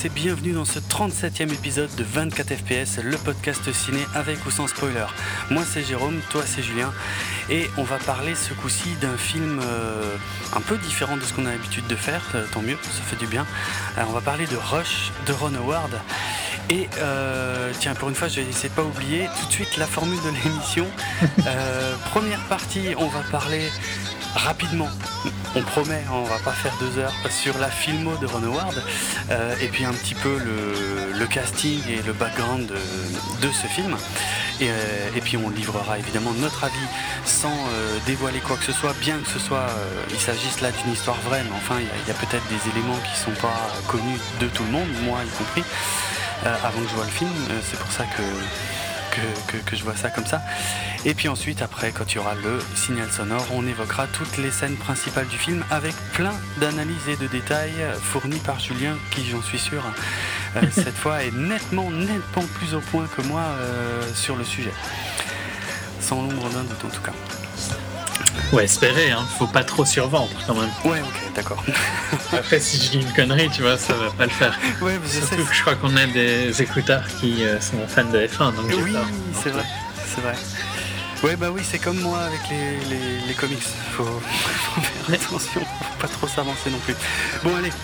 tous et bienvenue dans ce 37e épisode de 24 FPS, le podcast ciné avec ou sans spoiler. Moi c'est Jérôme, toi c'est Julien, et on va parler ce coup-ci d'un film un peu différent de ce qu'on a l'habitude de faire, tant mieux, ça fait du bien. Alors, on va parler de Rush de Ron Howard, et tiens, pour une fois je vais essayer de pas oublier tout de suite la formule de l'émission. Première partie, on va parler rapidement, on promet, on va pas faire 2 heures, sur la filmo de Ron Howard, et puis un petit peu le casting et le background de ce film, et puis on livrera évidemment notre avis sans dévoiler quoi que ce soit, bien que ce soit il s'agisse là d'une histoire vraie, mais enfin il y a peut-être des éléments qui sont pas connus de tout le monde, moi y compris, avant que je vois le film, c'est pour ça que je vois ça comme ça. Et puis ensuite, après, quand il y aura le signal sonore, on évoquera toutes les scènes principales du film avec plein d'analyses et de détails fournis par Julien, qui, j'en suis sûr, cette fois est nettement plus au point que moi sur le sujet. Sans l'ombre d'un doute, en tout cas. Ouais, espérer, hein. Faut pas trop survendre quand même. Ouais, ok, d'accord. Après, si je dis une connerie, tu vois, ça va pas le faire. Ouais, surtout que je crois qu'on a des écouteurs qui sont fans de F1, donc oui, c'est vrai. Ouais, bah oui, c'est comme moi avec les comics. Faut faire attention, faut pas trop s'avancer non plus. Bon, allez.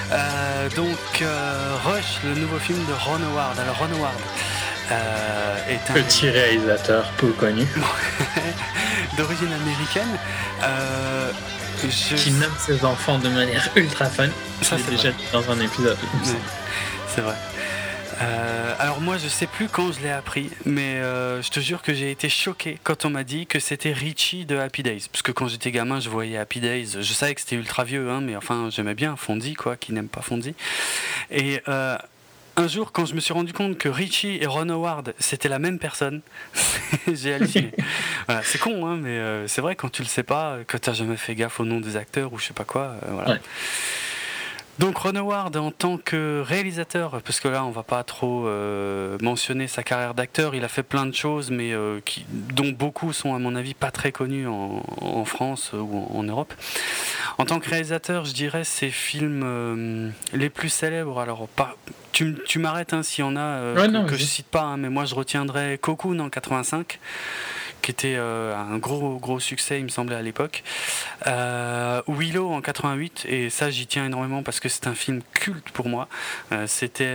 Rush, le nouveau film de Ron Howard. Alors, Ron Howard est un petit réalisateur peu connu. d'origine américaine. Qui nomme ses enfants de manière ultra fun. Ça, c'est déjà dit dans un épisode. Ouais, c'est vrai. Alors moi je sais plus quand je l'ai appris, mais je te jure que j'ai été choqué quand on m'a dit que c'était Richie de Happy Days, parce que quand j'étais gamin je voyais Happy Days, je savais que c'était ultra vieux, hein, mais enfin j'aimais bien Fonzie, quoi, qui n'aime pas Fonzie. Et un jour quand je me suis rendu compte que Richie et Ron Howard c'était la même personne, j'ai halluciné. Voilà, c'est con, hein, mais c'est vrai, quand tu le sais pas, que t'as jamais fait gaffe au nom des acteurs ou je sais pas quoi, voilà. Ouais. Donc Ron Howard en tant que réalisateur, parce que là on va pas trop mentionner sa carrière d'acteur, il a fait plein de choses, mais dont beaucoup sont à mon avis pas très connus en France ou en Europe. En tant que réalisateur, je dirais ses films les plus célèbres. Alors tu m'arrêtes, hein, s'il y en a que je cite pas, hein, mais moi je retiendrai Cocoon en 85. Qui était un gros succès, il me semblait, à l'époque. Willow en 88, et ça j'y tiens énormément parce que c'est un film culte pour moi. C'était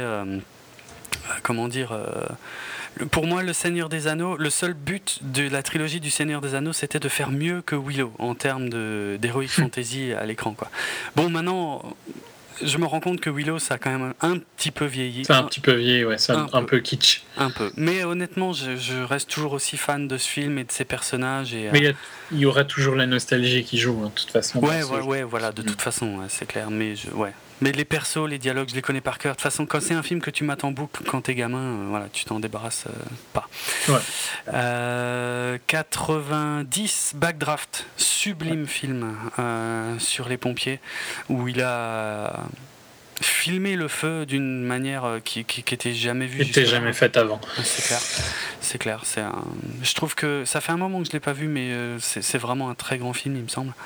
pour moi, Le Seigneur des Anneaux, le seul but de la trilogie du Seigneur des Anneaux, c'était de faire mieux que Willow en termes d'heroic fantasy à l'écran, quoi. Bon, maintenant, je me rends compte que Willow, ça a quand même un petit peu vieilli. C'est un petit peu vieilli, ouais, c'est un peu kitsch. Un peu. Mais honnêtement, je reste toujours aussi fan de ce film et de ses personnages. Mais il y aura toujours la nostalgie qui joue, hein, de toute façon. Ouais, voilà, de toute façon, c'est clair. Mais Mais les persos, les dialogues, je les connais par cœur. De toute façon, quand c'est un film que tu mates en boucle quand t'es gamin, voilà, tu t'en débarrasses pas. Ouais. 90, Backdraft, sublime film sur les pompiers, où il a filmé le feu d'une manière qui était jamais vue. Qui n'était jamais faite avant. C'est clair. Je trouve que ça fait un moment que je l'ai pas vu, mais c'est vraiment un très grand film, il me semble.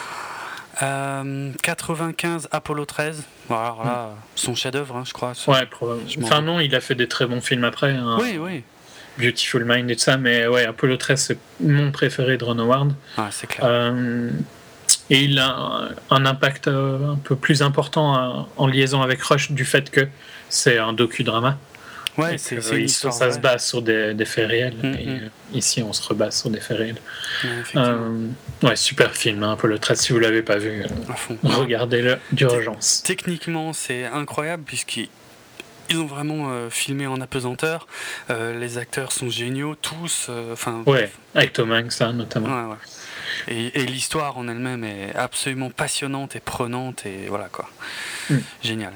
95, Apollo 13. Alors là, son chef-d'œuvre, hein, je crois. Ouais, probablement. Enfin non, il a fait des très bons films après. Hein. Oui. Beautiful Mind et tout ça, mais ouais, Apollo 13, c'est mon préféré de Ron Howard. Ah, c'est clair. Et il a un impact un peu plus important en liaison avec Rush du fait que c'est un docudrama. Ouais, c'est ça se base sur des faits réels. Et ici, on se rebase sur des faits réels. Ouais, super film, hein, Apollo 13. Si vous l'avez pas vu, regardez-le d'urgence. Techniquement, c'est incroyable puisqu'ils ont vraiment filmé en apesanteur. Les acteurs sont géniaux, tous. Ouais, avec Tom Hanks, notamment. Ouais. Et l'histoire en elle-même est absolument passionnante et prenante, et voilà quoi. Génial.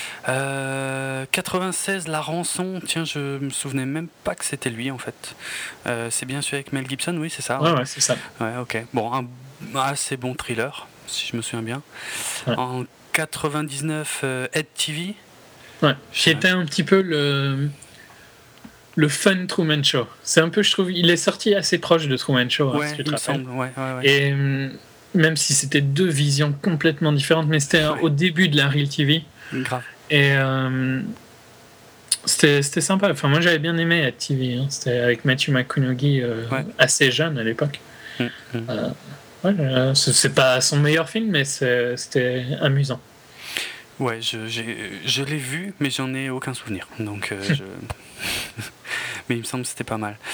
96, La Rançon. Tiens, je me souvenais même pas que c'était lui en fait. C'est bien celui avec Mel Gibson, oui, c'est ça. Ouais, c'est ça. Ouais, ok. Bon, un assez bon thriller, si je me souviens bien. Ouais. En 99, Ed TV. Ouais. Qui était un petit peu le fun Truman Show. C'est un peu, je trouve, il est sorti assez proche de Truman Show. Ouais, si tu te il me rappelles. semble. Ouais. Et même si c'était 2 visions complètement différentes, mais c'était au début de la Real TV. Grave. Et c'était sympa. Enfin, moi, j'avais bien aimé At TV. Hein. C'était avec Matthew McConaughey, assez jeune à l'époque. C'est pas son meilleur film, mais c'était amusant. Ouais, je l'ai vu, mais j'en ai aucun souvenir. Donc, mais il me semble que c'était pas mal.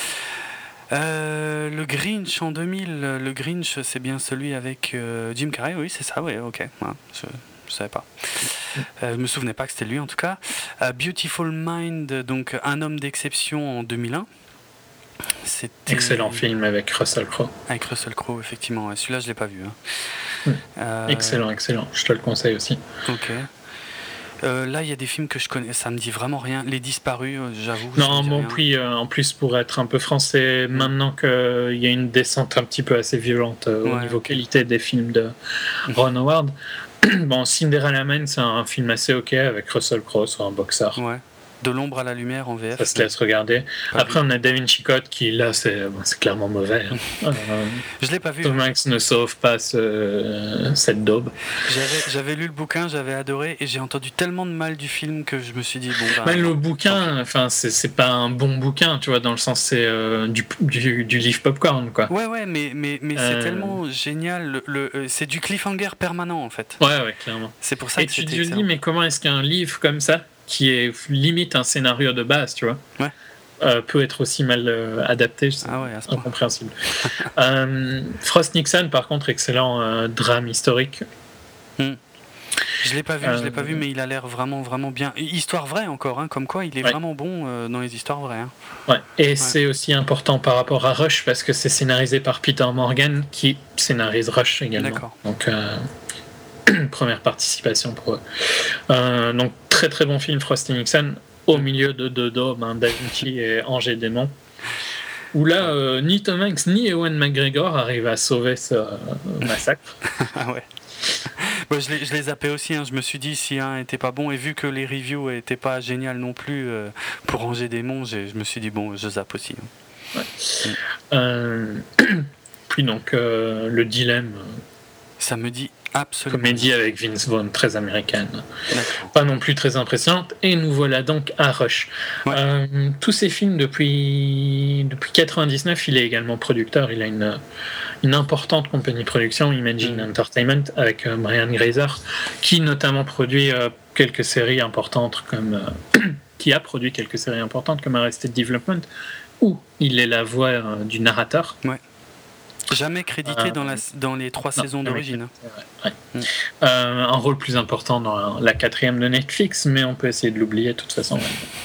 Le Grinch en 2000, le Grinch, c'est bien celui avec Jim Carrey, oui, c'est ça, ouais, ok. Ouais, je savais pas. Je me souvenais pas que c'était lui en tout cas. Beautiful Mind, donc Un homme d'exception en 2001. C'était... Excellent film avec Russell Crowe. Avec Russell Crowe, effectivement. Ouais. Celui-là, je l'ai pas vu. Hein. Excellent. Je te le conseille aussi. Ok. Là, il y a des films que je connais, ça me dit vraiment rien. Les Disparus, j'avoue. Non, bon, puis en plus, pour être un peu français, maintenant qu'il y a une descente un petit peu assez violente au niveau qualité des films de Ron Howard, bon, Cinderella Man, c'est un film assez ok avec Russell Crowe, un boxeur. Ouais. De l'ombre à la lumière en VF. Ça se laisse regarder. Après, on a Da Vinci Code qui, là, c'est clairement mauvais. Je l'ai pas vu. Tom Hanks ne sauve pas cette daube. J'avais lu le bouquin, j'avais adoré, et j'ai entendu tellement de mal du film que je me suis dit, le bouquin, enfin, c'est pas un bon bouquin, tu vois, dans le sens, c'est du livre popcorn, quoi. Ouais, mais c'est tellement génial. C'est du cliffhanger permanent, en fait. Ouais, clairement. C'est pour ça que tu te dis, mais comment est-ce qu'un livre comme ça, qui est limite un scénario de base, tu vois, peut être aussi mal adapté, c'est incompréhensible. Frost Nixon, par contre, excellent drame historique. Je l'ai pas vu, mais il a l'air vraiment, vraiment bien. Histoire vraie encore, hein, comme quoi il est vraiment bon dans les histoires vraies. Hein. Et c'est aussi important par rapport à Rush, parce que c'est scénarisé par Peter Morgan, qui scénarise Rush également. D'accord. Donc, première participation pour eux. Donc, très très bon film, Frost Nixon, au milieu de deux daubes, Da Vinci et Ange et Démon, où là, ni Tom Hanks ni Ewan McGregor arrivent à sauver ce massacre. Ouais. Bon, je l'ai zappé aussi, hein. Je me suis dit si un était pas bon, et vu que les reviews étaient pas géniales non plus pour Ange et Démon, je me suis dit bon, je zappe aussi. Puis donc, le dilemme. Ça me dit absolument. Comédie avec Vince Vaughn, très américaine. Pas non plus très impressionnante. Et nous voilà donc à Rush. Tous ces films, depuis 99, il est également producteur. Il a une importante compagnie de production, Imagine Entertainment, avec Brian Grazer, qui notamment produit quelques séries importantes qui a produit quelques séries importantes comme Arrested Development, où il est la voix du narrateur. Jamais crédité dans les 3 saisons d'origine. Un rôle plus important dans la 4e de Netflix, mais on peut essayer de l'oublier de toute façon.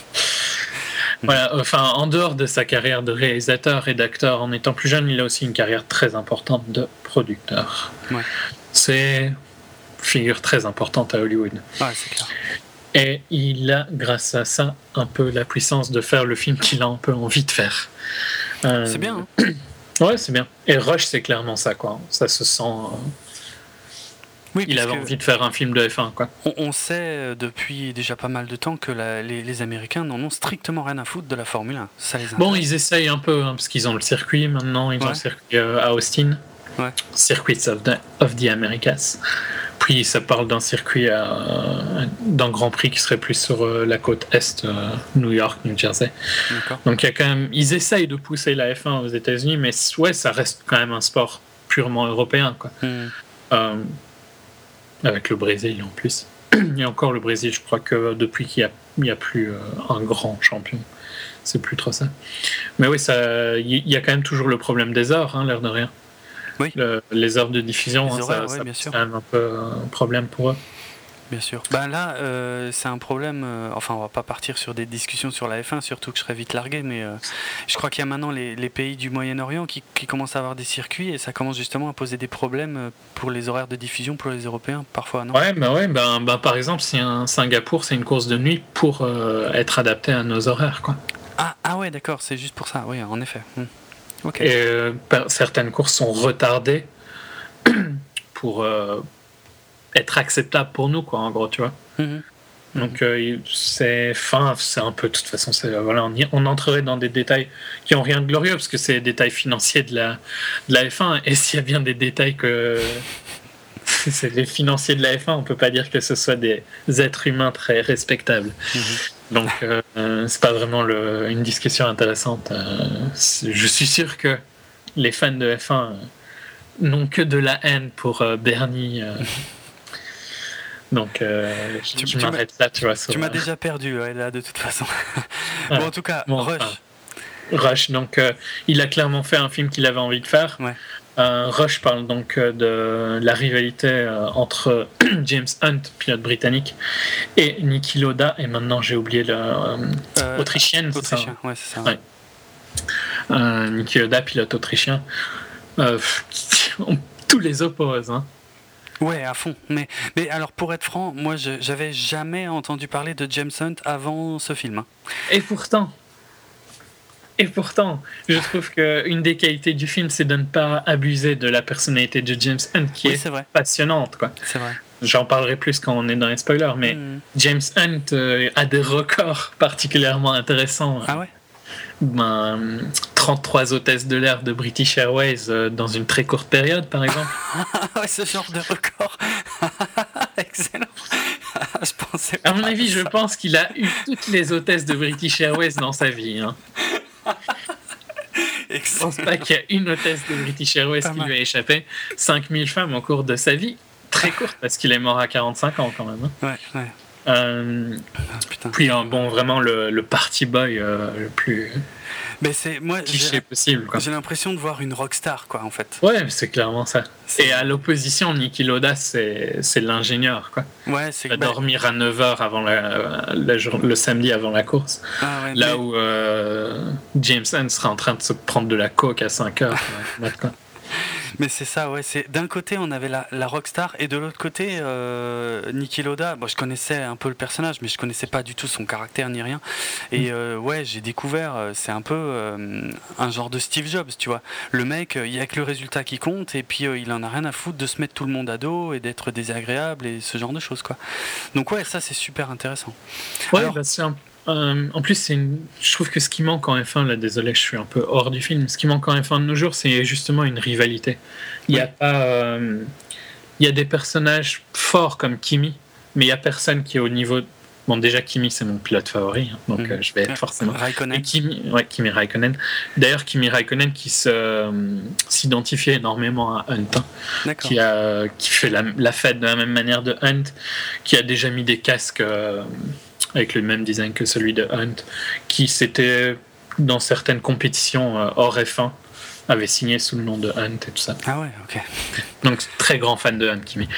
Voilà, en dehors de sa carrière de réalisateur et d'acteur, en étant plus jeune, il a aussi une carrière très importante de producteur. C'est une figure très importante à Hollywood. C'est clair. Et il a, grâce à ça, un peu la puissance de faire le film qu'il a un peu envie de faire. C'est bien, hein. Ouais, c'est bien. Et Rush, c'est clairement ça, quoi. Ça se sent... il avait envie de faire un film de F1, quoi. On sait depuis déjà pas mal de temps que les Américains n'en ont strictement rien à foutre de la Formule 1. Ça les intéresse. Bon, ils essayent un peu, hein, parce qu'ils ont le circuit maintenant. Ils ont le circuit à Austin. Circuits of the Americas. Puis ça parle d'un circuit, d'un Grand Prix qui serait plus sur la côte Est, New York, New Jersey. Donc il y a quand même, ils essayent de pousser la F1 aux États-Unis, mais ça reste quand même un sport purement européen, quoi. Avec le Brésil en plus. Et encore le Brésil, je crois que depuis qu'il n'y a plus un grand champion, c'est plus trop ça. Mais oui, il y a quand même toujours le problème des heures, hein, l'air de rien. Les heures de diffusion, c'est quand même un peu un problème pour eux. Bien sûr. Là, c'est un problème. On va pas partir sur des discussions sur la F1, surtout que je serais vite largué, mais je crois qu'il y a maintenant les pays du Moyen-Orient qui commencent à avoir des circuits, et ça commence justement à poser des problèmes pour les horaires de diffusion pour les Européens, parfois, non ? Par exemple, si Singapour, c'est une course de nuit pour être adapté à nos horaires, quoi. Ah ouais, d'accord, c'est juste pour ça. Oui, en effet. Okay. Et certaines courses sont retardées pour être acceptables pour nous, quoi, en gros, tu vois. Donc c'est un peu, de toute façon, on entrerait dans des détails qui n'ont rien de glorieux, parce que c'est des détails financiers de la F1, et s'il y a bien des détails c'est les financiers de la F1, on peut pas dire que ce soit des êtres humains très respectables. Donc c'est pas vraiment une discussion intéressante. Je suis sûr que les fans de F1 n'ont que de la haine pour Bernie. Donc je m'arrête là, tu vois. Tu m'as déjà perdu là de toute façon. Bon, en tout cas, Rush, donc il a clairement fait un film qu'il avait envie de faire. Ouais. Rush parle donc de la rivalité entre James Hunt, pilote britannique, et Niki Lauda, et maintenant j'ai oublié autrichienne, c'est ça. Ouais, c'est ça. Ouais. Niki Lauda, pilote autrichien. Tous les opposent, hein. Ouais, à fond. Mais alors, pour être franc, moi, j'avais jamais entendu parler de James Hunt avant ce film. Et pourtant, je trouve qu'une des qualités du film, c'est de ne pas abuser de la personnalité de James Hunt, qui est passionnante, quoi. C'est vrai. J'en parlerai plus quand on est dans les spoilers, mais James Hunt a des records particulièrement intéressants. Ah ouais? 33 hôtesses de l'air de British Airways dans une très courte période, par exemple. Ouais, ce genre de record. Excellent. À mon avis, je pense qu'il a eu toutes les hôtesses de British Airways dans sa vie. Hein. Je pense pas qu'il y a une hôtesse de British Airways qui lui a échappé. 5000 femmes au cours de sa vie. Très courte, parce qu'il est mort à 45 ans quand même. Hein. Ouais. Puis vraiment le party boy le plus cliché possible, quoi. J'ai l'impression de voir une rockstar, quoi, en fait. Ouais, c'est clairement ça. Et à l'opposition, Niki Lauda, c'est l'ingénieur, quoi. Ouais, il va dormir à 9h avant le samedi avant la course. Où James Hunt sera en train de se prendre de la coke à 5h. Mais c'est ça, ouais. D'un côté, on avait la rockstar, et de l'autre côté, Niki Lauda. Bon, je connaissais un peu le personnage, mais je connaissais pas du tout son caractère ni rien. Et j'ai découvert, c'est un peu un genre de Steve Jobs, tu vois. Le mec, il y a que le résultat qui compte, et puis il en a rien à foutre de se mettre tout le monde à dos et d'être désagréable et ce genre de choses, quoi. Donc ouais, ça c'est super intéressant. Ouais, c'est en plus, je trouve que ce qui manque en F1, là, désolé, je suis un peu hors du film, ce qui manque en F1 de nos jours, c'est justement une rivalité. Il y a pas, il y a des personnages forts comme Kimi, mais il y a personne qui est au niveau. Bon, déjà Kimi, c'est mon pilote favori, hein, donc je vais être forcément. Raikkonen. Kimi Raikkonen. D'ailleurs, Kimi Raikkonen qui s'identifiait énormément à Hunt, hein, qui fait la fête de la même manière de Hunt, qui a déjà mis des casques. Avec le même design que celui de Hunt, qui s'était dans certaines compétitions hors F1 avait signé sous le nom de Hunt et tout ça. Ah ouais, ok. Donc très grand fan de Hunt, Kimi.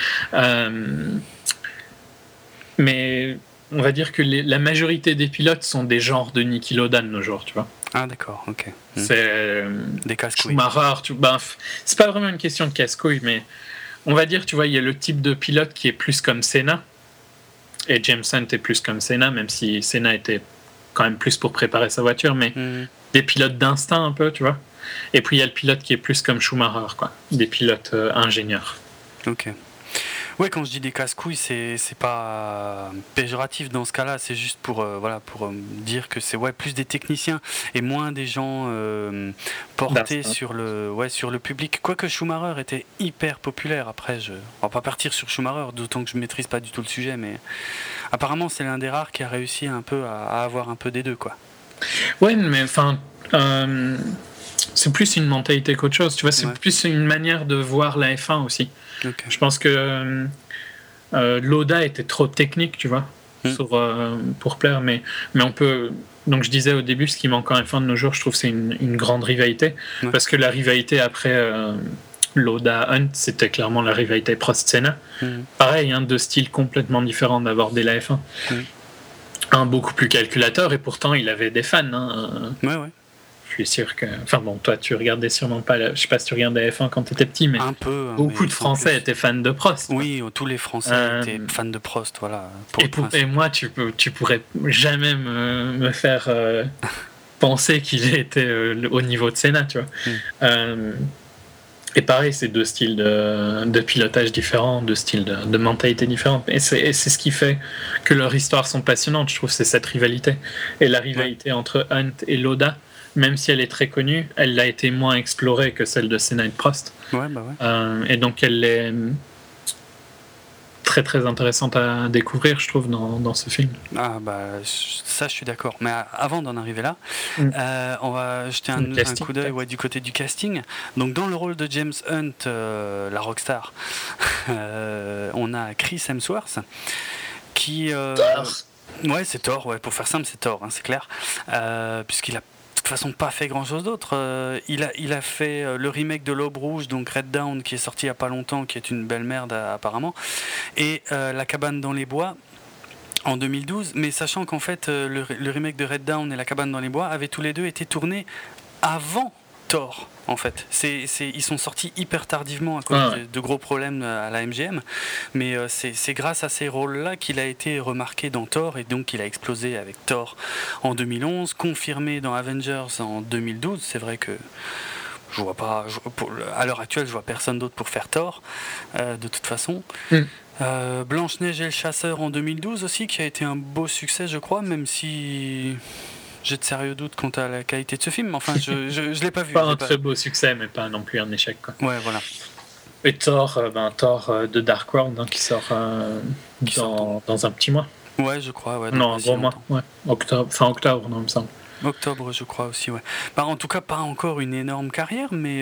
Mais on va dire que la majorité des pilotes sont des genres de Niki Lauda de nos jours, tu vois. Ah d'accord, ok. C'est des casse-couilles. Schumacher, c'est pas vraiment une question de casse-couilles, mais on va dire, tu vois, il y a le type de pilote qui est plus comme Senna. Et James Hunt est plus comme Senna, même si Senna était quand même plus pour préparer sa voiture, mais des pilotes d'instinct un peu, tu vois. Et puis il y a le pilote qui est plus comme Schumacher, quoi. Des pilotes ingénieurs. Ok. Ouais, quand je dis des casse-couilles, c'est pas péjoratif dans ce cas-là, c'est juste pour dire que c'est plus des techniciens et moins des gens portés sur le public. Quoique Schumacher était hyper populaire. Après, on va pas partir sur Schumacher, d'autant que je maîtrise pas du tout le sujet, mais apparemment c'est l'un des rares qui a réussi un peu à avoir un peu des deux, quoi. Ouais, mais enfin. C'est plus une mentalité qu'autre chose, tu vois, c'est plus une manière de voir la F1 aussi. Okay. Je pense que Lauda était trop technique, tu vois, pour plaire, mais on peut. Donc je disais au début, ce qui manque en F1 de nos jours, je trouve, c'est une grande rivalité, parce que la rivalité après Lauda-Hunt, c'était clairement la rivalité Prost-Senna. Pareil, deux styles complètement différents d'aborder la F1. Un beaucoup plus calculateur, et pourtant il avait des fans. Hein. Ouais. Je suis sûr que. Enfin bon, toi, tu regardais sûrement pas. Je sais pas si tu regardais F1 quand tu étais petit, mais. Un peu. Beaucoup de Français étaient fans de Prost. Oui, tous les Français étaient fans de Prost, voilà. Et moi, tu pourrais jamais me faire penser qu'il était au niveau de Senna, tu vois. Et pareil, c'est deux styles de pilotage différents, deux styles de mentalité différentes. Et c'est ce qui fait que leurs histoires sont passionnantes, je trouve, c'est cette rivalité. Et la rivalité entre Hunt et Lauda, même si elle est très connue, elle a été moins explorée que celle de Senna et de Prost. Ouais. Et donc elle très très intéressante à découvrir, je trouve, dans ce film. Ah bah ça je suis d'accord. Mais avant d'en arriver là, on va jeter un coup d'œil du côté du casting. Donc dans le rôle de James Hunt, la rockstar, on a Chris Hemsworth qui... ouais, c'est Thor, ouais, pour faire simple c'est Thor, hein, c'est clair. Puisqu'il a de toute façon pas fait grand chose d'autre. Il a fait le remake de l'Aube Rouge, donc Red Dawn, qui est sorti il y a pas longtemps, qui est une belle merde apparemment, et La Cabane dans les Bois en 2012, mais sachant qu'en fait le remake de Red Dawn et La Cabane dans les Bois avaient tous les deux été tournés avant Thor. En fait, ils sont sortis hyper tardivement à cause de gros problèmes à la MGM, mais c'est grâce à ces rôles-là qu'il a été remarqué dans Thor, et donc il a explosé avec Thor en 2011, confirmé dans Avengers en 2012. C'est vrai que je vois pas, à l'heure actuelle, je vois personne d'autre pour faire Thor, de toute façon. Blanche-Neige et le Chasseur en 2012 aussi, qui a été un beau succès, je crois, même si... j'ai de sérieux doutes quant à la qualité de ce film. Enfin, je l'ai pas vu. Pas un très beau succès, mais pas non plus un échec, quoi. Ouais, voilà. Et Thor de Dark World, hein, qui sort dans un petit mois. Ouais, je crois. Ouais, non, un gros mois. Ouais. Fin octobre, non, il me semble. Octobre, je crois aussi, ouais. En tout cas, pas encore une énorme carrière, mais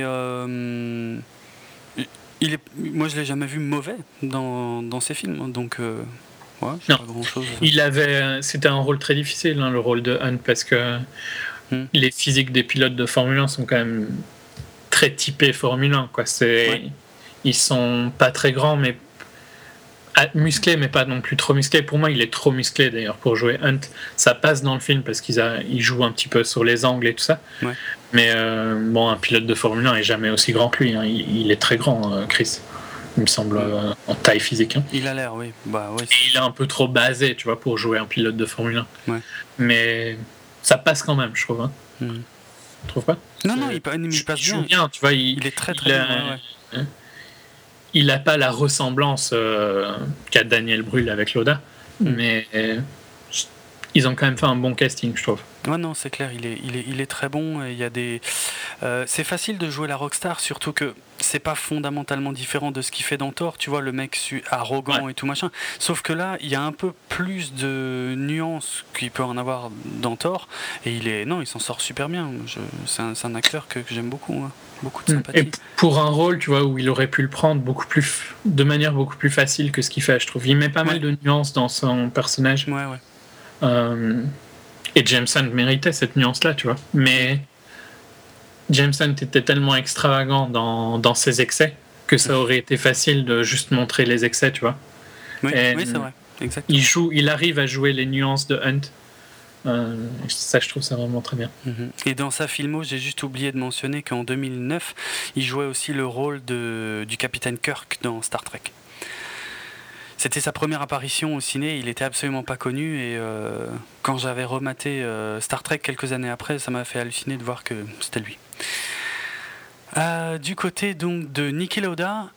moi, je l'ai jamais vu mauvais dans ses films, donc. Ouais, non. Pas grand-chose. C'était un rôle très difficile, hein, le rôle de Hunt, parce que les physiques des pilotes de Formule 1 sont quand même très typés Formule 1, quoi. Ils sont pas très grands, mais musclés, mais pas non plus trop musclés. Pour moi, il est trop musclé d'ailleurs pour jouer Hunt. Ça passe dans le film parce qu'ils jouent un petit peu sur les angles et tout ça. Ouais. Mais un pilote de Formule 1 est jamais aussi grand que lui, hein. Il est très grand, Chris. Il me semble, en taille physique. Hein. Il a l'air, oui. Il est un peu trop basé, tu vois, pour jouer un pilote de Formule 1. Ouais. Mais ça passe quand même, je trouve. Hein. Tu trouves pas ? Non, il passe bien. Tu vois, il est très très bien. Ouais. Il n'a pas la ressemblance qu'a Daniel Brühl avec Loda, mais ils ont quand même fait un bon casting, je trouve. Ouais, non, c'est clair, il est très bon. Il y a c'est facile de jouer la rockstar, surtout que c'est pas fondamentalement différent de ce qu'il fait dans Thor. Tu vois, le mec arrogant et tout machin. Sauf que là, il y a un peu plus de nuances qu'il peut en avoir dans Thor, et il s'en sort super bien. C'est un acteur que j'aime beaucoup. Hein. Beaucoup de sympathie. Et pour un rôle, tu vois, où il aurait pu le prendre de manière beaucoup plus facile que ce qu'il fait, je trouve. Il met pas mal de nuances dans son personnage. Ouais. Et James Hunt méritait cette nuance-là, tu vois. Mais James Hunt était tellement extravagant dans ses excès que ça aurait été facile de juste montrer les excès, tu vois. Oui, c'est vrai. Exactement. Il arrive à jouer les nuances de Hunt. Ça, je trouve ça vraiment très bien. Et dans sa filmo, j'ai juste oublié de mentionner qu'en 2009, il jouait aussi le rôle du capitaine Kirk dans Star Trek. C'était sa première apparition au ciné, il était absolument pas connu, et quand j'avais rematé Star Trek quelques années après, ça m'a fait halluciner de voir que c'était lui. Du côté donc de Niki Lauda,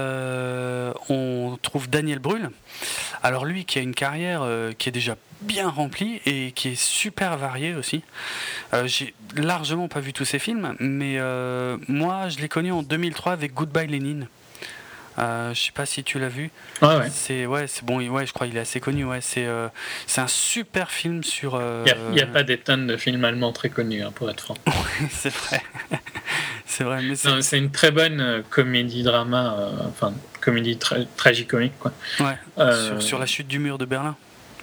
on trouve Daniel Brühl. Alors lui qui a une carrière qui est déjà bien remplie et qui est super variée aussi. J'ai largement pas vu tous ses films, mais moi je l'ai connu en 2003 avec Goodbye Lenin. Je sais pas si tu l'as vu. Ouais. C'est bon. Ouais, je crois qu'il est assez connu. Ouais, c'est un super film sur. Il y a pas des tonnes de films allemands très connus, hein, pour être franc. C'est vrai. C'est vrai. Mais c'est une très bonne comédie-drama, comédie tragicomique, quoi. Ouais. Sur la chute du mur de Berlin.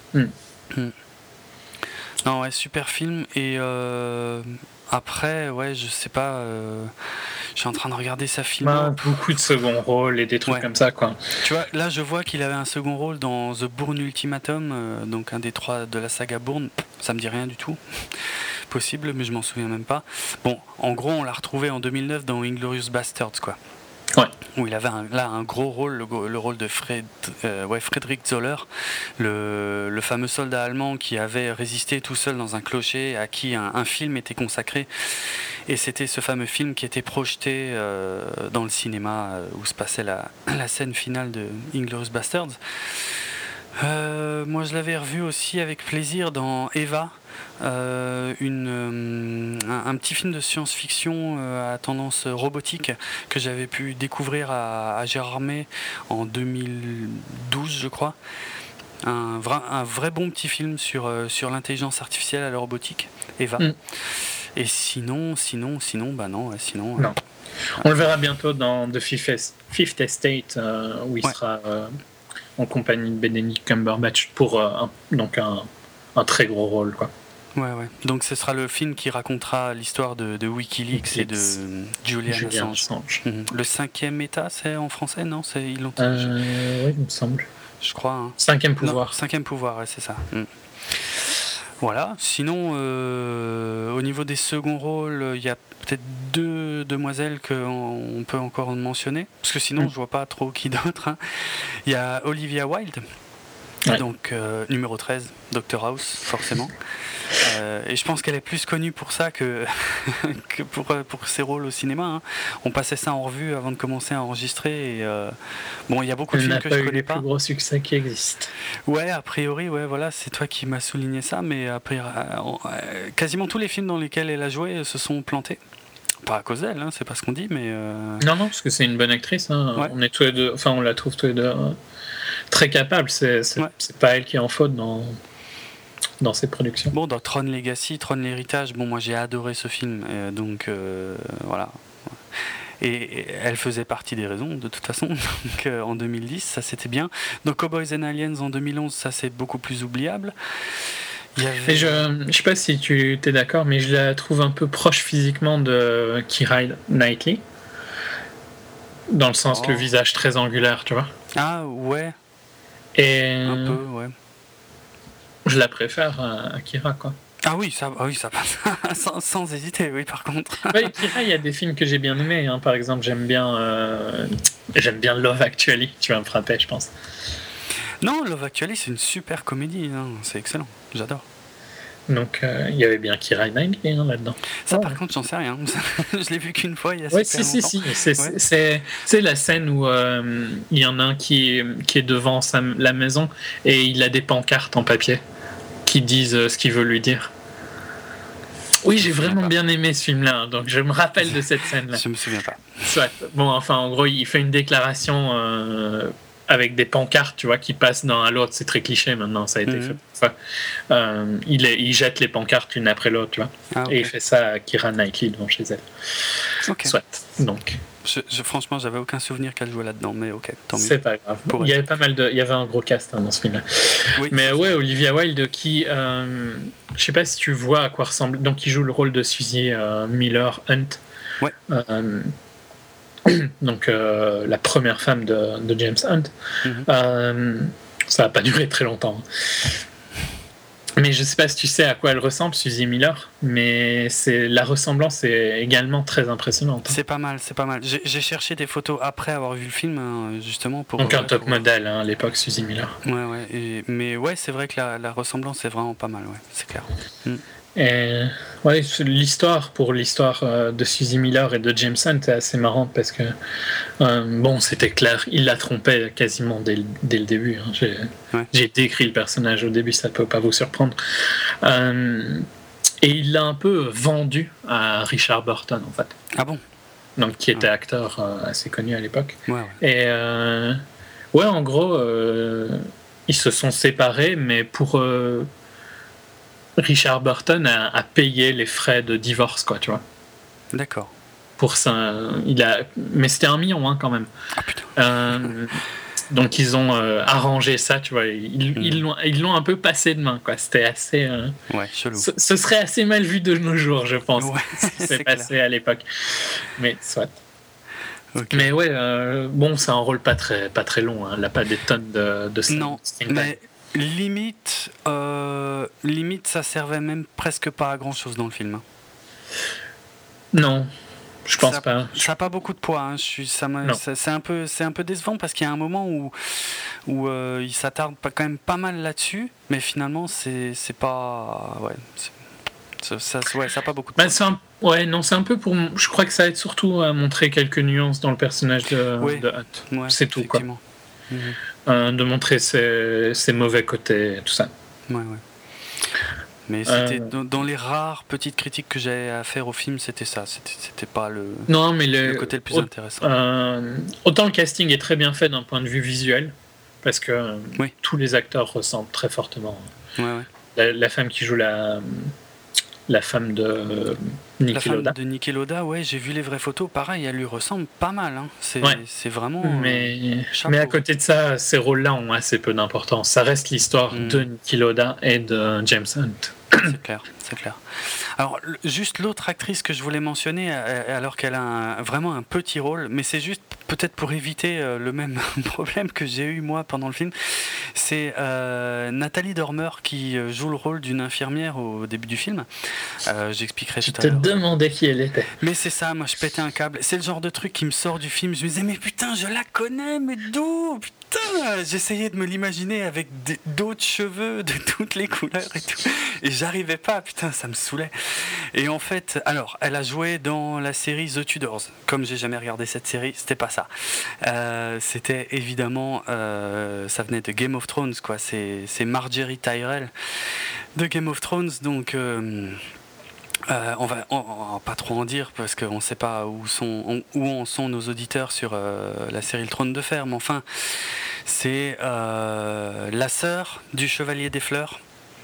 Non, ouais, super film. Et après, ouais, je sais pas. Je suis en train de regarder sa film. Beaucoup de second rôle et des trucs comme ça, quoi. Tu vois, là, je vois qu'il avait un second rôle dans The Bourne Ultimatum, donc un des 3 de la saga Bourne. Ça me dit rien du tout. Possible, mais je m'en souviens même pas. Bon, en gros, on l'a retrouvé en 2009 dans Inglourious Basterds, quoi. Ouais. Où il avait un gros rôle, le rôle de Friedrich Zoller, le fameux soldat allemand qui avait résisté tout seul dans un clocher, à qui un film était consacré. Et c'était ce fameux film qui était projeté dans le cinéma où se passait la scène finale de Inglourious Basterds. Moi je l'avais revu aussi avec plaisir dans Eva, un petit film de science-fiction à tendance robotique que j'avais pu découvrir à Gérardmer en 2012, je crois. Un vrai bon petit film sur l'intelligence artificielle à la robotique, Eva. Et sinon, bah non, sinon. Non. On le verra bientôt dans The Fifth Estate, où il sera en compagnie de Benedict Cumberbatch pour un très gros rôle, quoi. Ouais. Donc ce sera le film qui racontera l'histoire de WikiLeaks et de Julian Assange. Le 5e État, c'est en français, non? Ils l'ont oui, il me semble. Je crois. Hein. 5e pouvoir. Non, 5e pouvoir, ouais, c'est ça. Voilà. Sinon, au niveau des seconds rôles, il y a peut-être 2 demoiselles qu'on peut encore mentionner, parce que sinon je vois pas trop qui d'autre. Hein. Il y a Olivia Wilde, donc numéro 13, Dr House, forcément. Et je pense qu'elle est plus connue pour ça que pour ses rôles au cinéma. Hein. On passait ça en revue avant de commencer à enregistrer. Et, bon, il y a beaucoup de films que je connais pas. Le plus gros succès qui existe. Ouais, a priori, voilà, c'est toi qui m'as souligné ça, mais après, quasiment tous les films dans lesquels elle a joué se sont plantés. Pas à cause d'elle, hein, c'est pas ce qu'on dit, mais. Non, parce que c'est une bonne actrice. Hein. Ouais. On est tous les deux, on la trouve tous les deux très capable. C'est pas elle qui est en faute dans ses productions. Bon, dans Tron Legacy, Tron l'héritage, moi j'ai adoré ce film, donc voilà. Et elle faisait partie des raisons, de toute façon. Donc en 2010, ça c'était bien. Dans Cowboys and Aliens en 2011, ça c'est beaucoup plus oubliable. Et je sais pas si tu es d'accord, mais je la trouve un peu proche physiquement de Keira Knightley, dans le sens le visage très angulaire, tu vois. Ah ouais. Et un peu, ouais. Je la préfère à Keira, quoi. Ah oui, ça passe sans hésiter, oui, par contre. Ouais, Keira, il y a des films que j'ai bien aimés. Hein. Par exemple, j'aime bien Love Actually. Tu vas me frapper, je pense. Non, Love Actually, c'est une super comédie. Hein. C'est excellent. J'adore. Donc, il y avait bien Keira Knightley là-dedans. Ça, par contre, j'en sais rien. Je l'ai vu qu'une fois il y a super longtemps. C'est la scène où il y en a un qui est devant la maison et il a des pancartes en papier qui disent ce qu'il veut lui dire. Oui, j'ai vraiment bien aimé ce film-là, donc je me rappelle de cette scène-là. Je me souviens pas. Bon, enfin, en gros, il fait une déclaration avec des pancartes, tu vois, qui passent d'un à l'autre. C'est très cliché maintenant, ça a été fait. Enfin, il jette les pancartes l'une après l'autre, tu vois. Ah, okay. Et il fait ça à Keira Knightley devant chez elle. Okay. Soit. Donc. Franchement, j'avais aucun souvenir qu'elle jouait là-dedans, mais ok, tant mieux. C'est pas grave. Il y avait un gros cast dans ce film-là. Oui. Mais ouais, Olivia Wilde, qui, je sais pas si tu vois à quoi ressemble. Donc, il joue le rôle de Suzy Miller Hunt. Ouais. Donc, la première femme de James Hunt. Ça n'a pas duré très longtemps. Mais je sais pas si tu sais à quoi elle ressemble, Suzy Miller, mais la ressemblance est également très impressionnante. C'est pas mal. J'ai cherché des photos après avoir vu le film, justement pour. Donc un top modèle à l'époque, Suzy Miller. Ouais. Mais ouais, c'est vrai que la ressemblance est vraiment pas mal, ouais, c'est clair. Et ouais, l'histoire de Suzy Miller et de James Hunt est assez marrante parce que c'était clair, il la trompait quasiment dès le début. Hein. J'ai décrit le personnage au début, ça ne peut pas vous surprendre. Et il l'a un peu vendu à Richard Burton en fait. Ah bon? Donc qui était acteur assez connu à l'époque. Ouais. Et en gros, ils se sont séparés, mais pour Richard Burton a payé les frais de divorce, quoi, tu vois. D'accord. Pour ça, mais c'était 1 million, hein, quand même. Ah putain. Donc ils ont arrangé ça, tu vois. Ils l'ont un peu passé de main, quoi. C'était assez. Chelou. Ce serait assez mal vu de nos jours, je pense. Ouais, c'est passé clair. À l'époque. Mais soit. Okay. Mais ouais, c'est un rôle pas très long. Hein. Elle n'a pas des tonnes de non, mais limite, ça servait même presque pas à grand chose dans le film. Non, je pense pas. Ça n'a pas beaucoup de poids. Hein. C'est un peu décevant parce qu'il y a un moment où il s'attarde quand même pas mal là-dessus, mais finalement c'est pas. Ouais, ça n'a pas beaucoup de poids. C'est un peu pour. Je crois que ça aide surtout à montrer quelques nuances dans le personnage de Hunt. Ouais, c'est tout, quoi. De montrer ses mauvais côtés, tout ça. Ouais. Mais c'était dans les rares petites critiques que j'avais à faire au film, c'était ça. C'était pas le côté le plus intéressant. Autant le casting est très bien fait d'un point de vue visuel, parce que tous les acteurs ressemblent très fortement. La femme qui joue la femme de Niki Lauda. La femme de Niki Lauda, j'ai vu les vraies photos. Pareil, elle lui ressemble pas mal. Hein. C'est vraiment. Mais à côté de ça, ces rôles-là ont assez peu d'importance. Ça reste l'histoire de Niki Lauda et de James Hunt. C'est clair. Alors, juste l'autre actrice que je voulais mentionner, alors qu'elle a vraiment un petit rôle, mais c'est juste peut-être pour éviter le même problème que j'ai eu moi pendant le film, c'est Nathalie Dormer qui joue le rôle d'une infirmière au début du film. J'expliquerai tout à l'heure. Je te demandais qui elle était. Mais c'est ça, moi je pétais un câble. C'est le genre de truc qui me sort du film. Je me disais, mais putain, je la connais, mais d'où ? Putain, j'essayais de me l'imaginer avec d'autres cheveux de toutes les couleurs et tout. Et j'arrivais pas, putain, ça me saoulait. Et en fait, alors, elle a joué dans la série The Tudors. Comme j'ai jamais regardé cette série, c'était pas ça. C'était évidemment, ça venait de Game of Thrones, quoi. C'est Marjorie Tyrell de Game of Thrones, donc. On va pas trop en dire parce qu'on ne sait pas où en sont nos auditeurs sur la série Le Trône de Fer, mais enfin, c'est la sœur du Chevalier des Fleurs.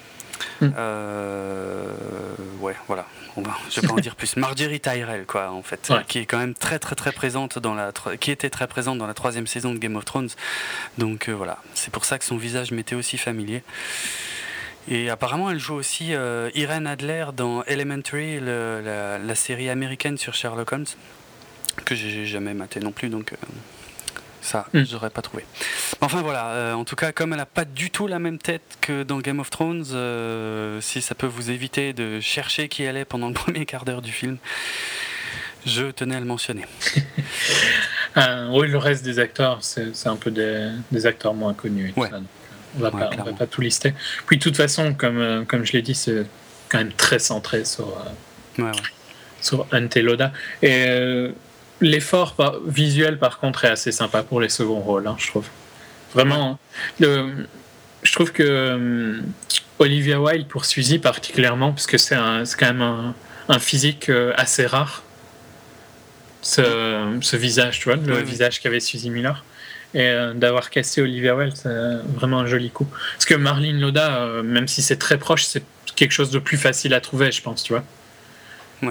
Voilà. Je vais pas en dire plus. Marjorie Tyrell, quoi, en fait, qui est quand même très très très présente qui était très présente dans la 3e saison de Game of Thrones. Donc voilà, c'est pour ça que son visage m'était aussi familier. Et apparemment, elle joue aussi Irene Adler dans Elementary, la série américaine sur Sherlock Holmes, que j'ai jamais maté non plus, donc ça, j'aurais pas trouvé. Enfin voilà, en tout cas, comme elle a pas du tout la même tête que dans Game of Thrones, si ça peut vous éviter de chercher qui elle est pendant le premier quart d'heure du film, je tenais à le mentionner. Oui, le reste des acteurs, c'est un peu des acteurs moins connus. Et tout ça, donc. On va pas tout lister. Puis de toute façon, comme je l'ai dit, c'est quand même très centré sur Hunt et Lauda. Et l'effort visuel, par contre, est assez sympa pour les seconds rôles, je trouve. Vraiment, je trouve que Olivia Wilde pour Suzy particulièrement, parce que c'est quand même un physique assez rare, ce visage, tu vois, le visage qu'avait Suzy Miller. Et d'avoir cassé Olivia Wilde, c'est vraiment un joli coup. Parce que Marlene Lauda, même si c'est très proche, c'est quelque chose de plus facile à trouver, je pense, tu vois. Ouais.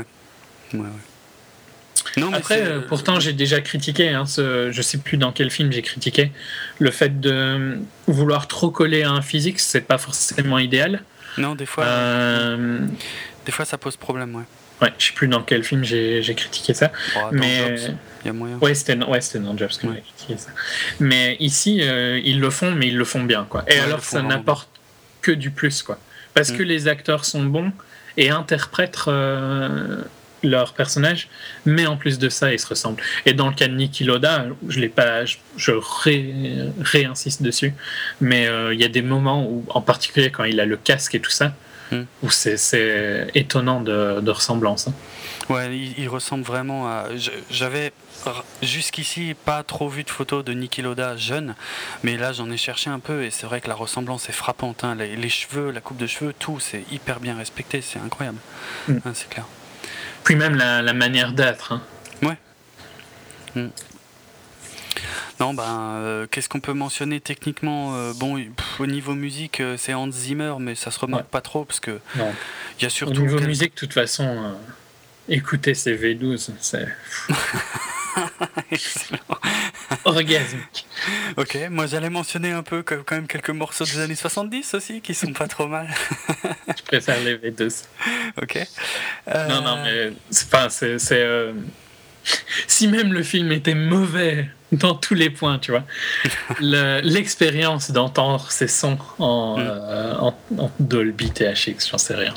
Non, mais après, pourtant, j'ai déjà critiqué, je sais plus dans quel film j'ai critiqué, le fait de vouloir trop coller à un physique, c'est pas forcément idéal. Non, des fois ça pose problème, Ouais, je sais plus dans quel film j'ai critiqué ça. Mais il y a moyen. Ouais, c'était dans Jobs que j'ai critiqué ça. Mais ici, ils le font, mais ils le font bien, quoi. Et alors, ça n'apporte que du plus, quoi. Parce que les acteurs sont bons et interprètent leur personnage, mais en plus de ça, ils se ressemblent. Et dans le cas de Niki Lauda, je réinsiste dessus, mais il y a des moments où, en particulier quand il a le casque et tout ça, où c'est étonnant de ressemblance. Ouais, il ressemble vraiment à... J'avais jusqu'ici pas trop vu de photos de Niki Lauda jeune, mais là j'en ai cherché un peu et c'est vrai que la ressemblance est frappante. Les cheveux, la coupe de cheveux, tout, c'est hyper bien respecté, c'est incroyable. C'est clair. Puis même la manière d'être. Ouais. Non, qu'est-ce qu'on peut mentionner techniquement au niveau musique, c'est Hans Zimmer, mais ça se remarque pas trop parce que il y a surtout. Au niveau musique, de toute façon, écouter ces V12, c'est orgasmique. Ok, moi j'allais mentionner un peu quand même quelques morceaux des années 70 aussi qui sont pas trop mal. Je préfère les V12. Ok. Non, mais c'est si même le film était mauvais dans tous les points, tu vois, l'expérience d'entendre ces sons en Dolby THX, j'en sais rien.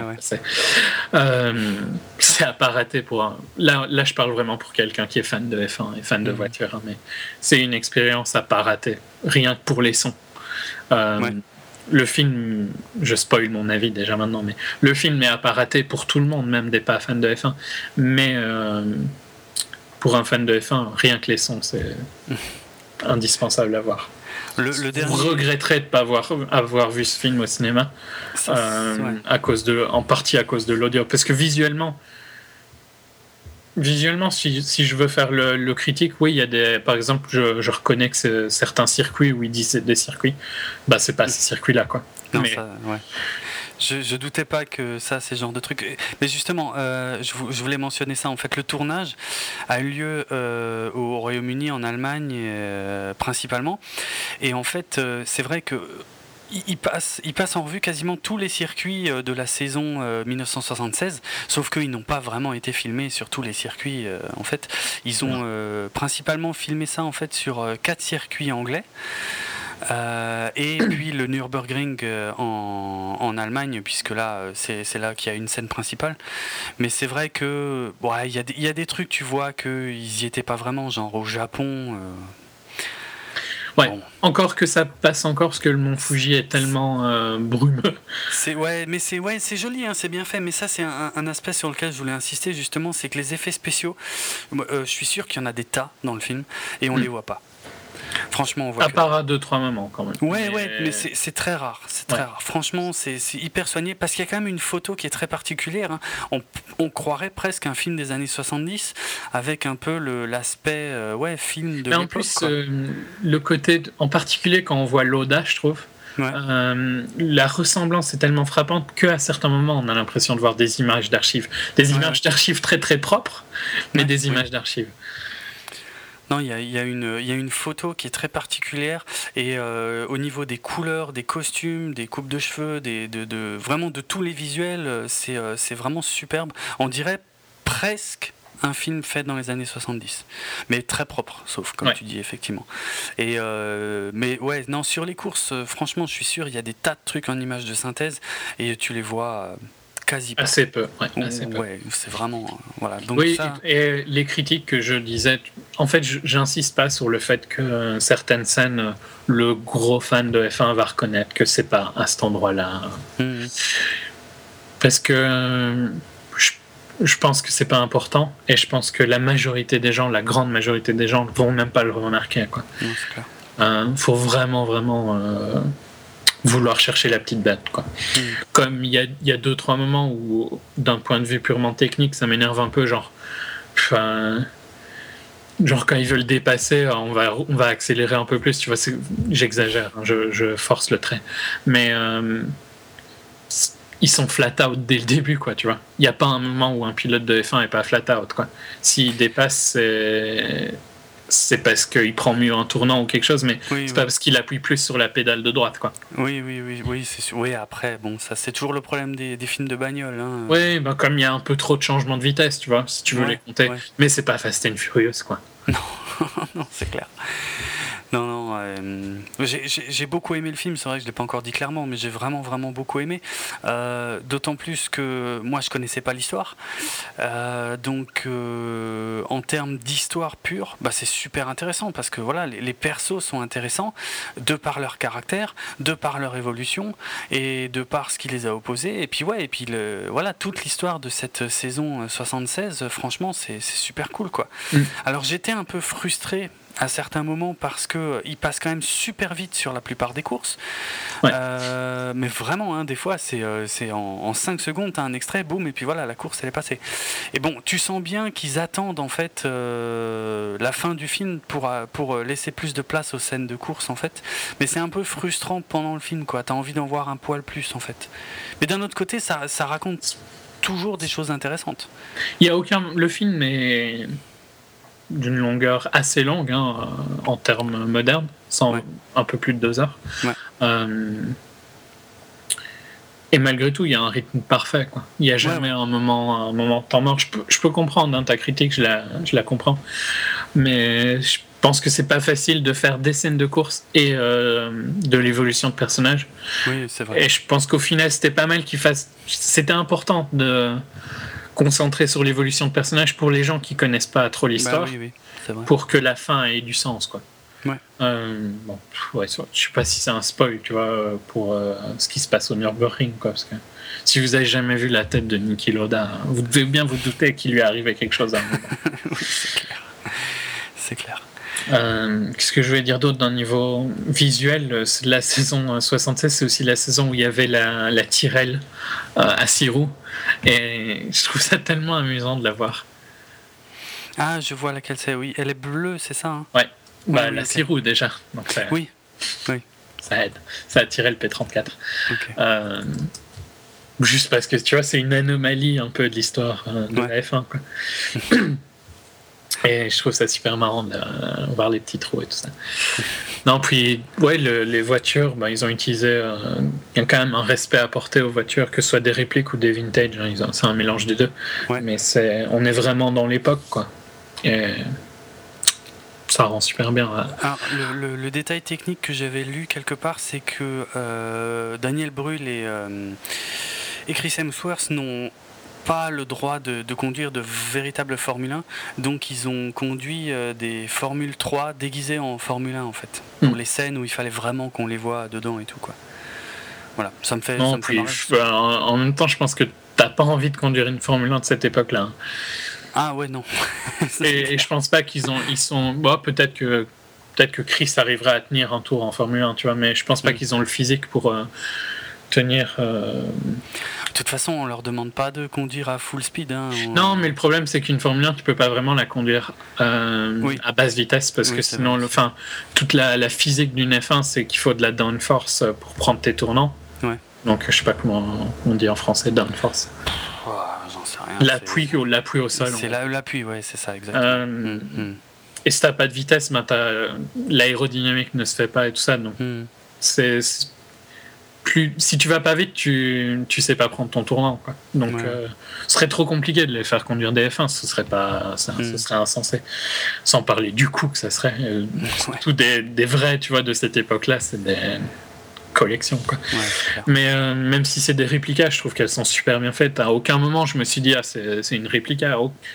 C'est à pas rater pour là je parle vraiment pour quelqu'un qui est fan de F1 et fan de voiture, mais c'est une expérience à pas rater, rien que pour les sons. Le film, je spoil mon avis déjà maintenant, mais le film est à pas rater pour tout le monde, même des pas fans de F1, mais pour un fan de F1, rien que les sons, c'est indispensable à voir. Le dernier... Vous regretterez de ne pas avoir vu ce film au cinéma, en partie à cause de l'audio. Parce que visuellement, si je veux faire le critique, oui, il y a par exemple, je reconnais que c'est certains circuits où ils disent des circuits, c'est pas ces circuits-là, quoi. Non, ça, ouais. Je doutais pas que ça, c'est ce genre de truc. Mais justement, je voulais mentionner ça. En fait, le tournage a eu lieu au Royaume-Uni, en Allemagne principalement. Et en fait, c'est vrai que il passe en revue quasiment tous les circuits de la saison 1976, sauf qu'ils n'ont pas vraiment été filmés sur tous les circuits. En fait, ils ont principalement filmé ça en fait sur 4 circuits anglais. Et puis le Nürburgring en Allemagne, puisque là c'est là qu'il y a une scène principale. Mais c'est vrai que il y a des trucs, tu vois, qu'ils y étaient pas vraiment, genre au Japon. Ouais, bon. Encore que ça passe encore parce que le mont Fuji est tellement brumeux. C'est joli, hein, c'est bien fait, mais ça c'est un aspect sur lequel je voulais insister justement, c'est que les effets spéciaux, je suis sûr qu'il y en a des tas dans le film et on les voit pas. Franchement, on voit. À part à 2-3 moments quand même. Mais c'est très rare. C'est très rare. Franchement, c'est hyper soigné parce qu'il y a quand même une photo qui est très particulière. Hein. On croirait presque un film des années 70 avec un peu l'aspect film de l'époque. En plus, le côté, en particulier quand on voit l'Oda, je trouve. Ouais. La ressemblance est tellement frappante qu'à certains moments on a l'impression de voir des images d'archives. Des images d'archives très très propres, mais des images d'archives. Non, il y a une photo qui est très particulière et au niveau des couleurs, des costumes, des coupes de cheveux, vraiment de tous les visuels, c'est vraiment superbe. On dirait presque un film fait dans les années 70, mais très propre, sauf comme tu dis effectivement. Et mais sur les courses, franchement, je suis sûr, il y a des tas de trucs en images de synthèse et tu les vois. Quasi pas. Assez peu, assez peu. Ouais, c'est vraiment voilà. Donc oui, ça... et les critiques que je disais, en fait, j'insiste pas sur le fait que certaines scènes, le gros fan de F1 va reconnaître que c'est pas à cet endroit-là, parce que je pense que c'est pas important, et je pense que la grande majorité des gens, vont même pas le remarquer, quoi. Non, c'est clair. Faut vraiment vouloir chercher la petite bête, quoi. Comme il y a 2-3 moments où, d'un point de vue purement technique, ça m'énerve un peu, genre quand ils veulent dépasser, on va accélérer un peu plus, tu vois, j'exagère, hein, je force le trait, mais ils sont flat out dès le début, quoi, tu vois. Il n'y a pas un moment où un pilote de F1 n'est pas flat out, quoi. S'il dépasse, c'est parce qu'il prend mieux un tournant ou quelque chose, mais c'est pas parce qu'il appuie plus sur la pédale de droite, quoi. Oui, c'est sûr. Oui, après, bon, ça c'est toujours le problème des films de bagnole. Hein. Oui, comme il y a un peu trop de changements de vitesse, tu vois, si tu veux les compter. Ouais. Mais c'est pas Fast and Furious, quoi. Non, c'est clair. Non, j'ai beaucoup aimé le film, c'est vrai que je ne l'ai pas encore dit clairement, mais j'ai vraiment beaucoup aimé, d'autant plus que moi je connaissais pas l'histoire, donc en termes d'histoire pure, c'est super intéressant, parce que voilà, les persos sont intéressants, de par leur caractère, de par leur évolution, et de par ce qui les a opposés, et puis toute l'histoire de cette saison 76, franchement c'est super cool, quoi. Alors j'étais un peu frustré à certains moments parce qu'il passe quand même super vite sur la plupart des courses, mais vraiment, hein, des fois c'est en 5 secondes t'as un extrait, boum, et puis voilà, la course elle est passée. Et bon, tu sens bien qu'ils attendent en fait la fin du film pour laisser plus de place aux scènes de course, en fait, mais c'est un peu frustrant pendant le film, quoi. T'as envie d'en voir un poil plus, en fait, mais d'un autre côté ça raconte toujours des choses intéressantes. Le film est d'une longueur assez longue, hein, en termes modernes, un peu plus de 2 heures. Et malgré tout, il y a un rythme parfait, quoi. Il n'y a jamais un moment de temps mort. Je peux comprendre, hein, ta critique, je la comprends. Mais je pense que c'est pas facile de faire des scènes de course et de l'évolution de personnages. Oui, c'est vrai. Et je pense qu'au final, c'était pas mal c'était important de concentrer sur l'évolution de personnages pour les gens qui connaissent pas trop l'histoire, c'est vrai. Pour que la fin ait du sens, quoi. Je sais pas si c'est un spoil, tu vois, pour ce qui se passe au Nürburgring, quoi, parce que si vous avez jamais vu la tête de Niki Lauda, vous devez bien vous douter qu'il lui est arrivé quelque chose à un moment. Oui, c'est clair. Qu'est-ce que je voulais dire d'autre d'un niveau visuel? La saison 76, c'est aussi la saison où il y avait la Tyrell à 6 roues. Et je trouve ça tellement amusant de la voir. Ah, je vois laquelle c'est, oui. Elle est bleue, c'est ça, hein? Ouais, la 6 roues déjà. Donc ça, oui. Ça aide. Ça a tiré le P34. Okay. Juste parce que, tu vois, c'est une anomalie un peu de l'histoire de la F1, quoi. Et je trouve ça super marrant de voir les petits trous et tout ça. Non, puis, les voitures, ils ont utilisé... Il y a quand même un respect apporté aux voitures, que ce soit des répliques ou des vintage. Hein, c'est un mélange des deux. Ouais. Mais on est vraiment dans l'époque, quoi. Et ça rend super bien. Alors, le détail technique que j'avais lu quelque part, c'est que Daniel Brühl et Chris Hemsworth n'ont pas le droit de conduire de véritables Formule 1, donc ils ont conduit des Formule 3 déguisées en Formule 1 en fait, pour les scènes où il fallait vraiment qu'on les voit dedans et tout, quoi. Voilà, ça me fait... Non, ça me fait en même temps, je pense que t'as pas envie de conduire une Formule 1 de cette époque-là. Hein. Ah ouais, non. et je pense pas ils sont... Bon, peut-être que Chris arriverait à tenir un tour en Formule 1, tu vois, mais je pense pas qu'ils ont le physique pour tenir... De toute façon, on leur demande pas de conduire à full speed. Hein, Non, mais le problème, c'est qu'une Formule 1, tu peux pas vraiment la conduire à basse vitesse, parce que sinon, toute la physique d'une F1, c'est qu'il faut de la downforce pour prendre tes tournants. Ouais. Donc, je sais pas comment on dit en français, downforce. J'en sais rien. L'appui au sol. C'est l'appui, ouais, c'est ça, exactement. Et si t'as pas de vitesse, l'aérodynamique ne se fait pas et tout ça, donc c'est si tu vas pas vite, tu sais pas prendre ton tournant, quoi. Donc ce serait trop compliqué de les faire conduire des F1, ce serait insensé. Sans parler du coup que ça serait surtout des vrais, tu vois, de cette époque-là, c'est des collections, quoi. Mais même si c'est des réplicas, je trouve qu'elles sont super bien faites. À aucun moment je me suis dit c'est une réplica.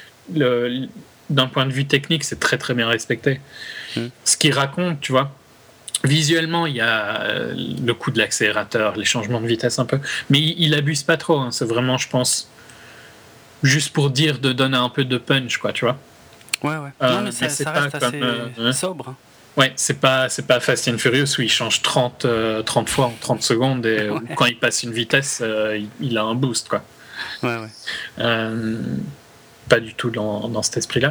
D'un point de vue technique, c'est très très bien respecté. Ce qu'il raconte, tu vois, visuellement, il y a le coup de l'accélérateur, les changements de vitesse un peu, mais il abuse pas trop. Hein. C'est vraiment, je pense, juste pour dire de donner un peu de punch, quoi, tu vois. Ouais. Non, mais ça reste assez sobre. Hein. Ouais, c'est pas Fast and Furious où il change 30 fois en 30 secondes et quand il passe une vitesse, il a un boost, quoi. Ouais. Pas du tout dans cet esprit-là.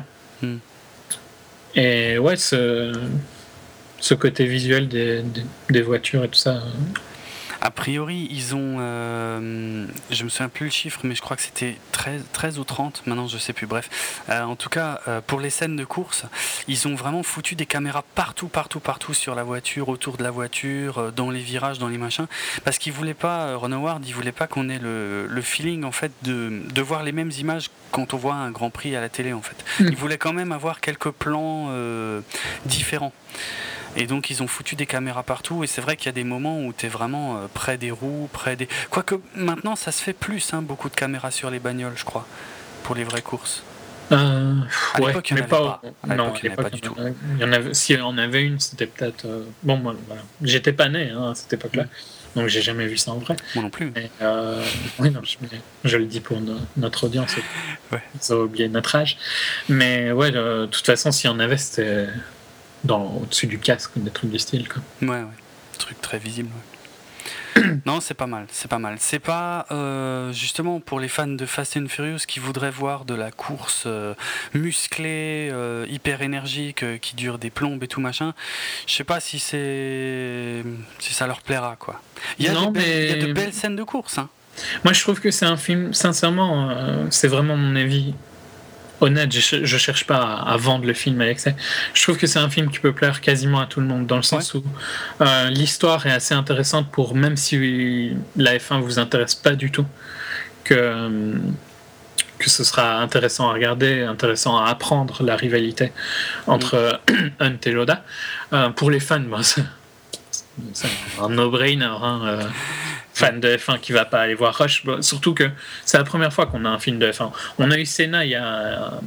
Et ouais, ce côté visuel des voitures et tout ça. A priori, ils ont... je me souviens plus le chiffre, mais je crois que c'était 13 ou 30, maintenant je sais plus, bref. En tout cas, pour les scènes de course, ils ont vraiment foutu des caméras partout sur la voiture, autour de la voiture, dans les virages, dans les machins, parce qu'ils voulaient pas, Ron Howard, il voulait pas qu'on ait le feeling, en fait, de voir les mêmes images quand on voit un Grand Prix à la télé, en fait. Il voulait quand même avoir quelques plans différents. Et donc ils ont foutu des caméras partout, et c'est vrai qu'il y a des moments où tu es vraiment près des roues, Quoique maintenant ça se fait plus, hein, beaucoup de caméras sur les bagnoles, je crois, pour les vraies courses. À l'époque, il n'y en avait pas. Non, à l'époque, pas du tout. Si il y en avait une, c'était peut-être... Bon, moi, voilà. J'étais pas né à cette époque-là, donc j'ai jamais vu ça en vrai. Moi non plus. Mais, oui, non, je le dis pour notre audience, ils ont oublié notre âge. Mais ouais, de toute façon, s'il y en avait, c'était... au-dessus du casque, des trucs du style, quoi. Ouais, truc très visible. Non, c'est pas mal. C'est pas justement pour les fans de Fast and Furious qui voudraient voir de la course musclée, hyper énergique, qui dure des plombes et tout machin. Je sais pas si ça leur plaira, quoi. Il y a de belles scènes de course, hein. Moi, je trouve que c'est un film, sincèrement, c'est vraiment mon avis honnête, je cherche pas à vendre le film à l'excès. Je trouve que c'est un film qui peut plaire quasiment à tout le monde, dans le sens où l'histoire est assez intéressante pour, même si la F1 vous intéresse pas du tout, que ce sera intéressant à regarder, intéressant à apprendre la rivalité entre Hunt et Lauda. Pour les fans, c'est un no-brainer, hein, fan de F1 qui va pas aller voir Rush, surtout que c'est la première fois qu'on a un film de F1. On a eu Senna il y a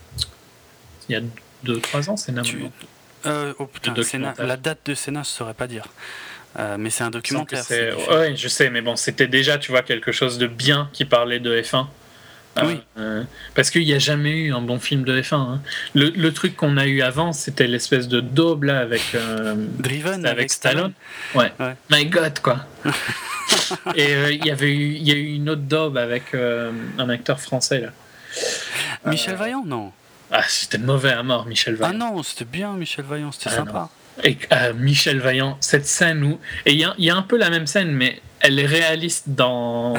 2-3 ans, Senna. Senna, la date de Senna, je saurais pas dire. Mais c'est un documentaire. Oui, je sais, mais bon, c'était déjà, tu vois, quelque chose de bien qui parlait de F1 Oui. Parce qu'il n'y a jamais eu un bon film de F1. Hein. Le truc qu'on a eu avant, c'était l'espèce de daube là avec Driven avec Stallone. Ouais. My God, quoi. Et il y a eu une autre daube avec un acteur français là. Michel Vaillant, non. Ah, c'était mauvais à mort, Michel Vaillant. Ah non, c'était bien Michel Vaillant, c'était sympa. Non. Et Michel Vaillant, cette scène où... Et il y a un peu la même scène, mais elle est réaliste dans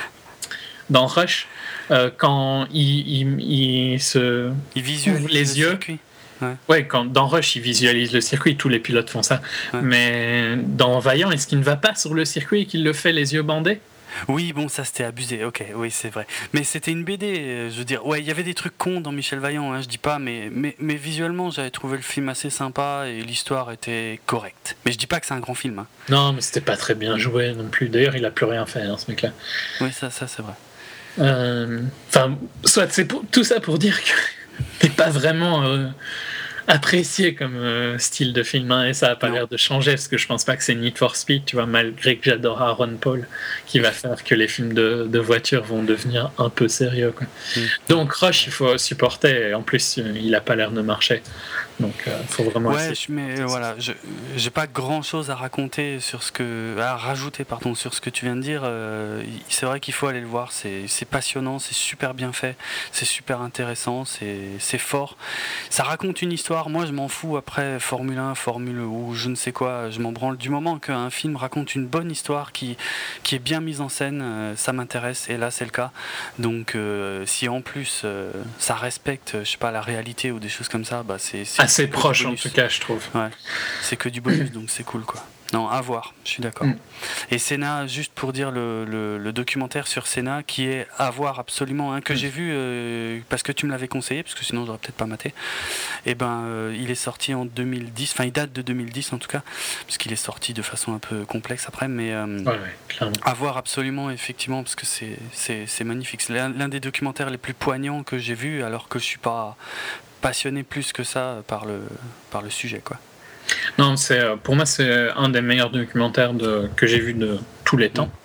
Rush, quand il visualise les yeux. Circuit. Ouais, quand dans Rush, il visualise le circuit, tous les pilotes font ça. Ouais. Mais dans Vaillant, est-ce qu'il ne va pas sur le circuit et qu'il le fait les yeux bandés ? Oui, bon, ça c'était abusé, ok, oui, c'est vrai. Mais c'était une BD, je veux dire, ouais, il y avait des trucs cons dans Michel Vaillant, hein, je dis pas, mais visuellement, j'avais trouvé le film assez sympa et l'histoire était correcte. Mais je dis pas que c'est un grand film. Hein. Non, mais c'était pas très bien joué non plus. D'ailleurs, il a plus rien fait, hein, ce mec-là. Oui, ça c'est vrai. Enfin, soit c'est tout ça pour dire que t'es pas vraiment apprécié comme style de film, hein, et ça a pas l'air de changer, parce que je pense pas que c'est Need for Speed, tu vois, malgré que j'adore Aaron Paul, qui va faire que les films de voitures vont devenir un peu sérieux, quoi. Donc Rush, il faut supporter, et en plus il a pas l'air de marcher, donc faut vraiment mais voilà, j'ai pas grand chose à rajouter sur ce que tu viens de dire. C'est vrai qu'il faut aller le voir, c'est passionnant, c'est super bien fait, c'est super intéressant, c'est fort, ça raconte une histoire. Moi je m'en fous après Formule 1, Formule ou je ne sais quoi, je m'en branle du moment qu'un film raconte une bonne histoire qui est bien mise en scène, ça m'intéresse, et là c'est le cas. Donc si en plus ça respecte, je sais pas, la réalité ou des choses comme ça, bah c'est assez proche en tout cas, je trouve. Ouais, c'est que du bonus, donc c'est cool, quoi. Non, à voir, je suis d'accord. Et Senna, juste pour dire le documentaire sur Senna, qui est à voir absolument, hein, que j'ai vu parce que tu me l'avais conseillé, parce que sinon j'aurais peut-être pas maté. Et il est sorti en 2010, enfin il date de 2010 en tout cas, parce qu'il est sorti de façon un peu complexe après, mais à voir absolument, effectivement, parce que c'est magnifique. C'est l'un des documentaires les plus poignants que j'ai vu, alors que je suis pas passionné plus que ça par le sujet, quoi. Non, pour moi c'est un des meilleurs documentaires que j'ai vu de tous les temps.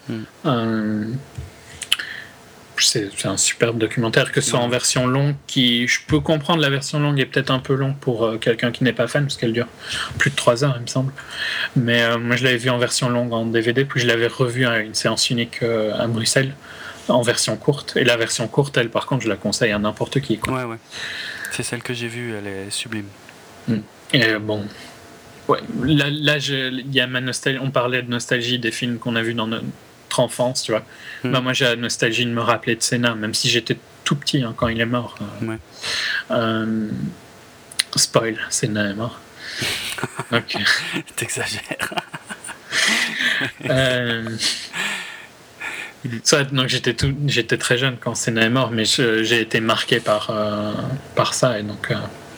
C'est un superbe documentaire, que ce soit en version longue, je peux comprendre, la version longue est peut-être un peu longue pour quelqu'un qui n'est pas fan, parce qu'elle dure plus de 3 heures, il me semble. Mais moi je l'avais vu en version longue en DVD, puis je l'avais revu à une séance unique à Bruxelles en version courte. Et la version courte, elle, par contre, je la conseille à n'importe qui, quoi. Ouais. C'est celle que j'ai vue, elle est sublime. Et bon, ouais, là il y a ma nostalgie. On parlait de nostalgie des films qu'on a vus dans notre enfance, tu vois. Bah, moi, j'ai la nostalgie de me rappeler de Senna, même si j'étais tout petit, hein, quand il est mort. Spoil, Senna est mort. Ok. T'exagères. Donc j'étais très jeune quand Senna est mort, mais j'ai été marqué par ça, et donc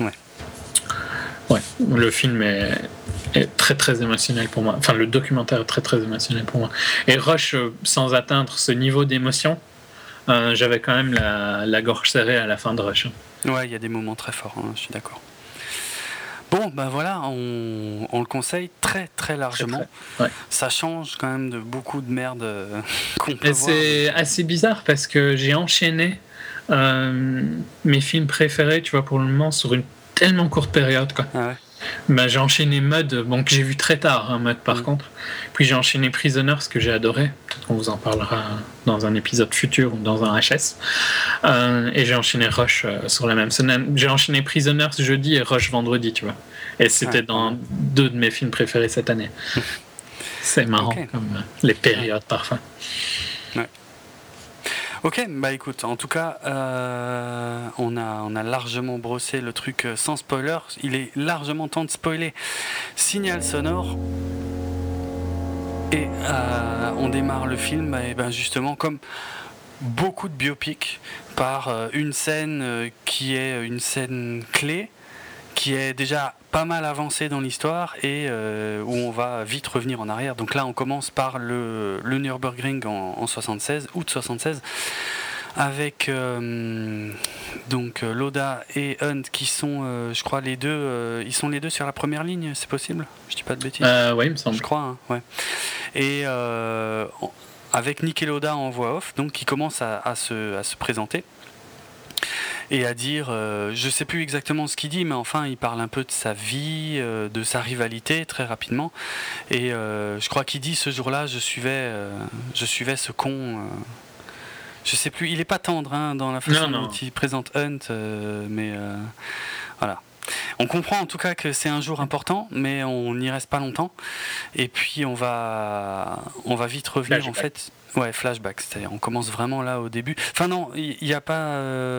le film est très très émotionnel pour moi. Enfin, le documentaire est très très émotionnel pour moi. Et Rush, sans atteindre ce niveau d'émotion, j'avais quand même la gorge serrée à la fin de Rush. Ouais, il y a des moments très forts, hein, je suis d'accord. Bon, ben voilà, on le conseille très très largement. Très. Ouais. Ça change quand même de beaucoup de merde qu'on peut voir. C'est assez bizarre parce que j'ai enchaîné mes films préférés, tu vois, pour le moment, sur une tellement courte période, quoi. Ah ouais. Ben, j'ai enchaîné Mud, bon, que j'ai vu très tard, hein, Mud par contre. Puis j'ai enchaîné Prisoners, que j'ai adoré. Peut-être qu'on vous en parlera dans un épisode futur ou dans un HS. Et j'ai enchaîné Rush sur la même semaine. J'ai enchaîné Prisoners jeudi et Rush vendredi, tu vois. Et c'était dans 2 de mes films préférés cette année. C'est marrant, comme les périodes parfois. Ouais. Ok, bah écoute, en tout cas, on a largement brossé le truc sans spoiler. Il est largement temps de spoiler Signal sonore. Et on démarre le film, et ben justement, comme beaucoup de biopics, par une scène qui est une scène clé, qui est déjà pas mal avancée dans l'histoire et où on va vite revenir en arrière. Donc là, on commence par le Nürburgring en 76, août 76, avec Lauda et Hunt qui sont, je crois, les deux, ils sont les deux sur la première ligne, c'est possible ? Je dis pas de bêtises. Oui, il me semble. Je crois, hein, ouais. Et avec Niki Lauda en voix off, donc qui commence à se présenter. et à dire, je sais plus exactement ce qu'il dit, mais enfin il parle un peu de sa vie, de sa rivalité très rapidement, et je crois qu'il dit ce jour-là je suivais ce con. Je sais plus, il est pas tendre hein, dans la façon dont il présente Hunt, mais voilà. On comprend en tout cas que c'est un jour important, mais on n'y reste pas longtemps. Et puis on va vite revenir flashback. En fait. Ouais, flashback, c'est-à-dire on commence vraiment là au début. Enfin non, il n'y a pas.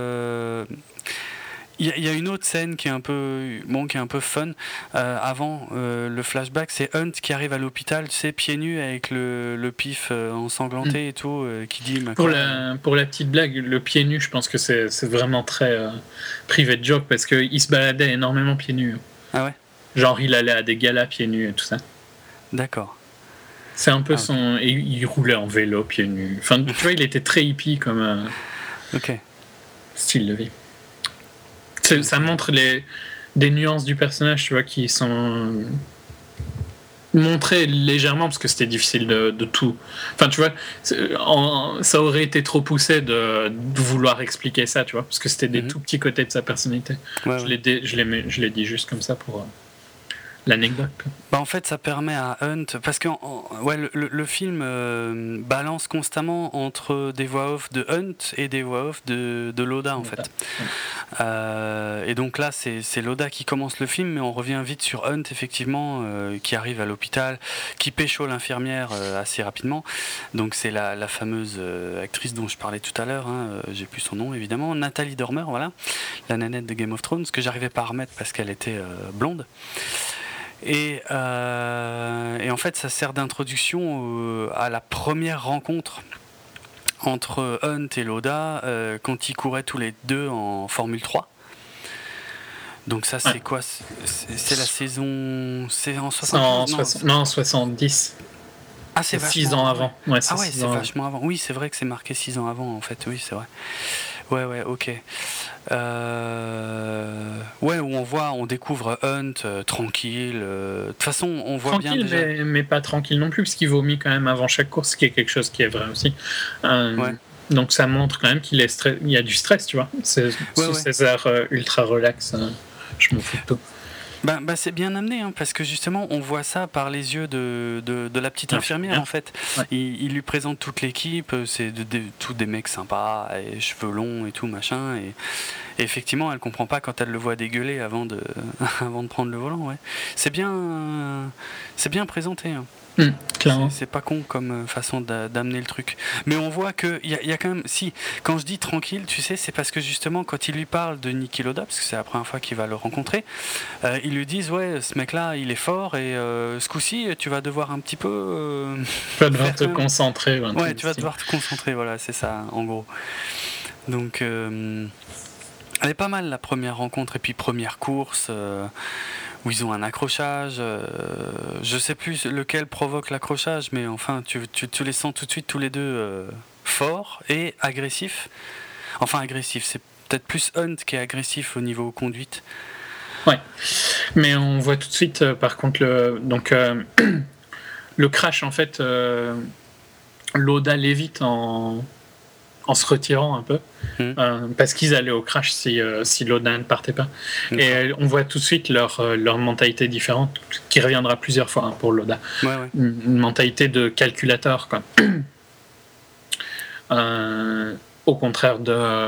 Il y a une autre scène qui est un peu fun avant le flashback, c'est Hunt qui arrive à l'hôpital, tu sais, pieds nus avec le pif ensanglanté et tout, qui dit pour la petite blague, le pieds nus, je pense que c'est vraiment très private joke parce qu'il se baladait énormément pieds nus. Ah ouais. Genre il allait à des galas pieds nus et tout ça. D'accord. C'est un peu son... Et il roulait en vélo pieds nus. Enfin, tu vois, il était très hippie comme style de vie. Ça montre des nuances du personnage, tu vois, qui sont montrées légèrement parce que c'était difficile de tout. Enfin, tu vois, ça aurait été trop poussé de vouloir expliquer ça, tu vois, parce que c'était des tout petits côtés de sa personnalité. Ouais, je l'ai dit juste comme ça pour l'anecdote. Bah en fait, ça permet à Hunt, parce que le film balance constamment entre des voix off de Hunt et des voix off de Loda en fait. Et donc là, c'est Loda qui commence le film, mais on revient vite sur Hunt effectivement, qui arrive à l'hôpital, qui pécho l'infirmière assez rapidement. Donc c'est la fameuse actrice dont je parlais tout à l'heure, hein, j'ai plus son nom évidemment, Nathalie Dormer, voilà, la nanette de Game of Thrones, que j'arrivais pas à remettre parce qu'elle était blonde. Et en fait, ça sert d'introduction à la première rencontre entre Hunt et Loda quand ils couraient tous les deux en Formule 3. Donc ça, c'est quoi ? C'est la saison... C'est en 70 Non, 70. Ah, c'est 6 ans avant. Ouais, c'est vachement avant. Oui, c'est vrai que c'est marqué 6 ans avant, en fait. Oui, c'est vrai. Ouais, ok. Où on découvre Hunt tranquille. De toute façon, on voit tranquille, bien déjà... mais pas tranquille non plus, parce qu'il vomit quand même avant chaque course, ce qui est quelque chose qui est vrai aussi. Donc ça montre quand même qu'il y a du stress, tu vois. Sous ces airs ultra relax, je m'en fous de tout. Bah, c'est bien amené, hein, parce que justement, on voit ça par les yeux de la petite infirmière, en fait. Ouais. Il lui présente toute l'équipe, c'est tous des mecs sympas, et cheveux longs et tout, machin. Et effectivement, elle comprend pas quand elle le voit dégueuler avant de prendre le volant, ouais. C'est bien présenté, hein. C'est pas con comme façon d'amener le truc, mais on voit que il y a quand même, si quand je dis tranquille, tu sais, c'est parce que justement quand il lui parle de Niki Loda, parce que c'est la première fois qu'il va le rencontrer, ils lui disent ce mec là il est fort et ce coup-ci tu vas devoir un petit peu tu vas devoir te concentrer, tu vas devoir te concentrer, voilà, c'est ça en gros. Donc elle est pas mal la première rencontre et puis première course où ils ont un accrochage, je sais plus lequel provoque l'accrochage, mais enfin tu les sens tout de suite tous les deux forts et agressifs. Enfin agressifs, c'est peut-être plus Hunt qui est agressif au niveau conduite. Ouais, mais on voit tout de suite par contre le crash en fait, Loda l'évite en se retirant un peu, parce qu'ils allaient au crash si Loda ne partait pas. Et on voit tout de suite leur mentalité différente, qui reviendra plusieurs fois pour Loda. Une mentalité de calculateur, quoi. Au contraire de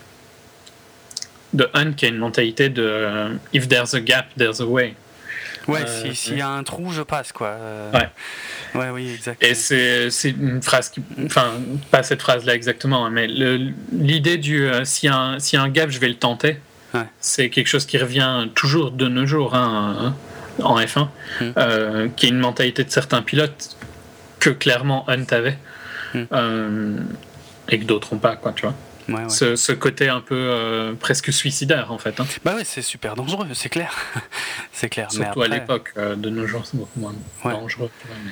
Hunt, qui a une mentalité de if there's a gap, there's a way. S'il y a un trou, je passe, quoi. Oui, exactement. Et c'est une phrase qui... Enfin, pas cette phrase-là exactement, mais l'idée du s'il y a un gap, je vais le tenter, c'est quelque chose qui revient toujours de nos jours en F1, qui est une mentalité de certains pilotes que clairement Hunt avait, et que d'autres n'ont pas, quoi, tu vois. Ce côté un peu presque suicidaire en fait. Bah ouais, c'est super dangereux, c'est clair. C'est clair. Surtout mais après... à l'époque, de nos jours, c'est beaucoup moins dangereux.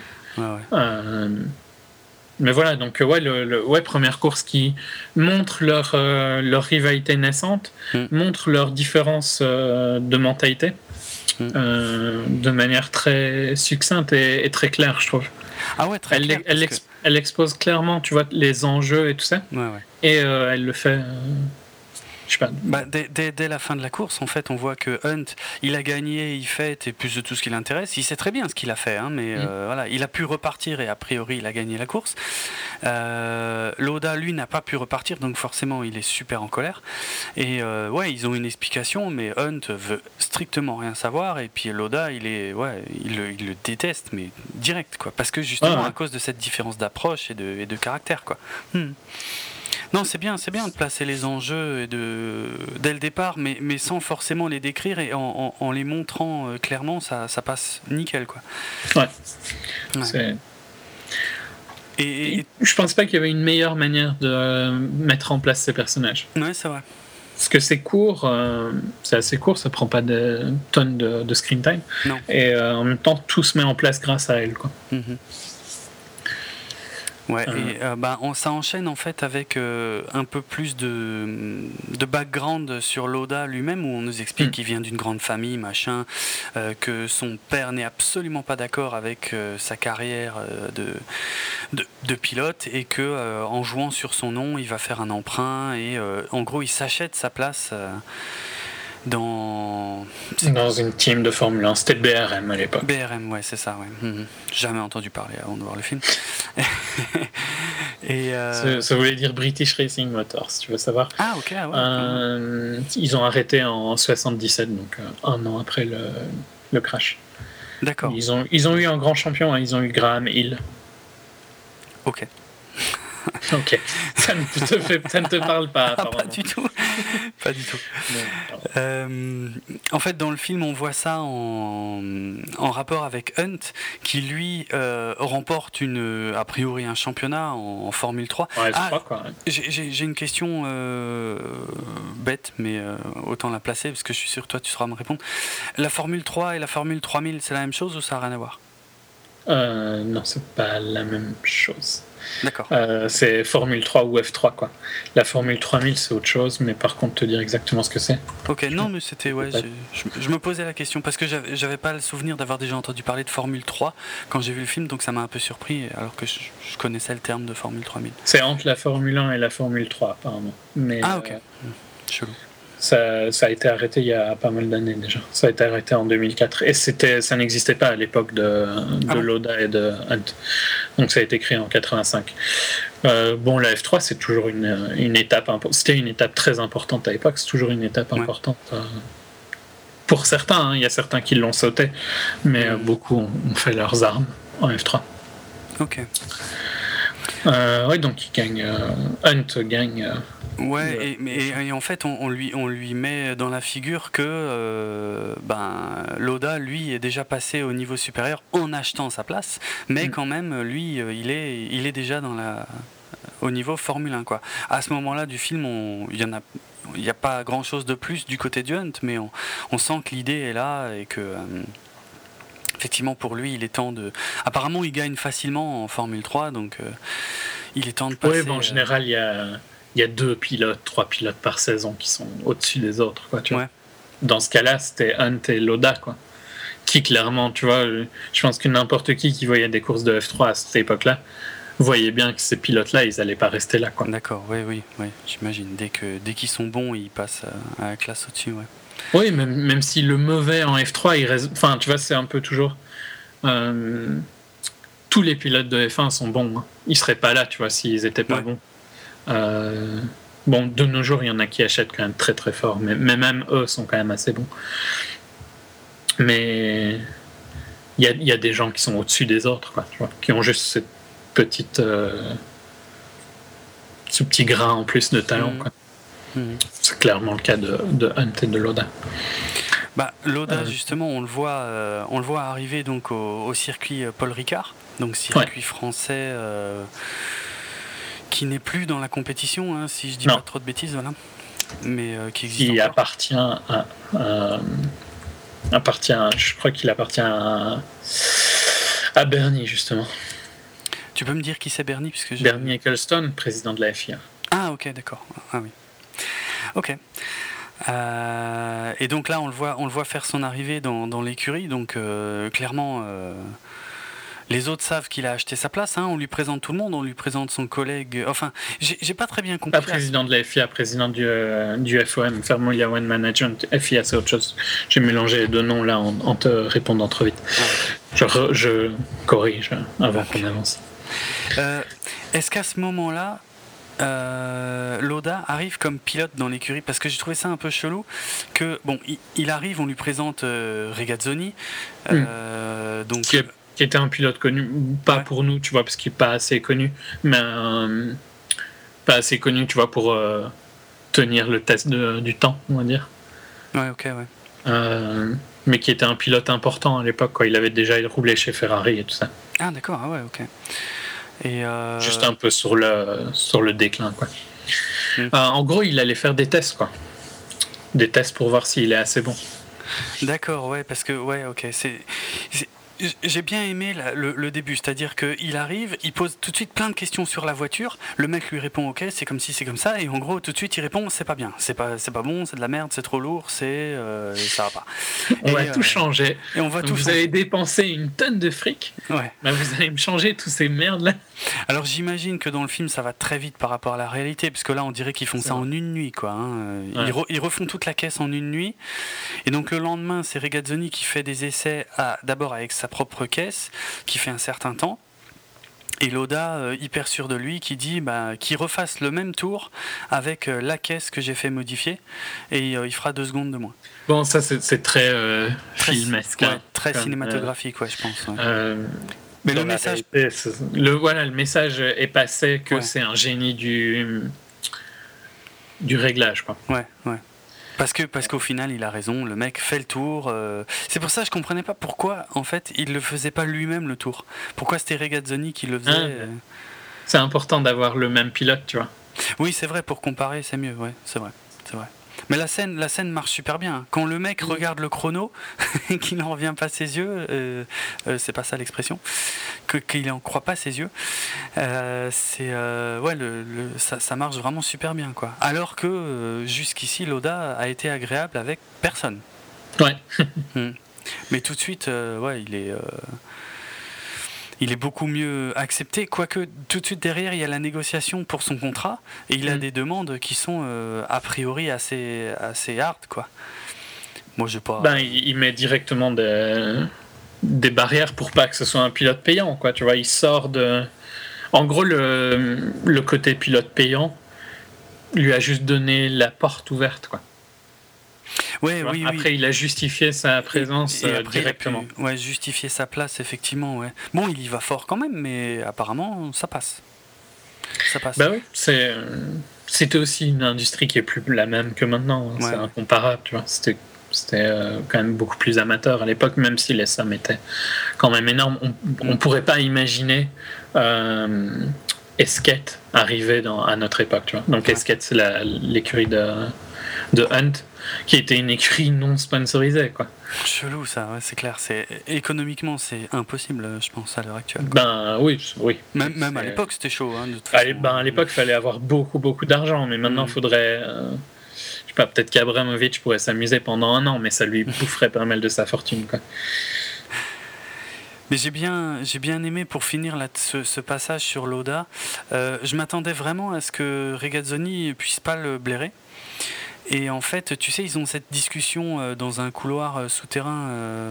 Mais voilà, donc première course qui montre leur rivalité naissante, montre leur différence de mentalité, de manière très succincte et très claire, je trouve. Ah ouais, très clair. Elle expose clairement, tu vois, les enjeux et tout ça. Et elle le fait. Je sais pas. Dès la fin de la course, en fait, on voit que Hunt, il a gagné, il fête, et plus de tout ce qui l'intéresse. Il sait très bien ce qu'il a fait, hein, mais voilà, il a pu repartir et a priori, il a gagné la course. Lauda, lui, n'a pas pu repartir, donc forcément, il est super en colère. Et ils ont une explication, mais Hunt veut strictement rien savoir, et puis Lauda, il le déteste, mais direct, quoi, parce que justement, à cause de cette différence d'approche et de caractère, quoi. Non, c'est bien de placer les enjeux dès le départ, mais sans forcément les décrire et en les montrant clairement, ça passe nickel, quoi. Ouais. Et je pense pas qu'il y avait une meilleure manière de mettre en place ces personnages. Ouais, c'est vrai. Parce que c'est court, c'est assez court, ça prend pas de tonnes de screen time. Non. Et en même temps, tout se met en place grâce à elle, quoi. Mm-hmm. Ouais, et ça enchaîne en fait avec un peu plus de background sur Lauda lui-même, où on nous explique qu'il vient d'une grande famille, machin, que son père n'est absolument pas d'accord avec sa carrière de pilote, et que en jouant sur son nom, il va faire un emprunt, et en gros, il s'achète sa place dans une team de Formule 1, c'était BRM à l'époque. BRM, ouais, c'est ça, ouais. Jamais entendu parler avant de voir le film. Et ça voulait dire British Racing Motors, si tu veux savoir. Ah, ok, ouais. Ils ont arrêté en 77, donc un an après le crash. D'accord. Ils ont eu un grand champion, hein, ils ont eu Graham Hill. Ok. Ok, ça ne te parle pas. Pas du tout. Pas du tout. En fait, dans le film, on voit ça en rapport avec Hunt, qui lui remporte a priori un championnat en Formule 3. Ouais, je crois, quoi. J'ai une question bête, mais autant la placer, parce que je suis sûr que toi, tu sauras me répondre. La Formule 3 et la Formule 3000, c'est la même chose ou ça n'a rien à voir ? Non, c'est pas la même chose. D'accord. C'est Formule 3 ou F3, quoi. La Formule 3000, c'est autre chose, mais par contre, te dire exactement ce que c'est. Ok, non, mais c'était. Ouais, je me posais la question parce que j'avais pas le souvenir d'avoir déjà entendu parler de Formule 3 quand j'ai vu le film, donc ça m'a un peu surpris, alors que je connaissais le terme de Formule 3000. C'est entre la Formule 1 et la Formule 3, apparemment. Mais, ok. Chelou. Ça a été arrêté il y a pas mal d'années déjà. Ça a été arrêté en 2004. Et ça n'existait pas à l'époque de Lauda et de Hunt. Donc ça a été créé en 85. La F3, c'est toujours une étape importante. C'était une étape très importante à l'époque. C'est toujours une étape importante. Pour certains, il y a certains qui l'ont sauté. Mais beaucoup ont fait leurs armes en F3. Ok. Donc Hunt gagne. Et en fait, on lui met dans la figure que Lauda, lui, est déjà passé au niveau supérieur en achetant sa place, mais quand même, lui, il est déjà au niveau Formule 1, quoi. À ce moment-là du film, il n'y a pas grand-chose de plus du côté du Hunt, mais on sent que l'idée est là et que... effectivement, pour lui, il est temps de... Apparemment, il gagne facilement en Formule 3, donc il est temps de passer... Oui, en général, il y a 2 pilotes, 3 pilotes par saison qui sont au-dessus des autres, quoi, tu vois. Dans ce cas-là, c'était Hunt et Lauda, quoi. Qui, clairement, tu vois, je pense que n'importe qui voyait des courses de F3 à cette époque-là, voyait bien que ces pilotes-là, ils n'allaient pas rester là, quoi. D'accord, oui, j'imagine. Dès qu'ils sont bons, ils passent à la classe au-dessus, ouais. Oui, même si le mauvais en F3, il reste... Enfin, tu vois, c'est un peu toujours... tous les pilotes de F1 sont bons. Hein. Ils seraient pas là, tu vois, s'ils étaient pas bons. De nos jours, il y en a qui achètent quand même très très fort, mais même eux sont quand même assez bons. Mais il y a des gens qui sont au-dessus des autres, quoi, tu vois, qui ont juste cette petite... ce petit grain en plus de talent, quoi. C'est clairement le cas de Hunt et de Lauda. Lauda, justement, on le voit arriver donc au circuit Paul Ricard, donc circuit français qui n'est plus dans la compétition, hein, si je dis pas trop de bêtises, voilà, mais qui existe qui encore. Je crois qu'il appartient à Bernie, justement. Tu peux me dire qui c'est Bernie, puisque Bernie Ecclestone, président de la FIA. Ah, ok, d'accord. Ah oui. Ok. Et donc là, on le voit faire son arrivée dans l'écurie. Donc clairement, les autres savent qu'il a acheté sa place, hein, on lui présente tout le monde, on lui présente son collègue. Enfin, j'ai pas très bien compris. Pas président de la FIA, président du FOM, Formula One Management. FIA, c'est autre chose. J'ai mélangé les deux noms là en te répondant trop vite. Je corrige avant qu'on avance. Est-ce qu'à ce moment-là, Lauda arrive comme pilote dans l'écurie, parce que j'ai trouvé ça un peu chelou que bon, il arrive, on lui présente Regazzoni, donc qui était un pilote connu, pas pour nous, tu vois, parce qu'il est pas assez connu, mais pas assez connu, tu vois, pour tenir le test du temps, on va dire. Ouais, ok, ouais. Mais qui était un pilote important à l'époque, quoi. Il avait déjà roulé chez Ferrari et tout ça. Ah d'accord, ah ouais, ok. Et juste un peu sur le déclin, quoi. En gros, il allait faire des tests, quoi. Des tests pour voir s'il est assez bon. D'accord, ouais, parce que ouais, ok, j'ai bien aimé le début, c'est-à-dire qu'il arrive, il pose tout de suite plein de questions sur la voiture, le mec lui répond ok, c'est comme si, c'est comme ça, et en gros tout de suite il répond c'est pas bien, c'est pas bon, c'est de la merde, c'est trop lourd, ça va pas. On va tout changer. Et on va tout vous changer. avez dépensé une tonne de fric, ouais. Bah vous allez me changer tous ces merdes là. Alors j'imagine que dans le film ça va très vite par rapport à la réalité, parce que là on dirait qu'ils font ça en une nuit, quoi. Hein. Ils refont toute la caisse en une nuit, et donc le lendemain c'est Regazzoni qui fait des essais d'abord avec sa propre caisse, qui fait un certain temps, et Lauda hyper sûr de lui qui dit qu'il refasse le même tour avec la caisse que j'ai fait modifier, et il fera 2 secondes de moins. Bon, ça c'est très filmesque, très cinématographique, ouais, je pense. Ouais. Mais le message, le message est passé que c'est un génie du réglage, quoi. Ouais. Parce qu'au final, il a raison, le mec fait le tour. C'est pour ça que je comprenais pas pourquoi, en fait, il le faisait pas lui-même le tour. Pourquoi c'était Regazzoni qui le faisait. C'est important d'avoir le même pilote, tu vois. Oui, c'est vrai, pour comparer, c'est mieux, ouais, c'est vrai. Mais la scène marche super bien. Quand le mec regarde le chrono et qu'il n'en revient pas ses yeux, c'est pas ça l'expression, qu'il n'en croit pas ses yeux, ça marche vraiment super bien, quoi. Alors que jusqu'ici, Lauda a été agréable avec personne. Ouais. Mais tout de suite, il est beaucoup mieux accepté, quoique tout de suite derrière il y a la négociation pour son contrat, et il a des demandes qui sont a priori assez hard, quoi. Moi je pas. Il met directement des barrières pour pas que ce soit un pilote payant, quoi. Tu vois, il sort de. En gros, le côté pilote payant lui a juste donné la porte ouverte, quoi. Ouais, après, il a justifié sa présence et après, directement. Il a pu, justifier sa place, effectivement. Ouais. Bon, il y va fort quand même, mais apparemment, ça passe. Bah oui, c'était aussi une industrie qui est plus la même que maintenant. Hein. C'est incomparable, tu vois. C'était quand même beaucoup plus amateur à l'époque, même si les sommes étaient quand même énormes. On pourrait pas imaginer Esquette arriver à notre époque, tu vois. Donc Esquette, c'est l'écurie de Hunt, qui était une écurie non sponsorisée, quoi. Chelou, ça, ouais, c'est clair. Économiquement, c'est impossible, je pense, à l'heure actuelle. Oui. Même à l'époque, c'était chaud. Hein, de toute façon. À l'époque, il fallait avoir beaucoup d'argent, mais maintenant, il faudrait. Je sais pas, peut-être qu'Abramovich pourrait s'amuser pendant 1 an, mais ça lui boufferait pas mal de sa fortune, quoi. Mais j'ai bien aimé, pour finir ce passage sur Lauda, je m'attendais vraiment à ce que Regazzoni puisse pas le blairer. Et en fait, tu sais, ils ont cette discussion dans un couloir souterrain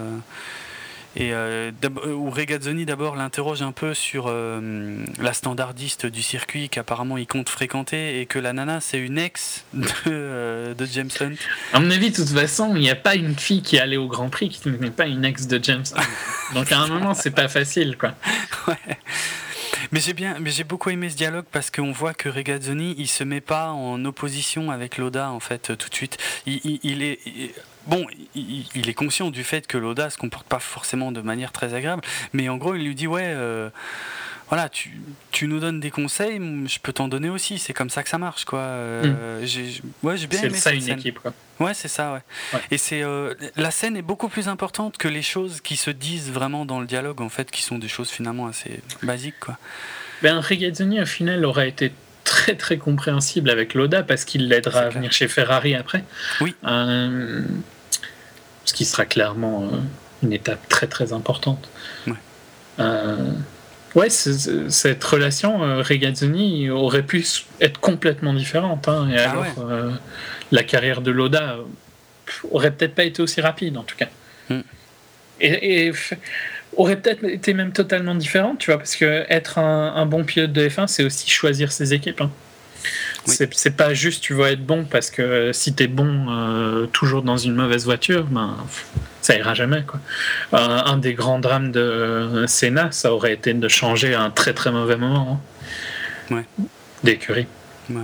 où Regazzoni d'abord l'interroge un peu sur la standardiste du circuit qu'apparemment il compte fréquenter, et que la nana c'est une ex de James Hunt. À mon avis, de toute façon, il n'y a pas une fille qui est allée au Grand Prix qui n'est pas une ex de James Hunt. Donc à un moment, c'est pas facile, quoi. Ouais. Mais j'ai beaucoup aimé ce dialogue, parce qu'on voit que Regazzoni il se met pas en opposition avec Lauda, en fait, tout de suite. Il est conscient du fait que Lauda se comporte pas forcément de manière très agréable, mais en gros il lui dit voilà, tu nous donnes des conseils, je peux t'en donner aussi, c'est comme ça que ça marche, quoi. J'ai bien aimé ça, cette une scène. équipe, quoi. Ouais, c'est ça, ouais. Et la scène est beaucoup plus importante que les choses qui se disent vraiment dans le dialogue, en fait, qui sont des choses finalement assez basiques, quoi. Regazzoni, au final, aurait été très très compréhensible avec Lauda, parce qu'il l'aidera à venir chez Ferrari après. Oui. Ce qui sera clairement une étape très très importante. Ouais. Ouais, cette relation Regazzoni aurait pu être complètement différente. Hein, et alors, la carrière de Lauda aurait peut-être pas été aussi rapide, en tout cas. Et aurait peut-être été même totalement différente, tu vois, parce que être un bon pilote de F1, c'est aussi choisir ses équipes. Hein. Oui. C'est pas juste tu vas être bon parce que si t'es bon toujours dans une mauvaise voiture, ben ça ira jamais, quoi. Un des grands drames de Senna, ça aurait été de changer à un très très mauvais moment d'écurie.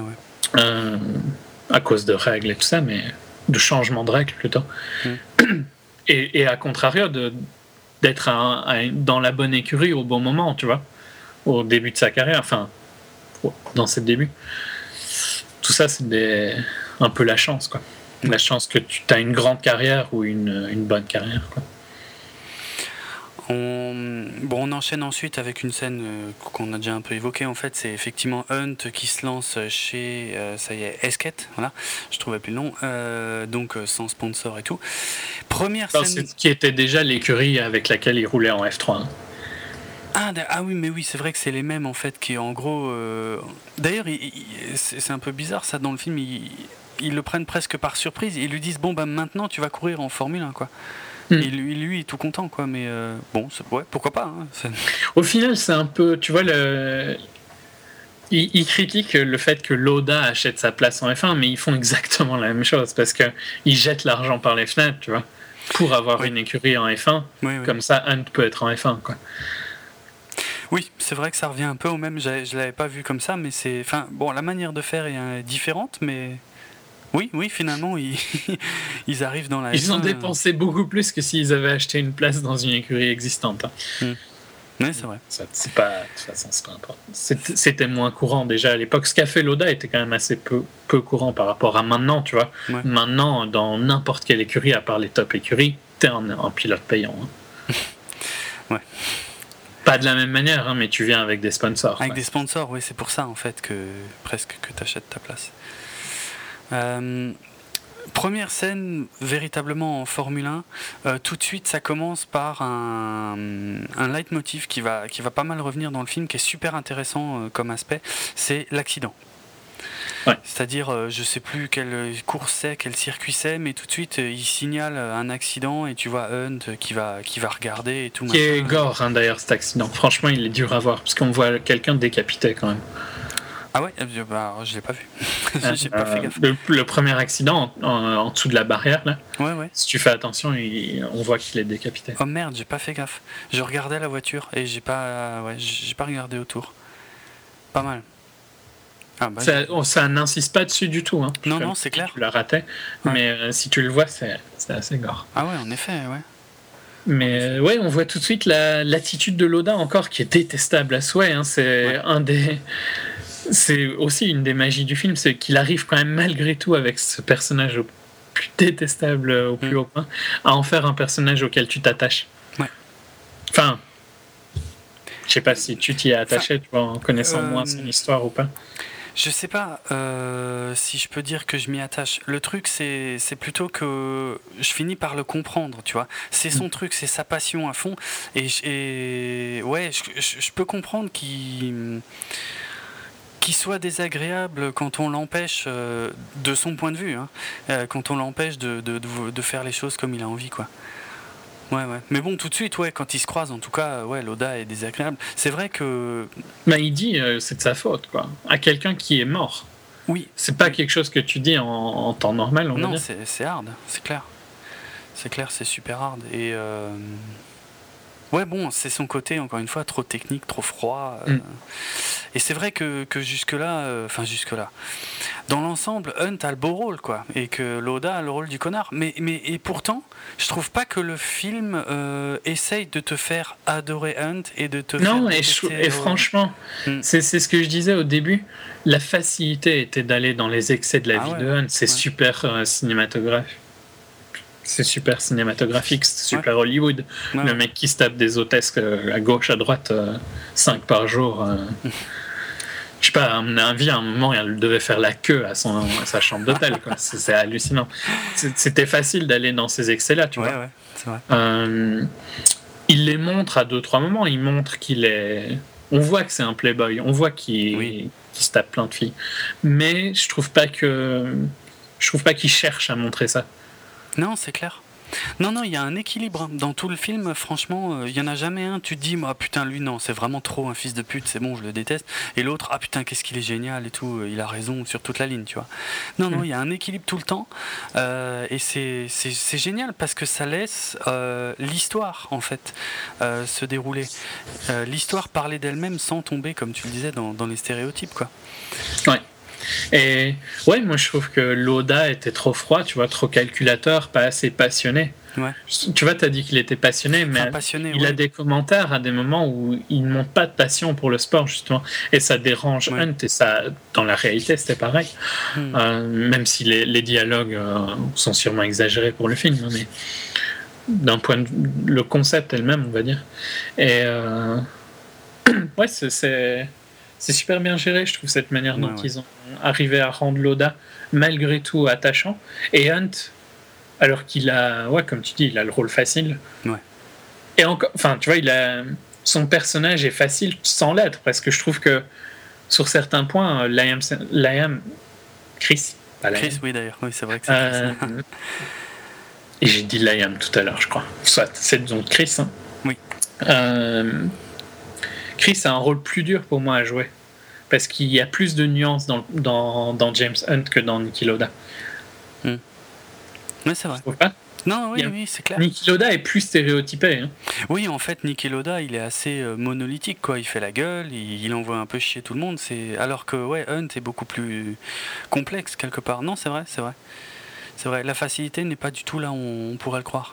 À cause de règles et tout ça, mais de changement de règles plutôt. Et à contrario d'être dans la bonne écurie au bon moment, tu vois, au début de sa carrière, enfin dans ses débuts. Tout ça, c'est un peu la chance, quoi. La chance que tu as une grande carrière ou une bonne carrière, quoi. On enchaîne ensuite avec une scène qu'on a déjà un peu évoquée. En fait, c'est effectivement Hunt qui se lance chez ça y est, Esquette, voilà, je trouvais plus le nom, donc sans sponsor et tout. Première scène. C'est qui était déjà l'écurie avec laquelle il roulait en F3. Hein. Ah oui, mais oui, c'est vrai que c'est les mêmes en fait qui en gros. D'ailleurs, c'est un peu bizarre ça dans le film. Ils le prennent presque par surprise. Ils lui disent bon bah maintenant tu vas courir en Formule 1 quoi. Et lui est tout content quoi. Mais bon, ouais, pourquoi pas. Hein, au final, c'est un peu, tu vois il critique le fait que Lauda achète sa place en F1, mais ils font exactement la même chose parce que ils jettent l'argent par les fenêtres, tu vois, pour avoir une écurie en F1. Comme ça, Hunt peut être en F1 quoi. Oui, c'est vrai que ça revient un peu au même. Je l'avais pas vu comme ça, mais c'est. Enfin, bon, la manière de faire est différente, mais oui, finalement, ils arrivent dans la. Ils ont dépensé beaucoup plus que s'ils avaient acheté une place dans une écurie existante. Hein. Oui, c'est vrai. C'est pas, de toute façon, c'est pas important. C'était moins courant déjà à l'époque. Ce qu'a fait Lauda était quand même assez peu courant par rapport à maintenant, tu vois. Ouais. Maintenant, dans n'importe quelle écurie, à part les top écuries, t'es un pilote payant. Hein. Ouais. Pas de la même manière, hein, mais tu viens avec des sponsors. Avec des sponsors, oui, c'est pour ça en fait que t'achètes ta place. Première scène véritablement en Formule 1, tout de suite ça commence par un leitmotiv qui va pas mal revenir dans le film, qui est super intéressant comme aspect, c'est l'accident. Ouais. C'est-à-dire, je sais plus quelle course c'est, quel circuit c'est, mais tout de suite il signale un accident et tu vois Hunt qui va regarder et tout. Qui est gore hein, d'ailleurs cet accident. Franchement, il est dur à voir parce qu'on voit quelqu'un décapité quand même. Ah ouais, bah, je l'ai pas vu. J'ai pas fait gaffe. Le premier accident en dessous de la barrière là. Ouais. Si tu fais attention, on voit qu'il est décapité. Oh merde, j'ai pas fait gaffe. Je regardais la voiture et j'ai pas regardé autour. Pas mal. Ah bah, ça n'insiste pas dessus du tout. Hein, non, c'est clair. Tu l'as raté. Ouais. Mais si tu le vois, c'est assez gore. Ah ouais, en effet, ouais. Mais ouais, on voit tout de suite l'attitude de Lauda encore qui est détestable à souhait. Hein. C'est aussi une des magies du film, c'est qu'il arrive quand même malgré tout avec ce personnage au plus détestable au plus haut point à en faire un personnage auquel tu t'attaches. Ouais. Enfin, je sais pas si tu t'y es attaché, tu vois, en connaissant moins son histoire ou pas. Je sais pas si je peux dire que je m'y attache. Le truc, c'est plutôt que je finis par le comprendre, tu vois. C'est son truc, c'est sa passion à fond. Et ouais, je peux comprendre qu'il soit désagréable quand on l'empêche, de son point de vue, hein, quand on l'empêche de faire les choses comme il a envie, quoi. Ouais. Mais bon, tout de suite, ouais, quand ils se croisent, en tout cas, ouais, Lauda est désagréable. C'est vrai que. Bah, il dit c'est de sa faute, quoi. À quelqu'un qui est mort. Oui. C'est pas quelque chose que tu dis en temps normal, on va dire. Non, c'est hard, c'est clair. C'est clair, c'est super hard. Et. Ouais, bon, c'est son côté, encore une fois, trop technique, trop froid. Et c'est vrai que jusque-là, dans l'ensemble, Hunt a le beau rôle, quoi, et que Lauda a le rôle du connard. Mais pourtant, je trouve pas que le film essaye de te faire adorer Hunt et de te non, et franchement, c'est ce que je disais au début, la facilité était d'aller dans les excès de la vie de Hunt, c'est super cinématographique. C'est super cinématographique, c'est super Hollywood. Ouais. Le mec qui se tape des hôtesses à gauche, à droite, 5 par jour. Je sais pas, à mon avis, à un moment, elle devait faire la queue à sa chambre d'hôtel. Quoi. C'est hallucinant. C'était facile d'aller dans ces excès-là, tu vois. Ouais, c'est vrai. il les montre à 2-3 moments. Il montre qu'il est... On voit que c'est un playboy. On voit qu'il se tape plein de filles. Mais je trouve pas qu'il cherche à montrer ça. Non, c'est clair. Non, il y a un équilibre dans tout le film. Franchement, il y en a jamais un. Tu te dis, ah putain, lui non, c'est vraiment trop un fils de pute. C'est bon, je le déteste. Et l'autre, ah putain, qu'est-ce qu'il est génial et tout. Il a raison sur toute la ligne, tu vois. Non, il y a un équilibre tout le temps. Et c'est génial parce que ça laisse l'histoire en fait se dérouler. L'histoire parler d'elle-même sans tomber, comme tu le disais, dans les stéréotypes, quoi. Ouais. Et ouais, moi je trouve que Loda était trop froid, tu vois, trop calculateur, pas assez passionné. Ouais. Tu vois, t'as dit qu'il était passionné, mais il a des commentaires à des moments où il ne montre pas de passion pour le sport, justement. Et ça dérange Hunt, et ça, dans la réalité, c'était pareil. Même si les dialogues sont sûrement exagérés pour le film, mais d'un point de vue, le concept elle-même, on va dire. Et ouais, c'est super bien géré, je trouve, cette manière dont ils ont arrivé à rendre Loda malgré tout attachant. Et Hunt, alors qu'il a, comme tu dis, il a le rôle facile. Ouais. Et encore, enfin, tu vois, son personnage est facile sans l'être, parce que je trouve que sur certains points, Chris, oui d'ailleurs, oui c'est vrai que c'est Chris. Et j'ai dit Liam tout à l'heure, je crois. Soit, c'est donc Chris. Hein. Oui. Chris a un rôle plus dur pour moi à jouer parce qu'il y a plus de nuances dans James Hunt que dans Niki Loda. Oui, c'est vrai. Je trouve pas. Non, oui, c'est clair. Niki Loda est plus stéréotypé. Hein. Oui, en fait, Niki Loda, il est assez monolithique, quoi. Il fait la gueule, il envoie un peu chier tout le monde. Alors que Hunt est beaucoup plus complexe quelque part. Non, c'est vrai. C'est vrai. La facilité n'est pas du tout là où on pourrait le croire.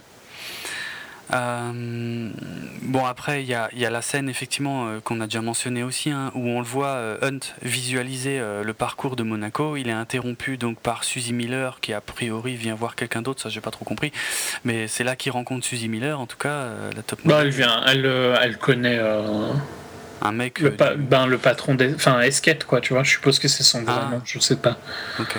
Bon, après il y a la scène effectivement qu'on a déjà mentionné aussi, hein, où on le voit Hunt visualiser le parcours de Monaco. Il est interrompu donc par Suzy Miller qui a priori vient voir quelqu'un d'autre, ça j'ai pas trop compris, mais c'est là qu'il rencontre Suzy Miller, en tout cas la top model. Elle connaît un mec le patron enfin Esquette, quoi, tu vois, je suppose que c'est son vrai nom, je sais pas. Ok.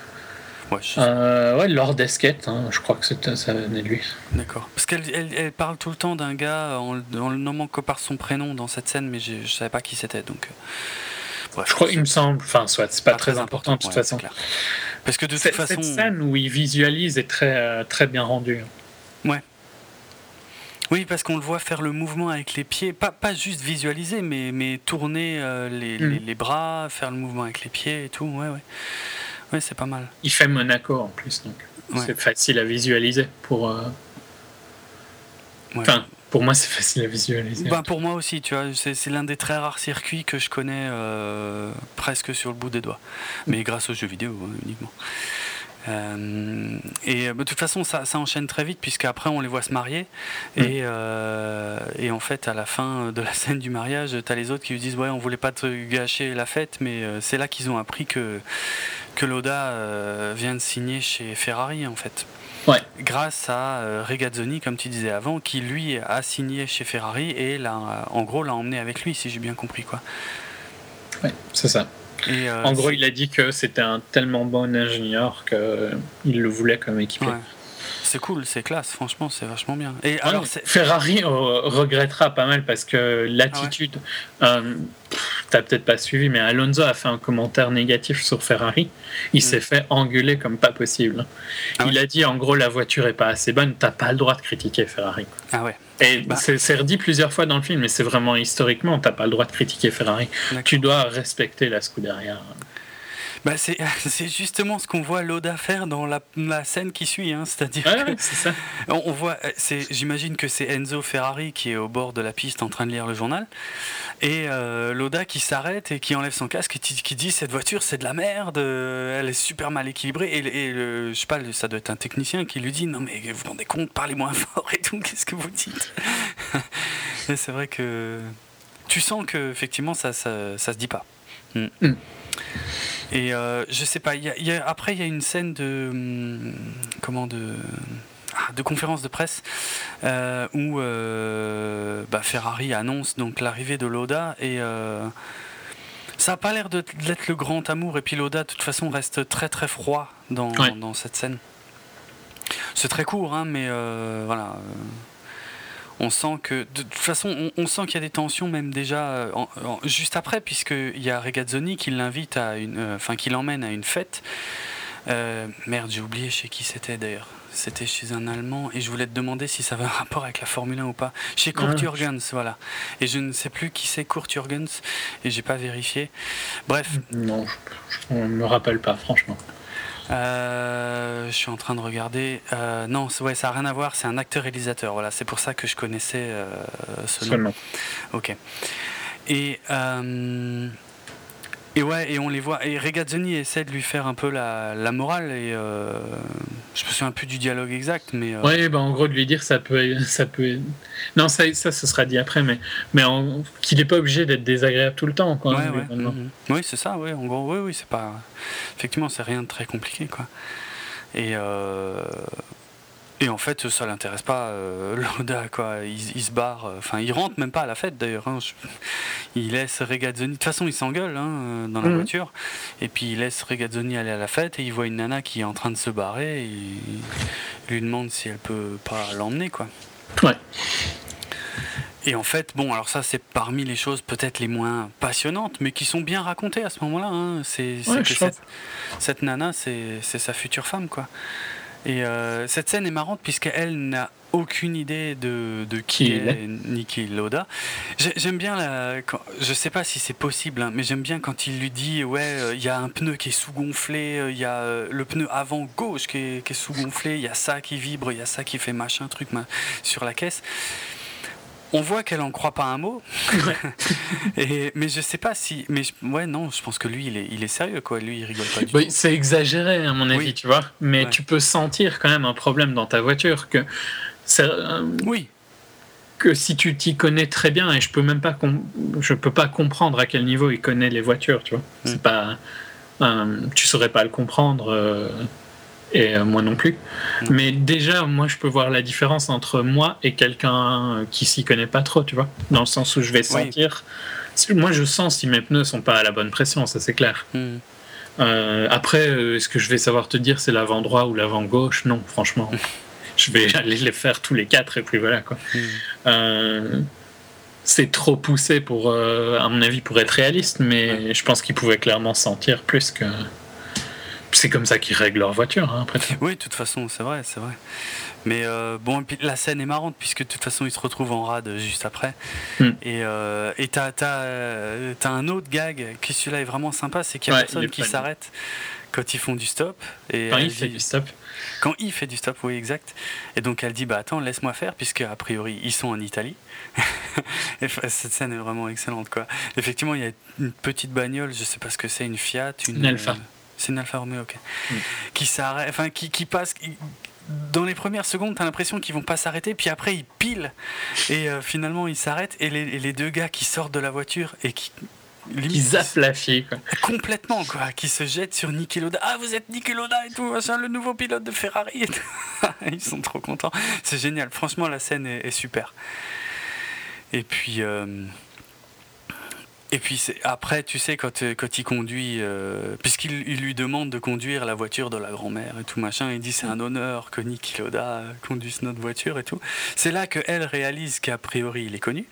Lord Esquette, hein, je crois que ça venait de lui. D'accord. Parce qu'elle parle tout le temps d'un gars en le nommant que par son prénom dans cette scène, mais je savais pas qui c'était. Donc, bref, je crois, il me semble. Enfin, c'est pas très important de toute façon. Parce que de toute façon, cette scène où il visualise est très très bien rendue. Ouais. Oui, parce qu'on le voit faire le mouvement avec les pieds, pas juste visualiser, mais tourner les bras, faire le mouvement avec les pieds et tout. Ouais, c'est pas mal. Il fait Monaco en plus, donc c'est facile à visualiser pour. Enfin, pour moi, c'est facile à visualiser. Pour moi aussi, tu vois, c'est l'un des très rares circuits que je connais presque sur le bout des doigts, mais grâce aux jeux vidéo uniquement. Et de toute façon ça enchaîne très vite puisqu'après on les voit se marier et en fait à la fin de la scène du mariage t'as les autres qui lui disent on voulait pas te gâcher la fête, mais c'est là qu'ils ont appris que Loda vient de signer chez Ferrari en fait. Grâce à Regazzoni, comme tu disais avant, qui lui a signé chez Ferrari et en gros l'a emmené avec lui, si j'ai bien compris, quoi. Ouais, c'est ça. Et en gros, il a dit que c'était un tellement bon ingénieur qu'il le voulait comme équipier. Ouais. C'est cool, c'est classe, franchement, c'est vachement bien. Et alors, Ferrari regrettera pas mal parce que l'attitude. T'as peut-être pas suivi, mais Alonso a fait un commentaire négatif sur Ferrari. Il s'est fait engueuler comme pas possible. Il a dit en gros la voiture est pas assez bonne, t'as pas le droit de critiquer Ferrari. Ah ouais. Et c'est redit plusieurs fois dans le film, mais c'est vraiment historiquement, t'as pas le droit de critiquer Ferrari. D'accord. Tu dois respecter la Scuderia. C'est justement ce qu'on voit Loda faire dans la scène qui suit, hein, c'est-à-dire que c'est ça. On voit, j'imagine que c'est Enzo Ferrari qui est au bord de la piste en train de lire le journal, et Loda qui s'arrête et qui enlève son casque et qui dit cette voiture c'est de la merde, elle est super mal équilibrée, et je sais pas, ça doit être un technicien qui lui dit non mais vous vous rendez compte, parlez moins fort et tout, qu'est-ce que vous dites. Et c'est vrai que tu sens que effectivement ça se dit pas. Et je sais pas, après il y a une scène de conférence de presse où Ferrari annonce donc l'arrivée de Loda, et ça a pas l'air d'être le grand amour, et puis Loda de toute façon reste très très froid dans cette scène. C'est très court, hein, mais voilà. on sent que de toute façon on sent qu'il y a des tensions même déjà juste après, puisqu'il y a Regazzoni qui l'invite à qui l'emmène à une fête. Merde, j'ai oublié chez qui c'était d'ailleurs. C'était chez un Allemand et je voulais te demander si ça avait un rapport avec la Formule 1 ou pas. Chez Kurt Jürgens, voilà. Et je ne sais plus qui c'est Kurt Jürgens et j'ai pas vérifié. Bref. Non, je ne me rappelle pas, franchement. Je suis en train de regarder. Non, ça n'a rien à voir, c'est un acteur-réalisateur. Voilà, c'est pour ça que je connaissais ce nom. Ok. Et on les voit. Et Regazzoni essaie de lui faire un peu la morale. Et je me souviens plus du dialogue exact, mais. Ouais, en gros de lui dire ça peut. Non, ça ce sera dit après, mais qu'il n'est pas obligé d'être désagréable tout le temps, quoi. Ouais. Oui, c'est ça. Oui, en gros, oui, c'est pas. Effectivement, c'est rien de très compliqué, quoi. Et en fait, ça l'intéresse pas, Lauda, quoi. Il se barre. Enfin, il rentre même pas à la fête, d'ailleurs. Hein. Il laisse Regazzoni. De toute façon, il s'engueule dans la voiture. Et puis, il laisse Regazzoni aller à la fête. Et il voit une nana qui est en train de se barrer. Et il lui demande si elle peut pas l'emmener, quoi. Ouais. Et en fait, alors ça, c'est parmi les choses peut-être les moins passionnantes, mais qui sont bien racontées à ce moment-là. Hein. Cette nana, c'est sa future femme, quoi. Et cette scène est marrante puisqu'elle n'a aucune idée de qui est Niki Lauda. J'aime bien je sais pas si c'est possible, hein, mais j'aime bien quand il lui dit il y a un pneu qui est sous-gonflé, il y a le pneu avant gauche qui est sous-gonflé, il y a ça qui vibre, il y a ça qui fait machin truc sur la caisse. On voit qu'elle en croit pas un mot. Mais je sais pas si. Non, je pense que lui, il est sérieux, quoi. Lui, il rigole pas du tout. C'est exagéré, à mon avis, tu vois. Mais tu peux sentir quand même un problème dans ta voiture que. Que si tu t'y connais très bien, et je peux pas comprendre à quel niveau il connaît les voitures, tu vois. C'est pas. Tu saurais pas le comprendre. Et moi non plus. Mais déjà, moi, je peux voir la différence entre moi et quelqu'un qui s'y connaît pas trop, tu vois. Dans le sens où je vais sentir... Moi, je sens si mes pneus sont pas à la bonne pression, ça c'est clair. Après, est-ce que je vais savoir te dire c'est l'avant droit ou l'avant gauche ? Non, franchement. Je vais aller les faire tous les quatre et puis voilà, quoi. C'est trop poussé à mon avis, pour être réaliste, mais je pense qu'ils pouvaient clairement sentir plus que... C'est comme ça qu'ils règlent leur voiture, hein, après tout. Oui, de toute façon, c'est vrai. Mais et puis la scène est marrante puisque de toute façon, ils se retrouvent en rade juste après. Et t'as un autre gag qui celui-là est vraiment sympa, c'est qu'il y a personne qui s'arrête quand ils font du stop. Et quand il fait du stop. Quand il fait du stop, oui, exact. Et donc elle dit attends, laisse-moi faire puisque a priori ils sont en Italie. Et cette scène est vraiment excellente, quoi. Effectivement, il y a une petite bagnole, je sais pas ce que c'est, une Fiat, une Alfa. C'est une Alfa Romeo, ok. Qui s'arrête, enfin qui passe. Dans les premières secondes, t'as l'impression qu'ils vont pas s'arrêter, puis après ils pilent et finalement ils s'arrêtent et les deux gars qui sortent de la voiture et qui zappent la fille, quoi. Complètement, quoi, qui se jettent sur Niki Lauda. Ah, vous êtes Niki Lauda et tout, machin, le nouveau pilote de Ferrari. Et tout. Ils sont trop contents. C'est génial. Franchement, la scène est super. Et puis. Et puis après, tu sais, quand il conduit, puisqu'il lui demande de conduire la voiture de la grand-mère et tout machin, il dit c'est un honneur que Niki Lauda conduise notre voiture et tout. C'est là qu'elle réalise qu'a priori il est connu.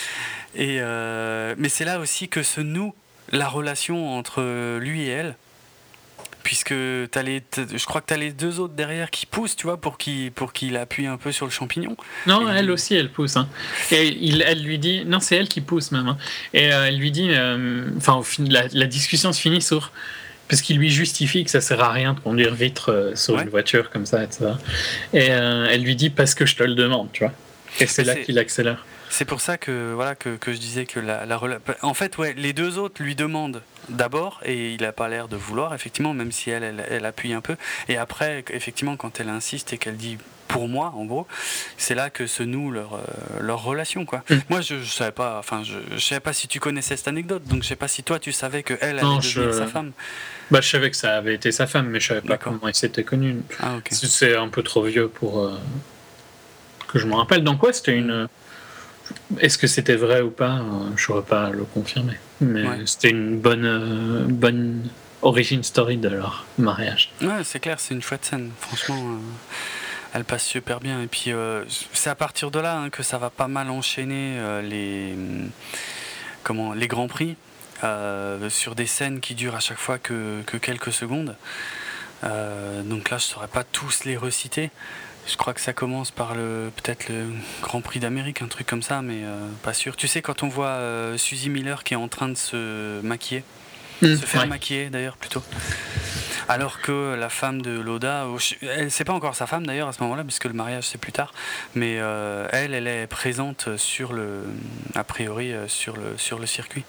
Mais c'est là aussi que se noue la relation entre lui et elle. Puisque je crois que t'as les deux autres derrière qui poussent, tu vois, pour qu'il appuie un peu sur le champignon. Non, elle aussi, elle pousse. Hein. Et elle lui dit... Non, c'est elle qui pousse même. Hein. Et elle lui dit... la discussion se finit sur... Parce qu'il lui justifie que ça sert à rien de conduire vite sur une voiture comme ça, etc. Et elle lui dit parce que je te le demande, tu vois. Et c'est là qu'il accélère. C'est pour ça que je disais que en fait, les deux autres lui demandent d'abord et il n'a pas l'air de vouloir, effectivement, même si elle appuie un peu. Et après, effectivement, quand elle insiste et qu'elle dit pour moi, en gros, c'est là que se noue leur relation, quoi. Moi, je savais pas, je savais pas si tu connaissais cette anecdote, donc je sais pas si toi tu savais que elle allait devenir sa femme. Je savais que ça avait été sa femme, mais je savais pas comment ils s'étaient connus. Ah, okay. C'est un peu trop vieux pour que je me rappelle. Donc c'était une... Est-ce que c'était vrai ou pas ? Je ne saurais pas le confirmer. Mais c'était une bonne origin story de leur mariage. Ouais, c'est clair, c'est une chouette scène. Franchement, Elle passe super bien. Et puis, c'est à partir de là que ça va pas mal enchaîner les Grands Prix sur des scènes qui durent à chaque fois que quelques secondes. Donc là, je saurais pas tous les reciter. Je crois que ça commence par peut-être le Grand Prix d'Amérique, un truc comme ça, mais pas sûr. Tu sais, quand on voit Suzy Miller qui est en train de se maquiller, se faire maquiller d'ailleurs plutôt, alors que la femme de Loda, c'est pas encore sa femme d'ailleurs à ce moment-là, puisque le mariage c'est plus tard, mais elle est présente a priori sur le circuit.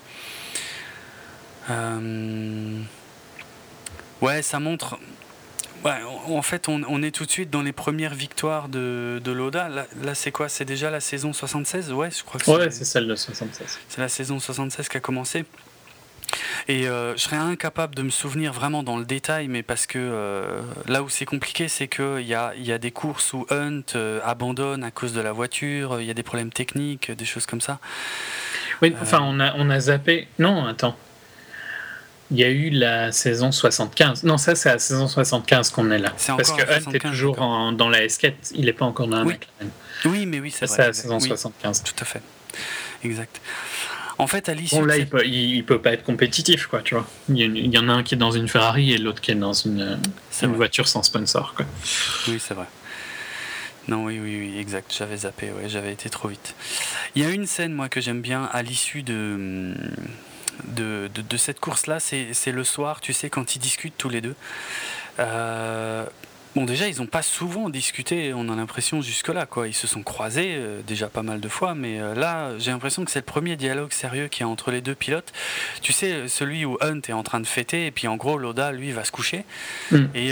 Ouais, ça montre. Ouais, en fait, on est tout de suite dans les premières victoires de Loda. Là, c'est quoi? C'est déjà la saison 76? Ouais, je crois que c'est celle de 76. C'est la saison 76 qui a commencé. Et je serais incapable de me souvenir vraiment dans le détail, mais parce que là où c'est compliqué, c'est qu'il y a des courses où Hunt abandonne à cause de la voiture, il y a des problèmes techniques, des choses comme ça. Oui, enfin, on a zappé. Non, attends. Il y a eu la saison 75. Non, ça, c'est la saison 75 qu'on est là. Parce que Hunt est toujours dans la S4, il n'est pas encore dans la McLaren. Oui, mais oui, c'est vrai. C'est la saison 75. Tout à fait. Exact. En fait, à l'issue. Bon, là, il peut pas être compétitif, quoi, tu vois. Il y en a un qui est dans une Ferrari et l'autre qui est dans une voiture sans sponsor, quoi. Oui, c'est vrai. Non, oui, exact. J'avais zappé, j'avais été trop vite. Il y a une scène, moi, que j'aime bien à l'issue de cette course-là, c'est le soir, tu sais, quand ils discutent tous les deux. Bon, déjà, ils n'ont pas souvent discuté, on a l'impression jusque-là, quoi. Ils se sont croisés déjà pas mal de fois, mais là, j'ai l'impression que c'est le premier dialogue sérieux qu'il y a entre les deux pilotes. Tu sais, celui où Hunt est en train de fêter, et puis en gros, Loda, lui, va se coucher. Et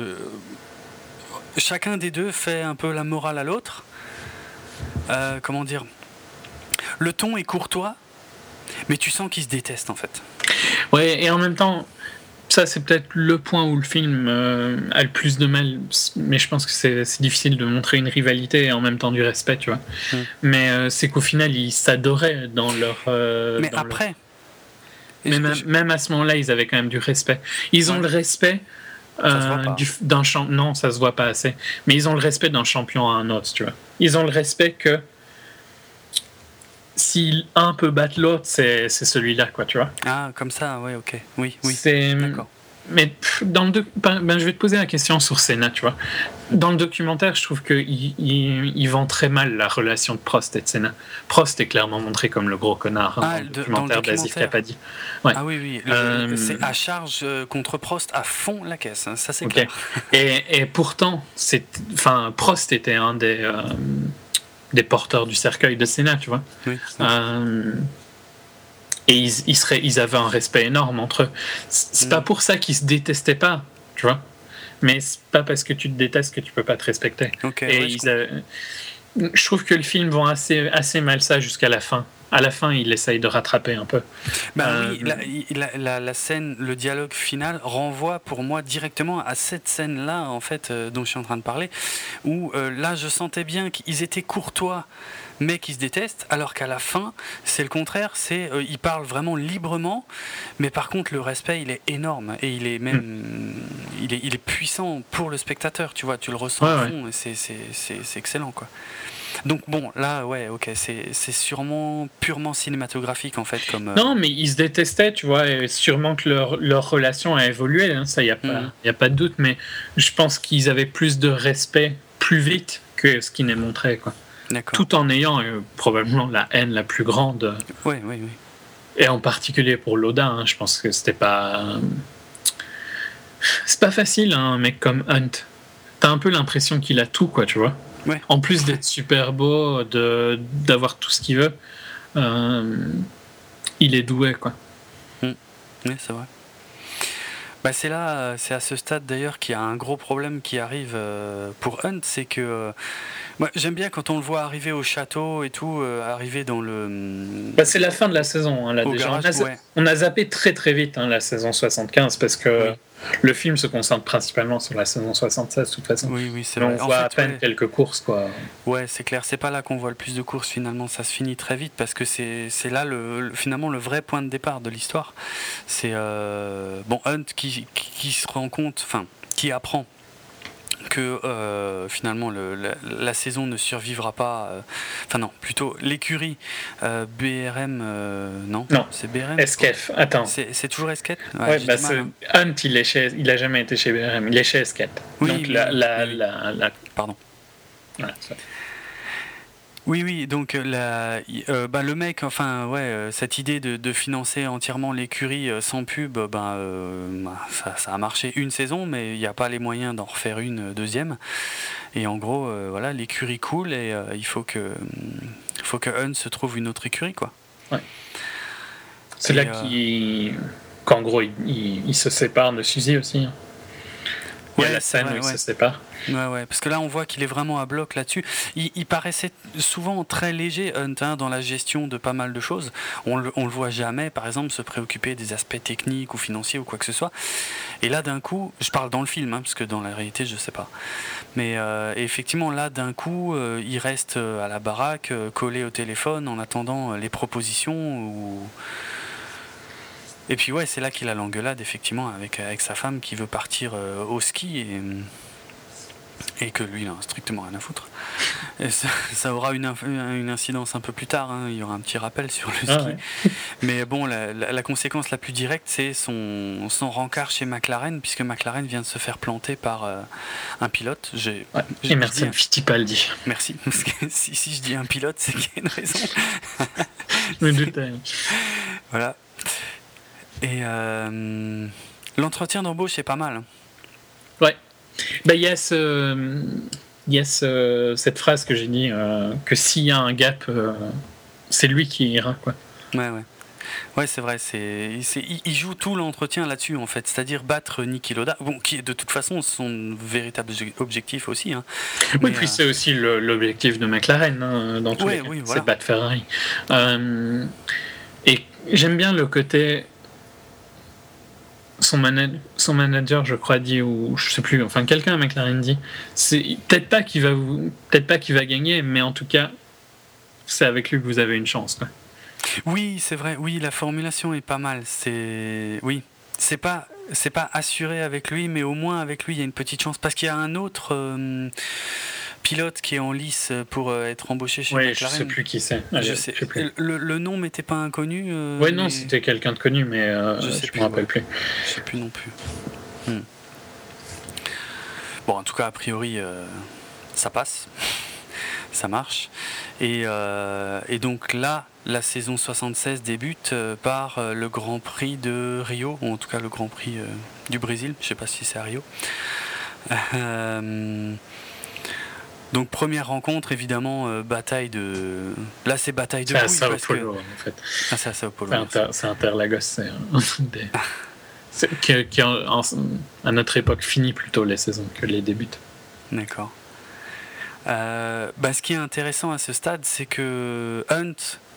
chacun des deux fait un peu la morale à l'autre. Comment dire ? Le ton est courtois, mais tu sens qu'ils se détestent, en fait. Ouais, et en même temps... Ça, c'est peut-être le point où le film a le plus de mal, mais je pense que c'est difficile de montrer une rivalité et en même temps du respect, tu vois. Mais c'est qu'au final, ils s'adoraient dans leur... mais dans après... Mais même à ce moment-là, ils avaient quand même du respect. Ils ont le respect d'un champion... Non, ça se voit pas assez. Mais ils ont le respect d'un champion à un autre, tu vois. Ils ont le respect que... Si un peut battre l'autre, c'est celui-là, quoi, tu vois. Ah, comme ça, ouais, ok. Oui, d'accord. Mais dans je vais te poser la question sur Senna, tu vois. Dans le documentaire, je trouve qu'il vend très mal la relation de Prost et de Senna. Prost est clairement montré comme le gros connard dans le documentaire d'Asif Kapadi. Ouais. Ah oui. C'est à charge contre Prost à fond la caisse, hein, ça c'est clair. Et pourtant, Prost était un des porteurs du cercueil de Senna, tu vois. Oui, et ils avaient un respect énorme entre eux. C'est pas pour ça qu'ils se détestaient pas, tu vois. Mais c'est pas parce que tu te détestes que tu peux pas te respecter. Je trouve que le film vend assez mal ça jusqu'à la fin. À la fin, il essaye de rattraper un peu. Oui, la scène, le dialogue final renvoie pour moi directement à cette scène-là, en fait, dont je suis en train de parler, où là, je sentais bien qu'ils étaient courtois, mais qu'ils se détestent, alors qu'à la fin, c'est le contraire, ils parlent vraiment librement, mais par contre, le respect, il est énorme, et il est même, il est puissant pour le spectateur, tu vois, tu le ressens à fond, et c'est excellent, quoi. Donc bon, là, c'est sûrement purement cinématographique en fait. Non, mais ils se détestaient, tu vois, et sûrement que leur relation a évolué, hein, ça, il n'y a pas de doute, mais je pense qu'ils avaient plus de respect plus vite que ce qui n'est montré, quoi. D'accord. Tout en ayant probablement la haine la plus grande. Oui. Et en particulier pour Loda, hein, je pense que c'était pas... C'est pas facile, hein, un mec comme Hunt. T'as un peu l'impression qu'il a tout, quoi, tu vois. Ouais. En plus d'être super beau, d'avoir tout ce qu'il veut, il est doué, quoi. Oui, c'est vrai. C'est à ce stade d'ailleurs qu'il y a un gros problème qui arrive pour Hunt, c'est que moi, j'aime bien quand on le voit arriver au château et tout, arriver dans le... c'est la fin de la saison, hein, là, déjà. Garage, on a zappé très très vite, hein, la saison 75, parce que le film se concentre principalement sur la saison 76, de toute façon. Oui, c'est vrai. On voit à peine quelques courses, quoi. Ouais, c'est clair. C'est pas là qu'on voit le plus de courses, finalement. Ça se finit très vite, parce que c'est là, finalement, le vrai point de départ de l'histoire. C'est Hunt qui se rend compte, qui apprend que finalement la saison ne survivra pas. Enfin non, plutôt l'écurie BRM. Non, c'est BRM. SKF. Attends. C'est toujours SKF. Ouais, Hunt, il a jamais été chez BRM. Il est chez SKF. Oui, donc pardon. Voilà, Oui, donc le mec, cette idée de financer entièrement l'écurie sans pub, ça a marché une saison, mais il n'y a pas les moyens d'en refaire une deuxième. Et en gros, l'écurie coule et il faut que Hunt se trouve une autre écurie, quoi. Ouais. C'est là qu'en gros, il se sépare de Suzy aussi. Il y a la scène où il se sépare. Ouais, parce que là on voit qu'il est vraiment à bloc là-dessus. Il paraissait souvent très léger, Hunt, dans la gestion de pas mal de choses. On le voit jamais, par exemple, se préoccuper des aspects techniques ou financiers ou quoi que ce soit. Et là d'un coup, je parle dans le film, parce que dans la réalité je sais pas. Mais effectivement là d'un coup, il reste à la baraque, collé au téléphone en attendant les propositions Et puis c'est là qu'il a l'engueulade effectivement avec sa femme qui veut partir au ski et que lui il en a strictement rien à foutre. Et ça aura une incidence un peu plus tard, il y aura un petit rappel sur le ski. Ouais. Mais bon, la conséquence la plus directe, c'est son rencard chez McLaren, puisque McLaren vient de se faire planter par un pilote. Emerson Fittipaldi. Merci, parce que si je dis un pilote, c'est qu'il y a une raison. Je me doutais. Voilà. Et l'entretien d'embauche est pas mal. Ouais. Il y a cette phrase que j'ai dit que s'il y a un gap, c'est lui qui ira, quoi. Ouais, c'est vrai. Il joue tout l'entretien là-dessus, en fait. C'est-à-dire battre Niki Lauda, qui est de toute façon son véritable objectif aussi. Oui, puis c'est aussi l'objectif de McLaren, dans tous les cas. Oui, voilà. C'est battre Ferrari. Et j'aime bien le côté... Son manager, je crois, dit, ou je sais plus, enfin quelqu'un à McLaren dit, c'est peut-être pas qu'il va gagner, mais en tout cas, c'est avec lui que vous avez une chance, quoi. Oui, c'est vrai. Oui, la formulation est pas mal. C'est pas assuré avec lui, mais au moins avec lui, il y a une petite chance parce qu'il y a un autre pilote qui est en lice pour être embauché chez McLaren. Je sais plus qui c'est. Je sais plus. Le nom m'était pas inconnu. Non, c'était quelqu'un de connu, mais je me rappelle plus. Je sais plus non plus. Bon, en tout cas, a priori, ça passe, ça marche. Et donc là, la saison 76 débute par le Grand Prix de Rio, ou en tout cas le Grand Prix du Brésil. Je sais pas si c'est à Rio. Donc première rencontre, évidemment, bataille de... Là, c'est bataille de couilles. C'est à Sao Paulo, en fait. Ah, c'est à Sao Paulo. C'est Interlagos, c'est qui à notre époque finit plutôt les saisons que les débute. D'accord. Ce qui est intéressant à ce stade, c'est que Hunt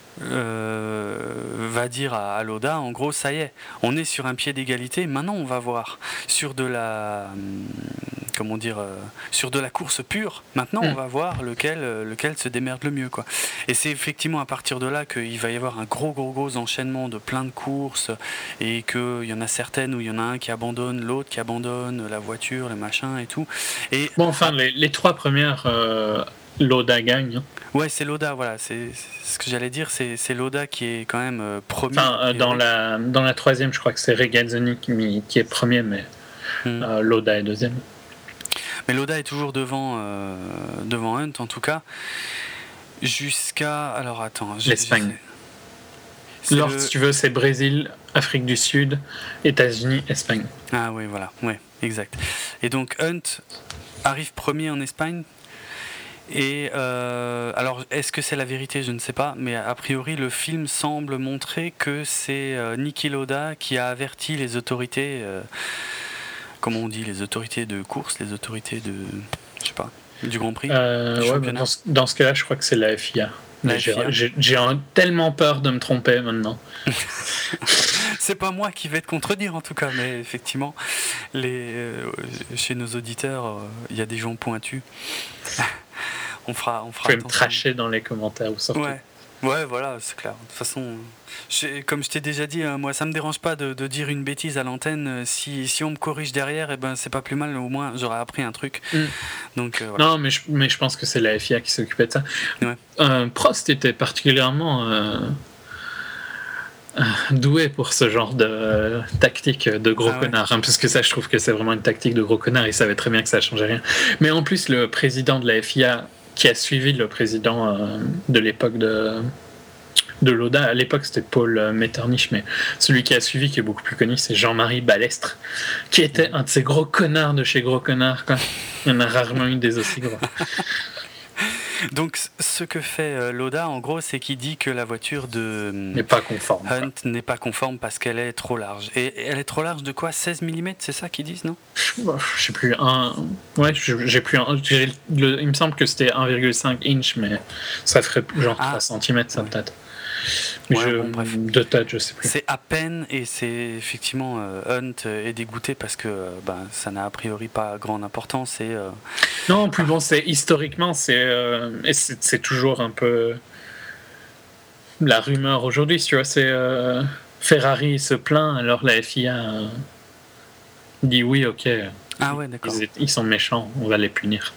va dire à Lauda, en gros, ça y est, on est sur un pied d'égalité, maintenant on va voir sur de la... sur de la course pure, maintenant on va voir lequel se démerde le mieux, quoi. Et c'est effectivement à partir de là qu'il va y avoir un gros enchaînement de plein de courses et qu'il y en a certaines où il y en a un qui abandonne, l'autre qui abandonne, la voiture, les machins et tout. Et les trois premières, Lauda gagne. Ouais, c'est Lauda, voilà, c'est ce que j'allais dire, c'est Lauda qui est quand même premier. Dans la troisième, je crois que c'est Regazzoni qui est premier, mais Lauda est deuxième. Mais Lauda est toujours devant Hunt, en tout cas, jusqu'à... Alors, attends... L'Espagne. Si tu veux, c'est Brésil, Afrique du Sud, États-Unis, Espagne. Ah oui, voilà, ouais, exact. Et donc, Hunt arrive premier en Espagne. Et alors, est-ce que c'est la vérité? Je ne sais pas, mais a priori, le film semble montrer que c'est Niki Lauda qui a averti les autorités... comment on dit, les autorités de course, les autorités de, je sais pas, du Grand Prix, du championnat. Dans ce cas-là, je crois que c'est la FIA. J'ai tellement peur de me tromper maintenant. C'est pas moi qui vais te contredire en tout cas, mais effectivement, chez nos auditeurs, il y a des gens pointus. On fera. Vous pouvez me tracher dans les commentaires ou sortir. Ouais. Ouais, voilà, c'est clair. De toute façon, comme je t'ai déjà dit, moi, ça me dérange pas de dire une bêtise à l'antenne. Si on me corrige derrière, eh ben, c'est pas plus mal. Au moins, j'aurais appris un truc. Donc, voilà. Non, mais je pense que c'est la FIA qui s'occupait de ça. Ouais. Prost était particulièrement doué pour ce genre de tactique de gros connard, parce que ça, je trouve que c'est vraiment une tactique de gros connard. Il savait très bien que ça changeait rien. Mais en plus, le président de la FIA, qui a suivi le président de l'époque de Lauda, à l'époque c'était Paul Metternich, mais celui qui a suivi, qui est beaucoup plus connu, c'est Jean-Marie Balestre, qui était un de ces gros connards de chez gros connards, quoi. Il y en a rarement eu des aussi gros. Donc, ce que fait Lauda, en gros, c'est qu'il dit que la voiture de n'est pas conforme, Hunt n'est pas conforme parce qu'elle est trop large. Et elle est trop large de quoi? 16 mm, c'est ça qu'ils disent, non? Je sais plus, ouais, j'ai plus il me semble que c'était 1,5 inch, mais ça ferait genre 3 cm, ça peut-être. Ouais, bref. De tête, je sais plus. C'est à peine, et c'est effectivement Hunt est dégoûté parce que ça n'a a priori pas grande importance. Non, plus bon, c'est historiquement, c'est toujours un peu la rumeur aujourd'hui, tu vois. C'est Ferrari se plaint, alors la FIA dit oui, ok. Ah ouais, d'accord. Ils sont méchants, on va les punir.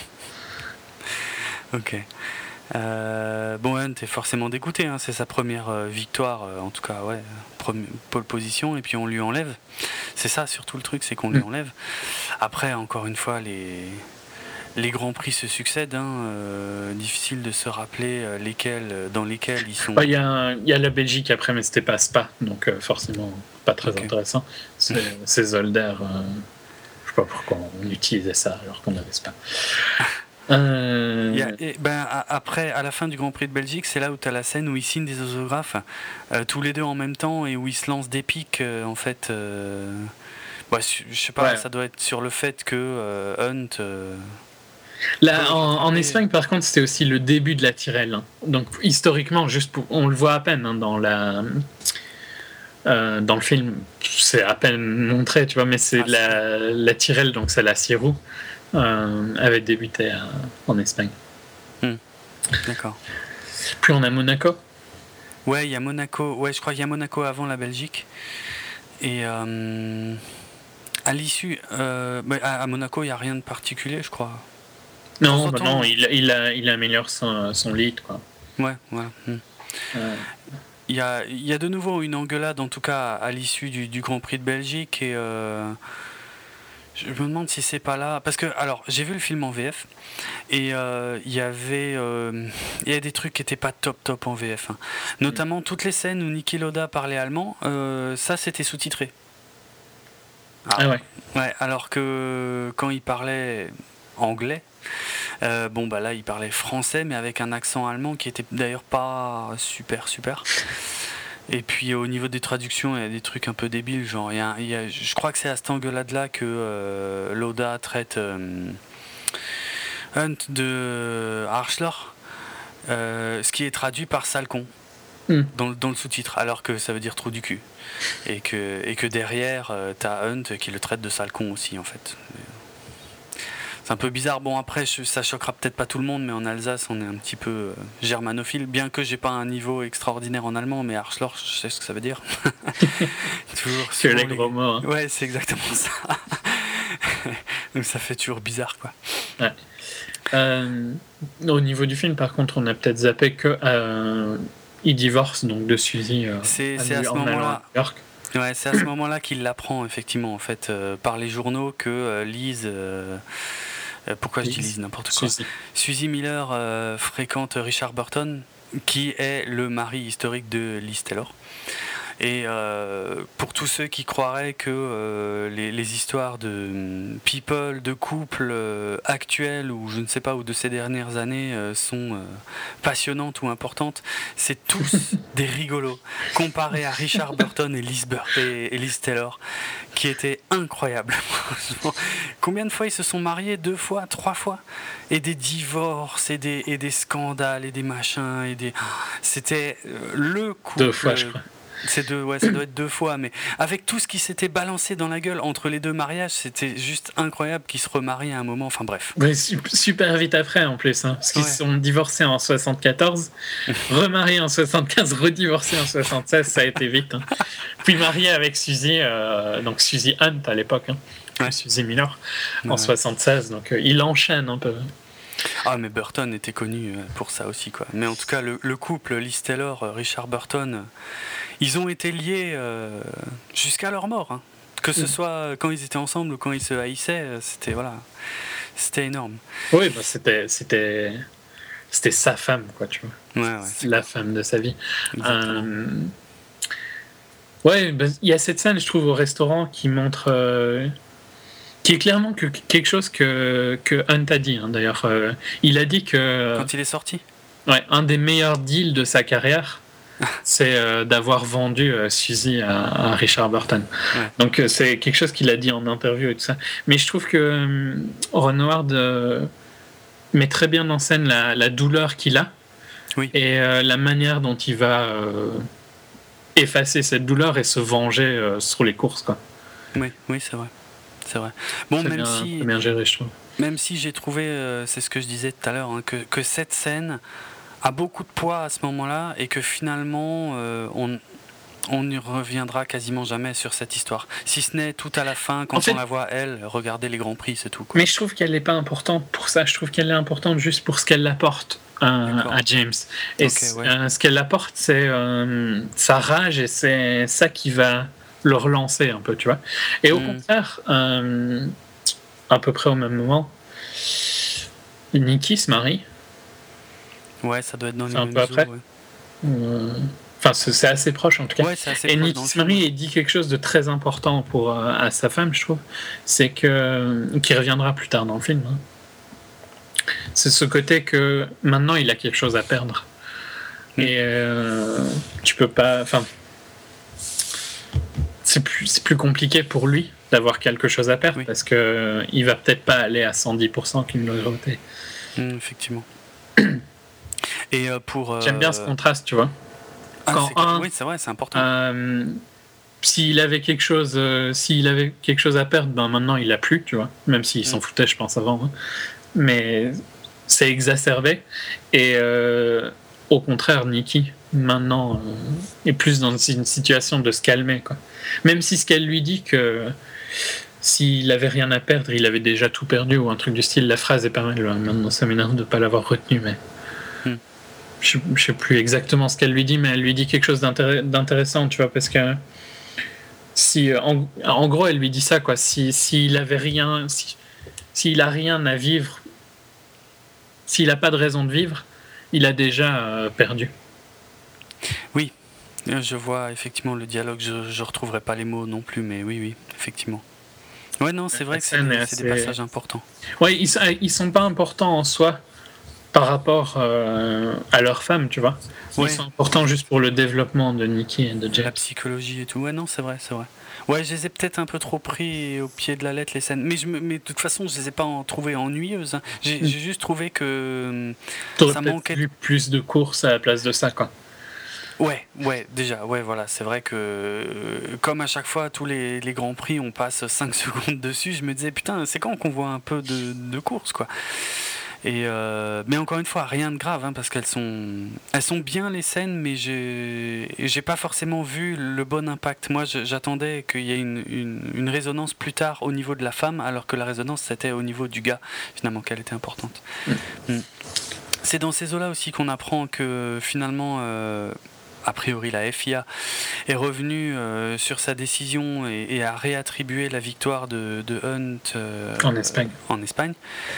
Ok. Hunt est forcément dégoûté, hein, c'est sa première victoire, en tout cas, ouais, pole position, et puis on lui enlève. C'est ça surtout le truc, c'est qu'on lui enlève. Après, encore une fois, les grands prix se succèdent, difficile de se rappeler dans lesquels ils sont. Il y a la Belgique après, mais c'était pas Spa, donc forcément pas très intéressant. C'est Zolder. Je sais pas pourquoi on utilisait ça alors qu'on avait Spa. Après, à la fin du Grand Prix de Belgique, c'est là où tu as la scène où ils signent des autographes tous les deux en même temps et où ils se lancent des pics en fait. Je sais pas, ça doit être sur le fait que Hunt. Là, en Espagne, par contre, c'était aussi le début de la Tyrrell. Hein. Donc, historiquement, on le voit à peine dans le film. C'est à peine montré, tu vois, mais c'est la Tyrrell, donc c'est la 6 roues. Avait débuté en Espagne. D'accord. Puis on a Monaco. Ouais, il y a Monaco. Ouais, je crois qu'il y a Monaco avant la Belgique. Et à l'issue, à Monaco, il n'y a rien de particulier, je crois. Non, il améliore son lead, quoi. Ouais, voilà. Il y a de nouveau une engueulade, en tout cas à l'issue du Grand Prix de Belgique, et je me demande si c'est pas là, parce que alors j'ai vu le film en VF et il y a des trucs qui étaient pas top en VF, hein. Notamment toutes les scènes où Niki Lauda parlait allemand, ça c'était sous-titré. Ouais. Ouais, alors que quand il parlait anglais, là il parlait français mais avec un accent allemand qui était d'ailleurs pas super. Et puis au niveau des traductions, il y a des trucs un peu débiles, genre je crois que c'est à cette engueulade-là que Lauda traite Hunt de Arschloch, ce qui est traduit par sale con dans le sous-titre, alors que ça veut dire trou du cul. Et que derrière, t'as Hunt qui le traite de sale con aussi, en fait. C'est un peu bizarre. Bon, après, ça choquera peut-être pas tout le monde, mais en Alsace, on est un petit peu germanophile. Bien que j'ai pas un niveau extraordinaire en allemand, mais Arschloch, je sais ce que ça veut dire. Toujours. Que les gros mots. Hein. Ouais, c'est exactement ça. Donc ça fait toujours bizarre, quoi. Ouais. Au niveau du film, par contre, on a peut-être zappé que il divorce donc de Suzy. C'est à ce moment-là. Ouais, c'est à ce moment-là qu'il l'apprend effectivement, en fait, par les journaux que Lise. Pourquoi je dis Lise, n'importe quoi. Suzy Miller fréquente Richard Burton, qui est le mari historique de Liz Taylor. Et pour tous ceux qui croiraient que les histoires de people, de couples actuels ou je ne sais pas, ou de ces dernières années sont passionnantes ou importantes, c'est tous des rigolos comparés à Richard Burton et Liz Taylor, qui étaient incroyables. Combien de fois ils se sont mariés? 2 fois, 3 fois, et des divorces et des scandales et des machins et des. C'était le couple. 2 fois, je crois. Ça doit être 2 fois, mais avec tout ce qui s'était balancé dans la gueule entre les 2 mariages, c'était juste incroyable qu'ils se remarient à un moment, enfin bref. Ouais, super vite après en plus, hein, parce qu'ils sont divorcés en 74, remariés en 75, redivorcés en 76, ça a été vite. Hein. Puis mariés avec Suzy, donc Suzy Hunt à l'époque, Suzy Miller, en 76, donc il enchaîne un peu. Ah, mais Burton était connu pour ça aussi, quoi. Mais en tout cas, le couple Liz Taylor, Richard Burton, ils ont été liés jusqu'à leur mort. Hein. Que ce soit quand ils étaient ensemble ou quand ils se haïssaient, c'était énorme. Oui, bah c'était sa femme, quoi, tu vois. Ouais, la femme de sa vie. Ouais, bah, y a cette scène, je trouve, au restaurant qui montre. Qui est clairement quelque chose que Hunt a dit, hein, d'ailleurs. Il a dit que... Quand il est sorti ? Ouais, un des meilleurs deals de sa carrière, c'est d'avoir vendu Suzy à Richard Burton. Ouais. Donc c'est quelque chose qu'il a dit en interview et tout ça. Mais je trouve que Ron Howard met très bien en scène la douleur qu'il a et la manière dont il va effacer cette douleur et se venger sur les courses, quoi. Oui, c'est vrai. C'est vrai. Bon, très bien géré, je trouve. Même si j'ai trouvé, c'est ce que je disais tout à l'heure, hein, que cette scène a beaucoup de poids à ce moment-là et que finalement on n'y reviendra quasiment jamais sur cette histoire. Si ce n'est tout à la fin, quand on la voit, elle, regarder les Grands Prix, c'est tout, quoi. Mais je trouve qu'elle n'est pas importante pour ça. Je trouve qu'elle est importante juste pour ce qu'elle apporte à James. Et ce qu'elle apporte, c'est sa rage et c'est ça qui va le relancer un peu, tu vois. Et au contraire, à peu près au même moment, Nikki se marie. Ouais, ça doit être dans les mêmes eaux. Enfin, c'est assez proche en tout cas. Ouais, c'est assez et Nikki se marie et dit quelque chose de très important à sa femme, je trouve. C'est qui reviendra plus tard dans le film. Hein. C'est ce côté que maintenant il a quelque chose à perdre. Et tu peux pas. Enfin. C'est plus compliqué pour lui d'avoir quelque chose à perdre parce que il va peut-être pas aller à 110% qu'il ne l'aurait été. Effectivement. Et j'aime bien ce contraste, tu vois. Oui, c'est vrai, c'est important. S'il avait quelque chose à perdre, ben maintenant il l'a plus, tu vois. Même s'il s'en foutait, je pense avant. Hein. Mais c'est exacerbé. Et au contraire, Nikki maintenant est plus dans une situation de se calmer, quoi. Même si ce qu'elle lui dit que s'il avait rien à perdre, il avait déjà tout perdu ou un truc du style. La phrase est pas mal. Maintenant, ça m'énerve de pas l'avoir retenue, mais je sais plus exactement ce qu'elle lui dit, mais elle lui dit quelque chose d'intéressant, tu vois, parce que si en gros, elle lui dit ça, quoi. S'il avait rien, s'il a rien à vivre, s'il a pas de raison de vivre, il a déjà perdu. Oui, je vois effectivement le dialogue, je retrouverai pas les mots non plus, mais oui, effectivement. Ouais, non, c'est vrai que c'est des passages importants. Ouais, ils sont pas importants en soi par rapport à leur femme, tu vois. Ils sont importants juste pour le développement de Nikki et de James. La psychologie et tout, ouais, non, c'est vrai. Ouais, je les ai peut-être un peu trop pris au pied de la lettre, les scènes. Mais de toute façon, je les ai pas trouvées ennuyeuses. Hein. J'ai juste trouvé que ça manquait. Vu plus de courses à la place de ça, quoi. Ouais, déjà, voilà, c'est vrai que comme à chaque fois, tous les Grands Prix, on passe 5 secondes dessus, je me disais, putain, c'est quand qu'on voit un peu de course, quoi. Et mais encore une fois, rien de grave, hein, parce qu'elles sont bien les scènes, mais j'ai pas forcément vu le bon impact. Moi, j'attendais qu'il y ait une résonance plus tard au niveau de la femme, alors que la résonance c'était au niveau du gars, finalement, qu'elle était importante. C'est dans ces eaux-là aussi qu'on apprend que finalement, a priori, la FIA est revenue sur sa décision et a réattribué la victoire de Hunt en Espagne.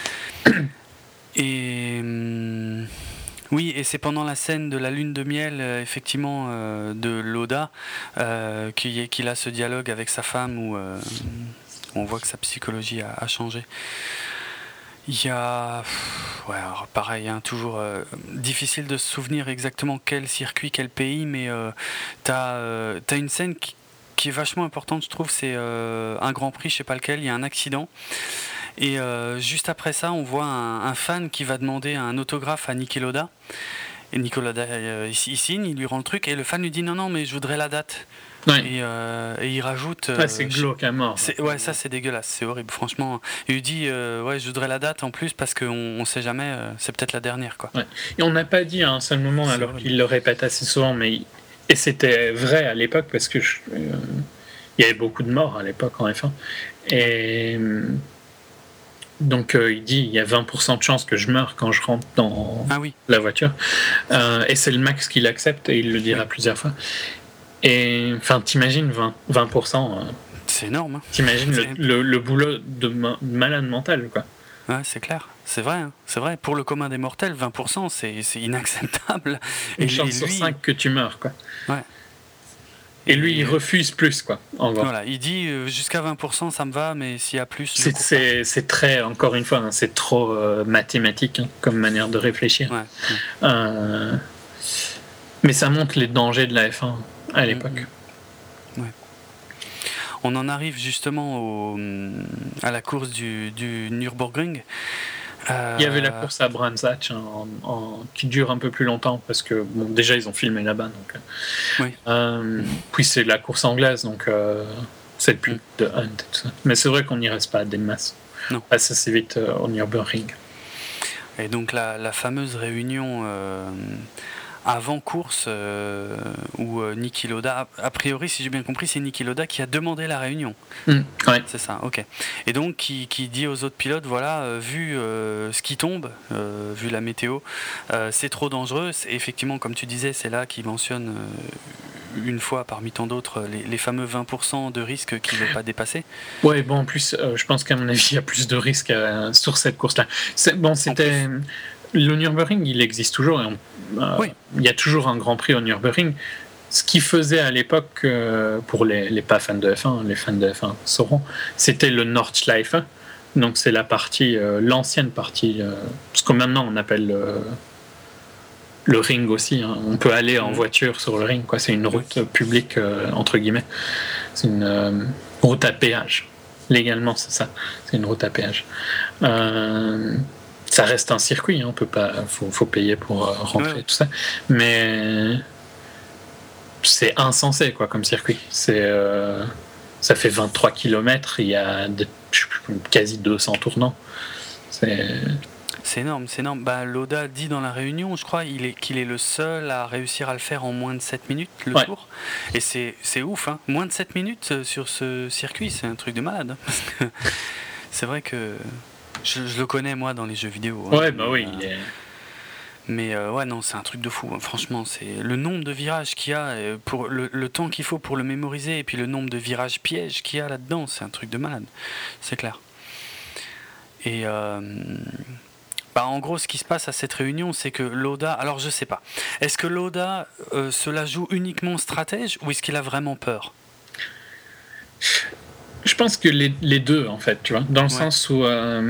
Et oui, et c'est pendant la scène de la lune de miel, effectivement, de Lauda, qu'il a ce dialogue avec sa femme où on voit que sa psychologie a changé. Il y a... Ouais, alors pareil, hein, toujours difficile de se souvenir exactement quel circuit, quel pays, mais t'as une scène qui est vachement importante, je trouve, c'est un Grand Prix, je sais pas lequel, il y a un accident. Et juste après ça, on voit un fan qui va demander un autographe à Niki Lauda. Et Nicolas il signe, il lui rend le truc, et le fan lui dit non, mais je voudrais la date. Ouais. Et il rajoute. C'est glauque à mort. Ouais, ça c'est dégueulasse, c'est horrible, franchement. Il lui dit ouais, je voudrais la date en plus parce qu'on sait jamais, c'est peut-être la dernière, quoi. Ouais. Et on n'a pas dit à un seul moment, c'est alors horrible. Qu'il le répète assez souvent, et c'était vrai à l'époque parce que il y avait beaucoup de morts à l'époque en F1. Et donc il dit il y a 20% de chances que je meure quand je rentre dans la voiture. Et c'est le max qu'il accepte et il le dira plusieurs fois. Et enfin, t'imagines 20%. C'est énorme. Hein. T'imagines le boulot de malade mental, quoi. Ouais, c'est clair. C'est vrai. Hein. C'est vrai. Pour le commun des mortels, 20%, c'est inacceptable. Une chance sur 5 que tu meurs, quoi. Ouais. Et lui, il refuse plus, quoi. En gros. Voilà, il dit jusqu'à 20%, ça me va, mais s'il y a plus. C'est très, encore une fois, hein, c'est trop mathématique, hein, comme manière de réfléchir. Ouais. Mais ça montre les dangers de la F1 à l'époque. Ouais. On en arrive justement à la course du Nürburgring. Il y avait la course à Brands Hatch qui dure un peu plus longtemps parce que déjà ils ont filmé là-bas. Donc, puis c'est la course anglaise, donc c'est le pub de Hunt et tout ça. Mais c'est vrai qu'on n'y reste pas des masses. Non. Passe assez vite au Nürburgring. Et donc la fameuse réunion avant course où Niki Lauda, a priori si j'ai bien compris, c'est Niki Lauda qui a demandé la réunion. Ouais. C'est ça, ok. Et donc qui dit aux autres pilotes, voilà, vu ce qui tombe, vu la météo, c'est trop dangereux. Effectivement, comme tu disais, c'est là qu'il mentionne une fois parmi tant d'autres les fameux 20% de risque qu'il ne veut pas dépasser. Ouais, bon, en plus, je pense qu'à mon avis, il y a plus de risques sur cette course-là. C'était... Le Nürburgring, il existe toujours. Il y a toujours un Grand Prix au Nürburgring. Ce qu'il faisait à l'époque, pour les pas fans de F1, les fans de F1 sauront, c'était le Nordschleife. Donc c'est la partie, l'ancienne partie, ce que maintenant on appelle le ring aussi. Hein. On peut aller en voiture sur le ring, quoi. C'est une route publique, entre guillemets. C'est une route à péage. Légalement, c'est ça. C'est une route à péage. Ça reste un circuit, hein, on peut pas, faut payer pour rentrer, tout ça. Mais c'est insensé, quoi, comme circuit. Ça fait 23 km, il y a quasi 200 tournants. C'est énorme, c'est énorme. Lauda dit dans la réunion, je crois, qu'il est le seul à réussir à le faire en moins de 7 minutes, le tour. Et c'est ouf, hein. Moins de 7 minutes sur ce circuit, c'est un truc de malade. Parce que c'est vrai que je le connais, moi, dans les jeux vidéo. Ouais, hein, oui. Mais non, c'est un truc de fou. Hein. Franchement, c'est le nombre de virages qu'il y a, pour le temps qu'il faut pour le mémoriser, et puis le nombre de virages pièges qu'il y a là-dedans, c'est un truc de malade. C'est clair. Et en gros, ce qui se passe à cette réunion, c'est que Lauda... Alors, je sais pas. Est-ce que Lauda se la joue uniquement stratège, ou est-ce qu'il a vraiment peur ? Je pense que les deux, en fait, tu vois, dans le sens où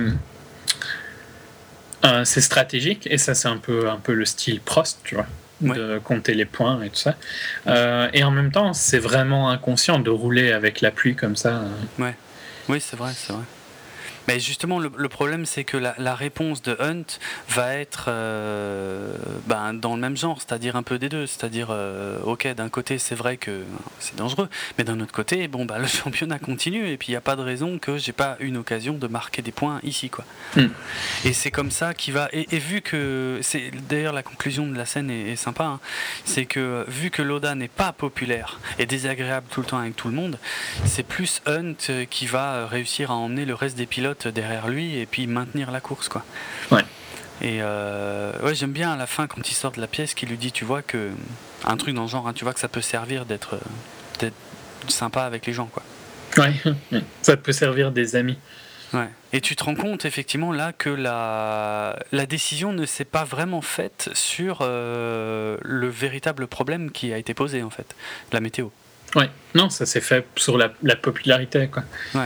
c'est stratégique, et ça, c'est un peu le style Prost, tu vois, de compter les points et tout ça. Et en même temps, c'est vraiment inconscient de rouler avec la pluie comme ça. Ouais. Oui, c'est vrai. Mais justement, le problème, c'est que la réponse de Hunt va être dans le même genre, c'est-à-dire un peu des deux. C'est-à-dire, ok, d'un côté, c'est vrai que c'est dangereux, mais d'un autre côté, le championnat continue, et puis il n'y a pas de raison que j'ai pas une occasion de marquer des points ici, quoi. Et c'est comme ça qu'il va... Et vu que... c'est d'ailleurs, la conclusion de la scène est sympa, hein, c'est que vu que Lauda n'est pas populaire et désagréable tout le temps avec tout le monde, c'est plus Hunt qui va réussir à emmener le reste des pilotes derrière lui et puis maintenir la course, quoi. Ouais. Et j'aime bien à la fin quand il sort de la pièce qu'il lui dit, tu vois que un truc dans le genre, hein, tu vois que ça peut servir d'être sympa avec les gens, quoi. Ouais, ça peut servir des amis. Ouais. Et tu te rends compte effectivement là que la décision ne s'est pas vraiment faite sur le véritable problème qui a été posé, en fait, la météo. Ouais, non, ça s'est fait sur la popularité, quoi. Ouais.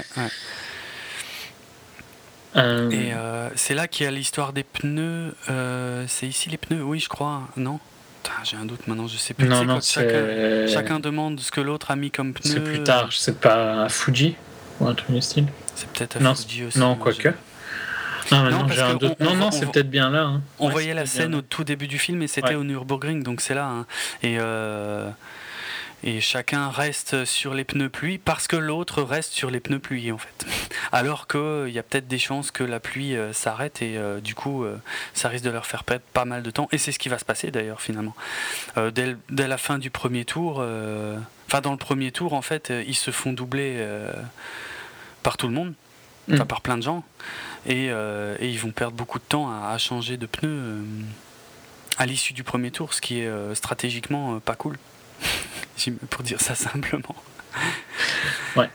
Et c'est là qu'il y a l'histoire des pneus. C'est ici les pneus, oui, je crois. Non, j'ai un doute maintenant, je sais plus. Non, chacun demande ce que l'autre a mis comme pneu. C'est plus tard, je sais pas, à Fuji ou un truc du style. C'est peut-être à Fuji aussi. Non, quoique. Ah, non, j'ai un doute. Non, c'est peut-être bien là. Hein. On voyait la scène au tout début du film et c'était au Nürburgring, donc c'est là. Hein. Et chacun reste sur les pneus pluie parce que l'autre reste sur les pneus pluie en fait. Alors qu'il y a peut-être des chances que la pluie s'arrête et du coup ça risque de leur faire perdre pas mal de temps. Et c'est ce qui va se passer d'ailleurs finalement. Dès la fin du premier tour, dans le premier tour en fait, ils se font doubler par tout le monde, par plein de gens. Et ils vont perdre beaucoup de temps à changer de pneus à l'issue du premier tour, ce qui est stratégiquement pas cool. Pour dire ça simplement. Ouais.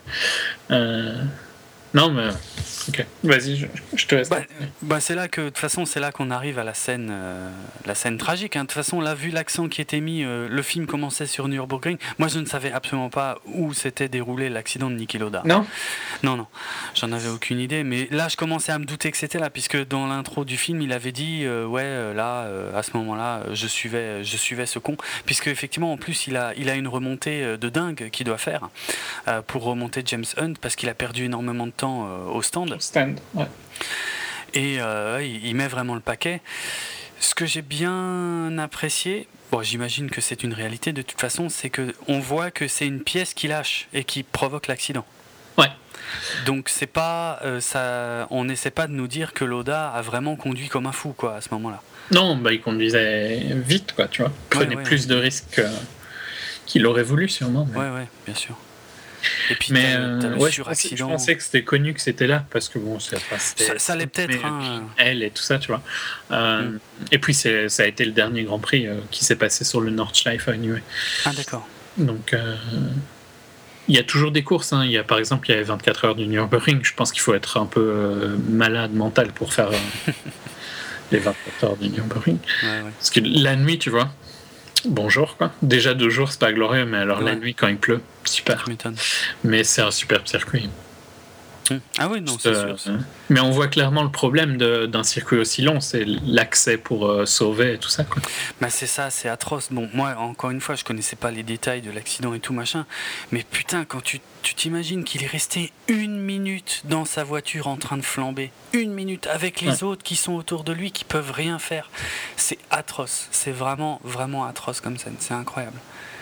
Non, mais. Ok, vas-y, je te laisse. C'est là que, de toute façon, c'est là qu'on arrive à la scène tragique. Hein. De toute façon, là, vu l'accent qui était mis, le film commençait sur Nürburgring. Moi, je ne savais absolument pas où s'était déroulé l'accident de Niki Lauda. Non. Non, j'en avais aucune idée. Mais là, je commençais à me douter que c'était là, puisque dans l'intro du film, il avait dit, à ce moment-là, je suivais ce con, puisque effectivement, en plus, il a une remontée de dingue qu'il doit faire pour remonter James Hunt, parce qu'il a perdu énormément de temps au stand. Ouais. Et il met vraiment le paquet. Ce que j'ai bien apprécié, j'imagine que c'est une réalité de toute façon, c'est qu'on voit que c'est une pièce qui lâche et qui provoque l'accident. Ouais. Donc c'est pas on n'essaie pas de nous dire que Lauda a vraiment conduit comme un fou quoi à ce moment-là. Non, il conduisait vite quoi, tu vois. Il prenait plus de risques qu'il aurait voulu sûrement. Mais... Ouais, bien sûr. Et puis mais je pensais que c'était connu que c'était là parce que ça l'est peut-être elle et tout ça, tu vois. Et puis ça a été le dernier Grand Prix qui s'est passé sur le Nordschleife anyway. Ah d'accord. Donc il y a toujours des courses. Hein. Il y a, par exemple, il y avait 24 heures du Nürburgring. Je pense qu'il faut être un peu malade mental pour faire les 24 heures du Nürburgring. Ouais. Parce que la nuit, tu vois. Bonjour quoi. Déjà 2 jours c'est pas glorieux, mais alors la nuit quand il pleut, super. Tu m'étonnes. Mais c'est un superbe circuit. Ah oui, non, c'est sûr. Mais on voit clairement le problème d'un circuit aussi long, c'est l'accès pour sauver et tout ça quoi. C'est ça, c'est atroce. Bon, moi encore une fois, je connaissais pas les détails de l'accident et tout machin, mais putain, quand tu t'imagines qu'il est resté 1 minute dans sa voiture en train de flamber, 1 minute avec les autres qui sont autour de lui qui peuvent rien faire, c'est atroce. C'est vraiment vraiment atroce comme scène. C'est incroyable.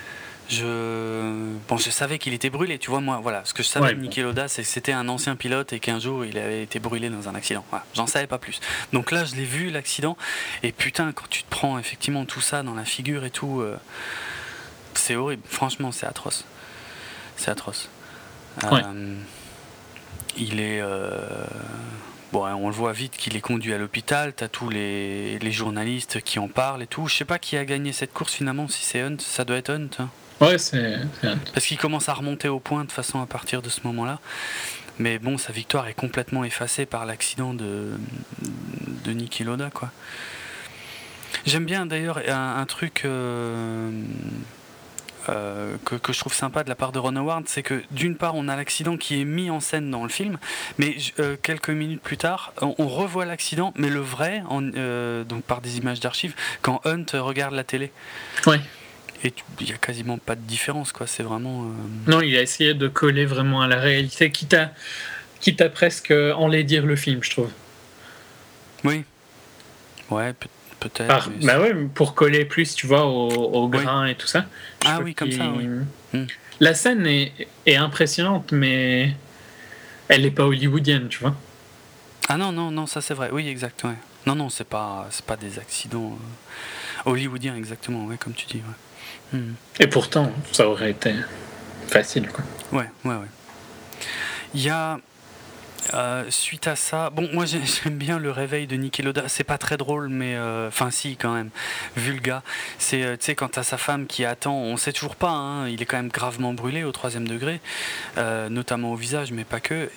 Je savais qu'il était brûlé, tu vois, moi, voilà. Ce que je savais de Niki Lauda, c'est que c'était un ancien pilote et qu'un jour il avait été brûlé dans un accident. Voilà, j'en savais pas plus. Donc là, je l'ai vu, l'accident, et putain, quand tu te prends effectivement tout ça dans la figure et tout, c'est horrible. Franchement, c'est atroce. C'est atroce. Il est. On le voit vite qu'il est conduit à l'hôpital, t'as tous les journalistes qui en parlent et tout. Je sais pas qui a gagné cette course finalement, si c'est Hunt, ça doit être Hunt. Hein. Ouais, c'est Hunt. Parce qu'il commence à remonter au point de façon à partir de ce moment-là. Mais bon, sa victoire est complètement effacée par l'accident de Niki Lauda, quoi. J'aime bien d'ailleurs un truc que je trouve sympa de la part de Ron Howard, c'est que d'une part on a l'accident qui est mis en scène dans le film, mais quelques minutes plus tard on revoit l'accident, mais le vrai donc par des images d'archives quand Hunt regarde la télé. Ouais. Et il y a quasiment pas de différence quoi, c'est vraiment non, il a essayé de coller vraiment à la réalité, quitte à presque enlaidir le film, je trouve. Oui. Ouais, peut-être. Pour coller plus, tu vois, au grain et tout ça. Ah oui, comme ça, oui. La scène est impressionnante, mais elle n'est pas hollywoodienne, tu vois. Ah non, ça c'est vrai. Oui, exact, ouais. Non, c'est pas des accidents hollywoodiens, exactement, ouais, comme tu dis, ouais. Et pourtant, ça aurait été facile, quoi. Ouais. Il y a... suite à ça, moi j'aime bien le réveil de Niki Lauda. C'est pas très drôle, mais si quand même. Vu le gars, c'est tu sais quand t'as sa femme qui attend, on sait toujours pas. Hein, il est quand même gravement brûlé au 3e degré, notamment au visage, mais pas que.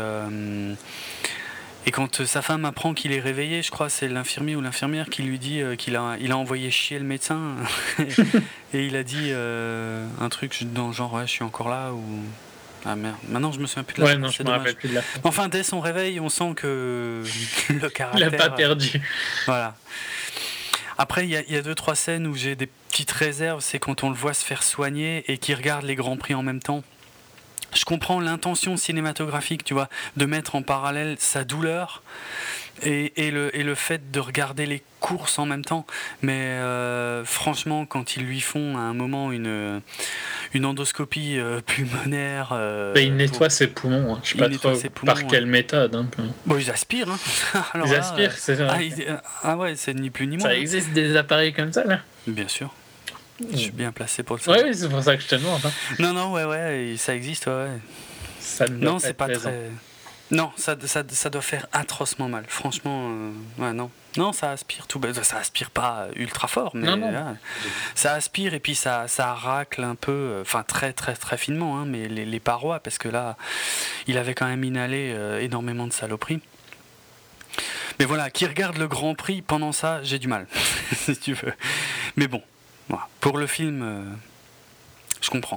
Et quand sa femme apprend qu'il est réveillé, je crois c'est l'infirmier ou l'infirmière qui lui dit qu'il a envoyé chier le médecin et il a dit un truc dans le genre je suis encore là ou. Ah merde, maintenant je me souviens plus de la fin. Non, je me rappelle plus de la fin. Enfin, dès son réveil, on sent que le caractère... Il n'a pas perdu. Voilà. Après, il y a 2-3 scènes où j'ai des petites réserves, c'est quand on le voit se faire soigner et qu'il regarde les Grands Prix en même temps. je comprends l'intention cinématographique, tu vois, de mettre en parallèle sa douleur et le fait de regarder les courses en même temps. Mais franchement, quand ils lui font à un moment une endoscopie pulmonaire... il nettoie ses poumons, hein. Je sais pas trop par quelle méthode. Hein. Bon, ils aspirent. Hein. Alors ils aspirent, c'est vrai. Ouais, c'est ni plus ni moins. Ça existe des appareils comme ça, là? Bien sûr. Je suis bien placé pour le savoir. Oui, c'est pour ça que je te demande. Hein. Non, ouais, ça existe, ouais. Ça non, c'est pas très... Non, ça doit faire atrocement mal. Franchement, ouais, non. Non, ça aspire tout. Ça aspire pas ultra fort, mais non. Ouais, ça aspire et puis ça racle un peu, enfin très très très finement, hein, mais les parois, parce que là, il avait quand même inhalé énormément de saloperies. Mais voilà, qui regarde le Grand Prix pendant ça, j'ai du mal, si tu veux. Mais bon, voilà. Pour le film, je comprends.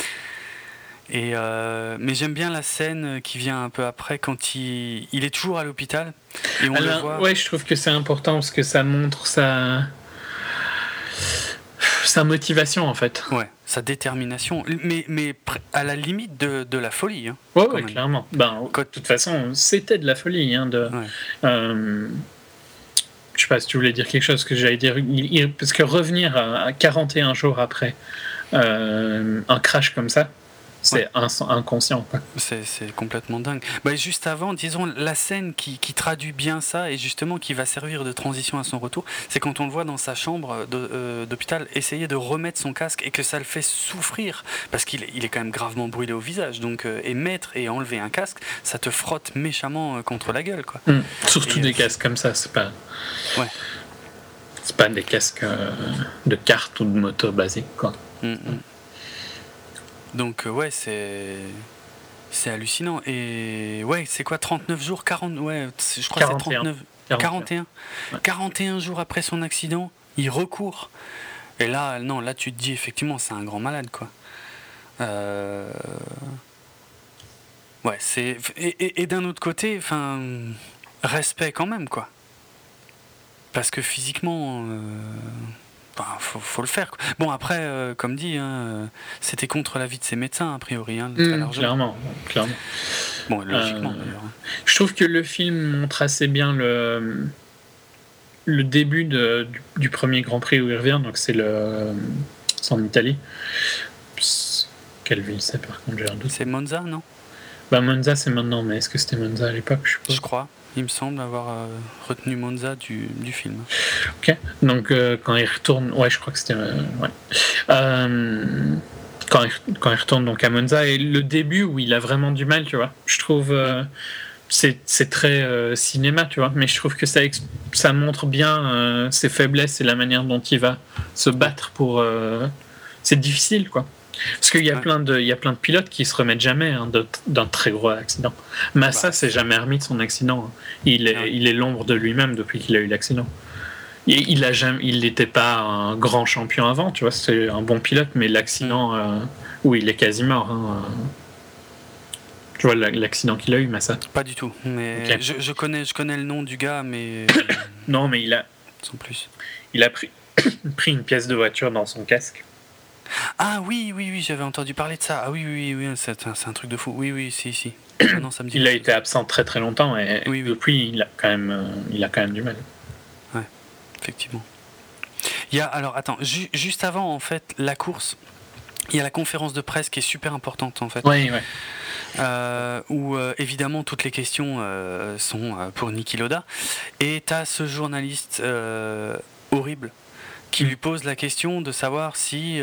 Mais j'aime bien la scène qui vient un peu après quand il est toujours à l'hôpital et on le voit. Ouais, je trouve que c'est important parce que ça montre sa motivation en fait. Ouais, sa détermination, mais à la limite de la folie. Hein, ouais, clairement. De toute façon, c'était de la folie. Hein, je sais pas si tu voulais dire quelque chose que j'allais dire. Parce que revenir à 41 jours après un crash comme ça, c'est inconscient. Quoi. C'est complètement dingue. Juste avant, disons, la scène qui traduit bien ça et justement qui va servir de transition à son retour, c'est quand on le voit dans sa chambre d'hôpital essayer de remettre son casque et que ça le fait souffrir parce qu'il est quand même gravement brûlé au visage. Donc, mettre et enlever un casque, ça te frotte méchamment contre la gueule. Quoi. Surtout des casques comme ça, c'est pas... Ouais. C'est pas des casques de kart ou de moto basiques, quoi. Donc ouais, c'est hallucinant. Et ouais, c'est quoi, 39 jours, 40, ouais, je crois 41. Que c'est 41. Ouais. 41 jours après son accident, il recourt. Et là, non, là tu te dis effectivement, c'est un grand malade, quoi. Ouais, c'est... Et d'un autre côté, enfin, respect quand même, quoi. Parce que physiquement... faut le faire. Quoi. Bon, après, comme dit, hein, c'était contre l'avis de ses médecins, a priori. Hein, très clairement. Bon, logiquement, d'ailleurs. Je trouve que le film montre assez bien le début du premier Grand Prix où il revient. Donc, c'est en Italie. Quelle ville c'est, par contre, j'ai un doute. C'est Monza, non ? Monza, c'est maintenant, mais est-ce que c'était Monza à l'époque ? Je crois. Il me semble avoir retenu Monza du film. Ok. Donc quand il retourne, ouais, je crois que c'était, quand il retourne donc à Monza et le début où il a vraiment du mal, tu vois. Je trouve c'est très cinéma, tu vois, mais je trouve que ça montre bien ses faiblesses et la manière dont il va se battre pour. C'est difficile, quoi. Parce qu'il y a plein de pilotes qui se remettent jamais d'un très gros accident. Massa s'est jamais remis de son accident. Il est l'ombre de lui-même depuis qu'il a eu l'accident. Et il n'était pas un grand champion avant, tu vois. C'est un bon pilote, mais l'accident où il est quasi mort. Hein, tu vois l'accident qu'il a eu, Massa. Pas du tout. Mais okay. je connais le nom du gars, mais non, mais sans plus. Il a pris une pièce de voiture dans son casque. Ah oui, j'avais entendu parler de ça. Ah oui, c'est un truc de fou. Oui, si. Non, ça me dit il a été absent très très longtemps et depuis il a quand même du mal. Ouais, effectivement. Alors attends, juste avant en fait la course, il y a la conférence de presse qui est super importante en fait. Ouais. Où évidemment toutes les questions sont pour Niki Lauda et t'as ce journaliste horrible qui lui pose la question de savoir si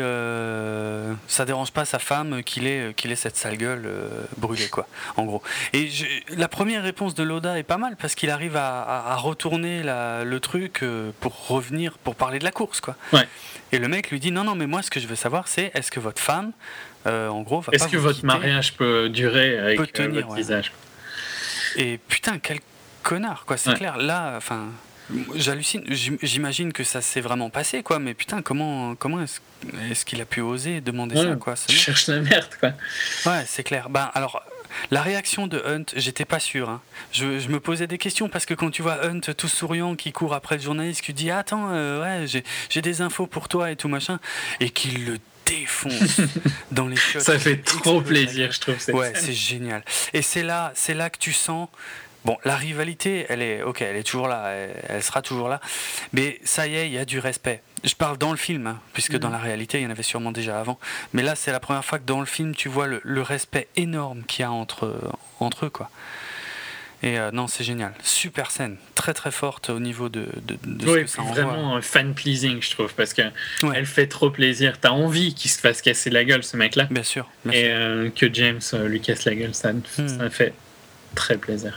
ça dérange pas sa femme qu'il ait cette sale gueule brûlée, quoi, en gros. Et la première réponse de Lauda est pas mal parce qu'il arrive à retourner le truc pour revenir, pour parler de la course, quoi. Ouais. Et le mec lui dit non, mais moi ce que je veux savoir c'est est-ce que votre femme, en gros, va pas vous quitter. Est-ce que votre mariage peut durer avec votre visage. Et putain, quel connard, quoi, c'est clair. Là, enfin... J'hallucine, j'imagine que ça s'est vraiment passé, quoi, mais putain, comment est-ce qu'il a pu oser demander ça, quoi. Tu cherches la merde, quoi. Ouais, c'est clair. Alors, la réaction de Hunt, j'étais pas sûr. Hein. Je me posais des questions parce que quand tu vois Hunt tout souriant qui court après le journaliste, qui dit attends, j'ai des infos pour toi et tout machin, et qu'il le défonce dans les shots. Ça fait trop plaisir, je trouve. Ouais, c'est génial. Et c'est là que tu sens. Bon, la rivalité, elle est toujours là, elle sera toujours là, mais ça y est, il y a du respect. Je parle dans le film, hein, puisque dans la réalité, il y en avait sûrement déjà avant, mais là, c'est la première fois que dans le film, tu vois le respect énorme qu'il y a entre eux, quoi. Et non, c'est génial. Super scène, très très forte au niveau de ce que ça envoie. Vraiment fan-pleasing, je trouve, parce que elle fait trop plaisir. T'as envie qu'il se fasse casser la gueule, ce mec-là. Bien sûr. Et que James lui casse la gueule, ça fait très plaisir.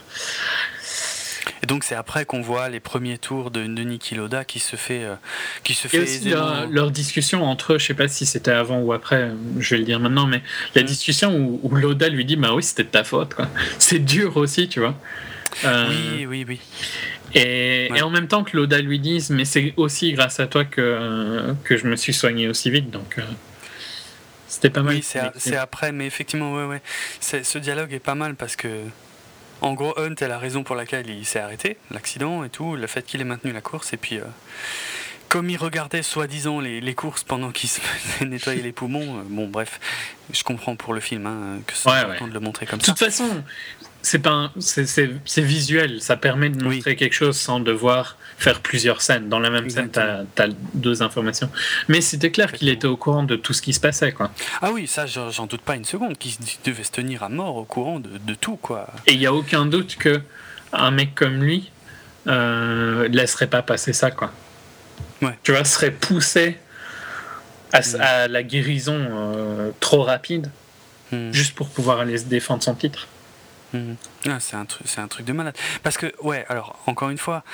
Et donc c'est après qu'on voit les premiers tours de Niki Lauda qui se fait et aussi leur discussion entre eux, je sais pas si c'était avant ou après, je vais le dire maintenant, mais la discussion où Lauda lui dit bah oui, c'était de ta faute, quoi. C'est dur aussi, tu vois. Oui. Et en même temps que Lauda lui dise mais c'est aussi grâce à toi que je me suis soigné aussi vite, donc c'était pas mal. Oui, c'est après, mais effectivement, ouais. Ce dialogue est pas mal parce que en gros, Hunt est la raison pour laquelle il s'est arrêté, l'accident et tout, le fait qu'il ait maintenu la course, et puis comme il regardait soi-disant les courses pendant qu'il se faisait nettoyer les poumons, bon bref, je comprends pour le film que c'est important de le montrer comme ça. De toute façon, c'est visuel, ça permet de montrer quelque chose sans devoir faire plusieurs scènes. Dans la même scène, t'as 2 informations. Mais c'était clair qu'il était au courant de tout ce qui se passait, quoi. Ah oui, ça, j'en doute pas une seconde, qu'il devait se tenir à mort au courant de tout, quoi. Et il n'y a aucun doute qu'un mec comme lui laisserait pas passer ça, quoi. Ouais. Tu vois, serait poussé à la guérison trop rapide, juste pour pouvoir aller se défendre son titre. Ah, c'est un truc de malade. Parce que, alors, encore une fois,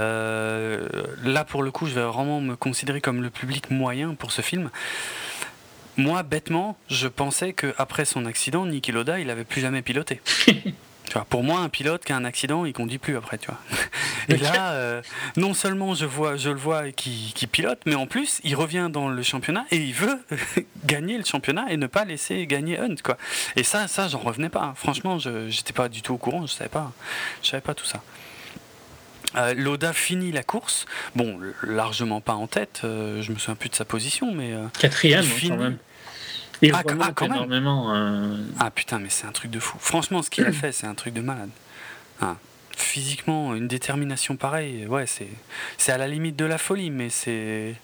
là, pour le coup, je vais vraiment me considérer comme le public moyen pour ce film. Moi, bêtement, je pensais qu'après son accident, Niki Lauda, il n'avait plus jamais piloté. Tu vois, pour moi, un pilote qui a un accident, il conduit plus après, tu vois. Et là, non seulement je le vois qui pilote, mais en plus, il revient dans le championnat et il veut gagner le championnat et ne pas laisser gagner Hunt, quoi. Et ça, j'en revenais pas. Franchement, j'étais pas du tout au courant, je savais pas tout ça. Lauda finit la course, bon, largement pas en tête, je me souviens plus de sa position, mais 4e quand même. Il remonte quand énormément. Ah putain, mais c'est un truc de fou. Franchement, ce qu'il a fait, c'est un truc de malade. Physiquement, une détermination pareille, c'est à la limite de la folie, mais c'est...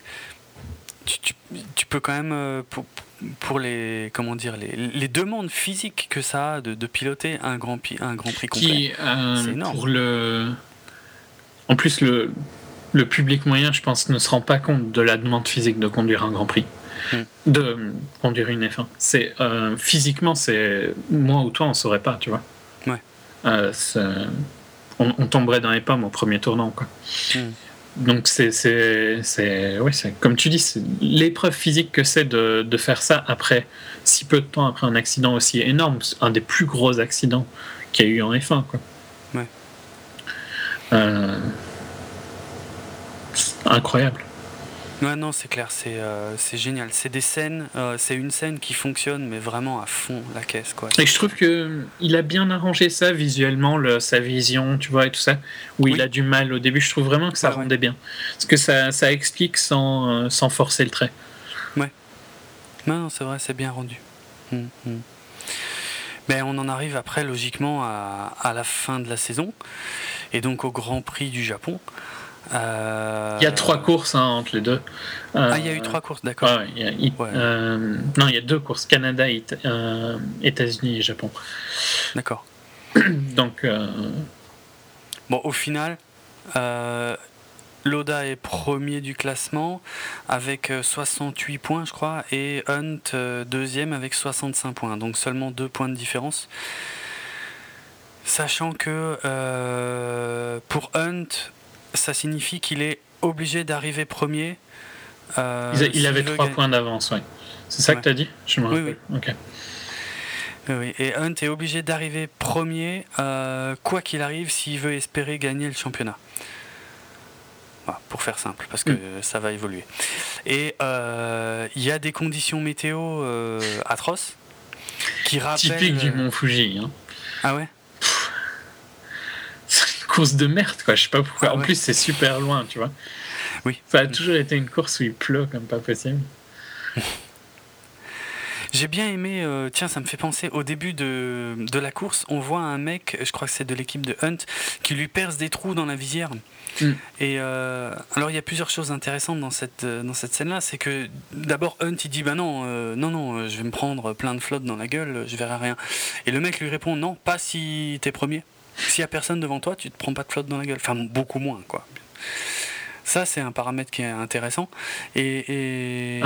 Tu peux quand même, pour les demandes physiques que ça a de piloter un Grand Prix complet, c'est énorme. En plus, le public moyen, je pense, ne se rend pas compte de la demande physique de conduire un Grand Prix. De conduire une F1. Physiquement, moi ou toi, on saurait pas, tu vois. Ouais. On tomberait dans les pommes au premier tournant, quoi. Donc c'est comme tu dis, c'est l'épreuve physique que c'est de faire ça après si peu de temps après un accident aussi énorme, un des plus gros accidents qu'il y a eu en F1, quoi. Ouais. Incroyable. Ouais, non, c'est clair, c'est génial. C'est des scènes, c'est une scène qui fonctionne, mais vraiment à fond la caisse, quoi. Et je trouve qu'il a bien arrangé ça visuellement, sa vision, tu vois, et tout ça, où il a du mal au début. Je trouve vraiment que ça rendait bien. Parce que ça explique sans forcer le trait. Ouais. Non, c'est vrai, c'est bien rendu. Ben, on en arrive après, logiquement, à la fin de la saison, et donc au Grand Prix du Japon. Il y a 3 courses entre les deux. Il y a eu 3 courses, d'accord. Non, il y a 2 courses, Canada, États-Unis et Japon. D'accord. Donc, bon, au final, Lauda est premier du classement avec 68 points, je crois, et Hunt deuxième avec 65 points, donc seulement 2 points de différence. Sachant que pour Hunt, ça signifie qu'il est obligé d'arriver premier. Il avait 3 points d'avance, ouais. C'est ça que tu as dit ? Je me rappelle. Oui. Okay. Oui, et Hunt est obligé d'arriver premier, quoi qu'il arrive, s'il veut espérer gagner le championnat. Voilà, pour faire simple, parce que ça va évoluer. Et il y a des conditions météo atroces qui rappellent... Typique du Mont Fuji. Hein. Ah ouais ? C'est une course de merde, quoi. Je sais pas pourquoi. En plus, c'est super loin, tu vois. Oui. Ça a toujours été une course où il pleut comme pas possible. J'ai bien aimé, tiens, ça me fait penser, au début de la course, on voit un mec, je crois que c'est de l'équipe de Hunt, qui lui perce des trous dans la visière. Et alors il y a plusieurs choses intéressantes dans cette scène-là, c'est que d'abord Hunt il dit non, je vais me prendre plein de flotte dans la gueule, je verrai rien. Et le mec lui répond non, pas si t'es premier. S'il y a personne devant toi, tu te prends pas de flotte dans la gueule. Enfin beaucoup moins quoi. Ça c'est un paramètre qui est intéressant. Je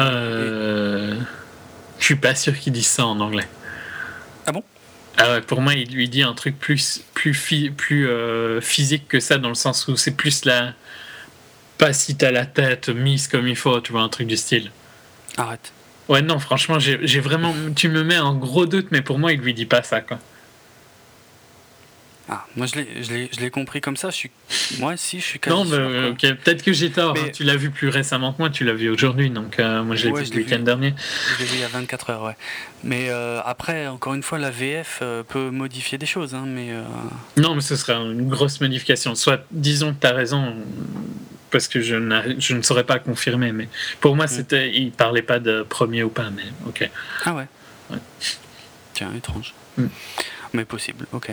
suis pas sûr qu'il dise ça en anglais. Ah bon? Ah ouais, pour moi, il lui dit un truc plus physique que ça, dans le sens où c'est plus la... Pas si t'as la tête mise comme il faut, tu vois, un truc du style. Arrête. Ouais, non, franchement, j'ai vraiment... Tu me mets en gros doute, mais pour moi, il lui dit pas ça, quoi. Ah, moi je l'ai compris comme ça, je suis quasi non, sûr. Ok, peut-être que j'ai tort, mais... Tu l'as vu plus récemment que moi, tu l'as vu aujourd'hui, donc moi je l'ai vu le week-end dernier. Je l'ai vu il y a 24 heures, ouais. Mais après, encore une fois, la VF peut modifier des choses, hein, mais... Non, mais ce serait une grosse modification. Soit, disons que tu as raison, parce que je ne saurais pas confirmer, mais pour moi, il parlait pas de premier ou pas, mais ok. Ah ouais. Tiens, étrange. Mais possible, ok.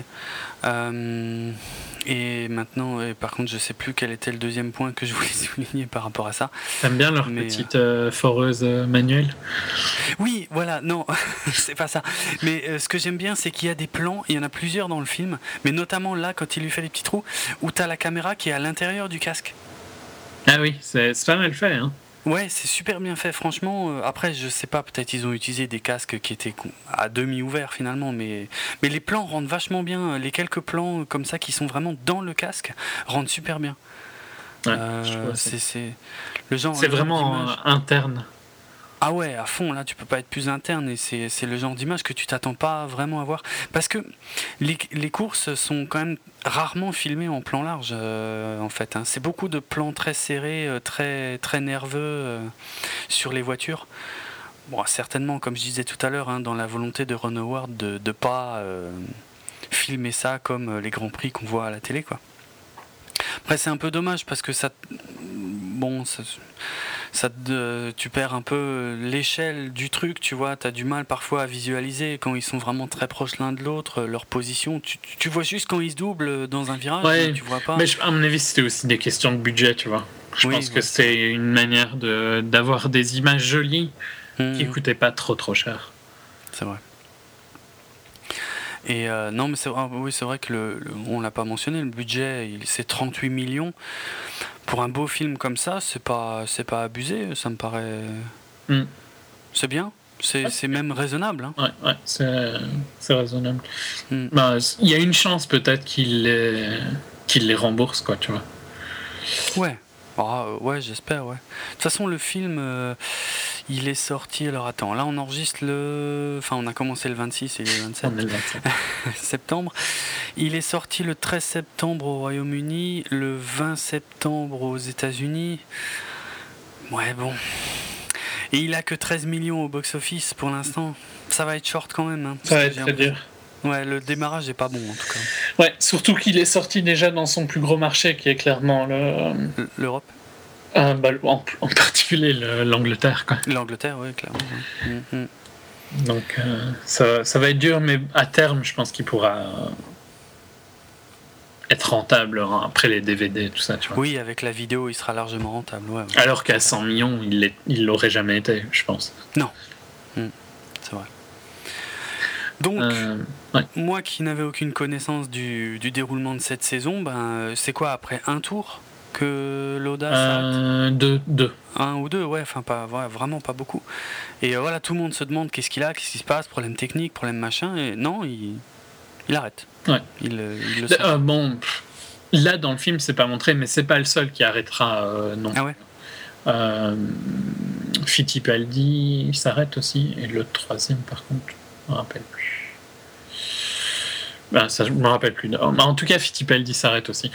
Et maintenant, par contre, je sais plus quel était le deuxième point que je voulais souligner par rapport à ça. T'aimes bien leur petite foreuse manuelle? Oui, voilà, non, c'est pas ça. Mais ce que j'aime bien, c'est qu'il y a des plans, il y en a plusieurs dans le film, mais notamment là, quand il lui fait les petits trous, où t'as la caméra qui est à l'intérieur du casque. Ah oui, c'est pas mal fait, hein. Ouais, c'est super bien fait, franchement. Après, je sais pas, peut-être ils ont utilisé des casques qui étaient à demi ouverts finalement, mais les plans rendent vachement bien. Les quelques plans comme ça qui sont vraiment dans le casque rendent super bien. Ouais, c'est le genre. C'est vraiment interne. Ah ouais, à fond, là tu peux pas être plus interne, et c'est le genre d'image que tu t'attends pas vraiment à voir. Parce que les courses sont quand même rarement filmées en plan large, en fait. Hein. C'est beaucoup de plans très serrés, très, très nerveux sur les voitures. Bon, certainement, comme je disais tout à l'heure, hein, dans la volonté de Ron Howard de pas filmer ça comme les Grands Prix qu'on voit à la télé, quoi. Après, c'est un peu dommage parce que ça... Bon, tu perds un peu l'échelle du truc, tu vois, t'as du mal parfois à visualiser quand ils sont vraiment très proches l'un de l'autre, leur position, tu vois juste quand ils se doublent dans un virage, ouais, tu vois pas. Mais à mon avis, c'était aussi des questions de budget, tu vois. Je pense que c'est une manière d'avoir des images jolies qui coûtaient pas trop cher. C'est vrai. Et non, mais c'est vrai que on l'a pas mentionné, le budget, c'est 38 millions. Pour un beau film comme ça, c'est pas abusé, ça me paraît. C'est bien, c'est même raisonnable. Hein. Ouais, c'est raisonnable. Bah, il y a une chance peut-être qu'il les rembourse, quoi, tu vois. Ouais. Ouais, j'espère, ouais. De toute façon, le film, il est sorti... Alors, attends, là, on enregistre Enfin, on a commencé le 26 et le 27 on est le 27. septembre. Il est sorti le 13 septembre au Royaume-Uni, le 20 septembre aux États-Unis. Ouais, bon. Et il a que 13 millions au box-office pour l'instant. Ça va être short quand même. Hein, ça va être très dur. Ouais, le démarrage est pas bon en tout cas. Ouais, surtout qu'il est sorti déjà dans son plus gros marché qui est clairement l'Europe. En particulier l'Angleterre, quoi. L'Angleterre, oui, clairement. Ouais. Donc ça va être dur, mais à terme, je pense qu'il pourra être rentable après les DVD, tout ça, tu vois. Oui, avec la vidéo, il sera largement rentable. Ouais. Alors qu'à 100 millions, il l'aurait jamais été, je pense. Non, c'est vrai. Donc, moi qui n'avais aucune connaissance du déroulement de cette saison, c'est quoi après un tour que l'audace s'arrête ? Deux. Un ou deux, ouais, enfin vraiment pas beaucoup. Et voilà, tout le monde se demande qu'est-ce qu'il a, qu'est-ce qui se passe, problème technique, problème machin, et non, il arrête. Ouais. Il le sait. Bon, là dans le film c'est pas montré, mais c'est pas le seul qui arrêtera non. Ah ouais. Fittipaldi s'arrête aussi, et le troisième par contre, je me rappelle plus. Ça, je me rappelle plus. En tout cas, Fittipaldi s'arrête aussi.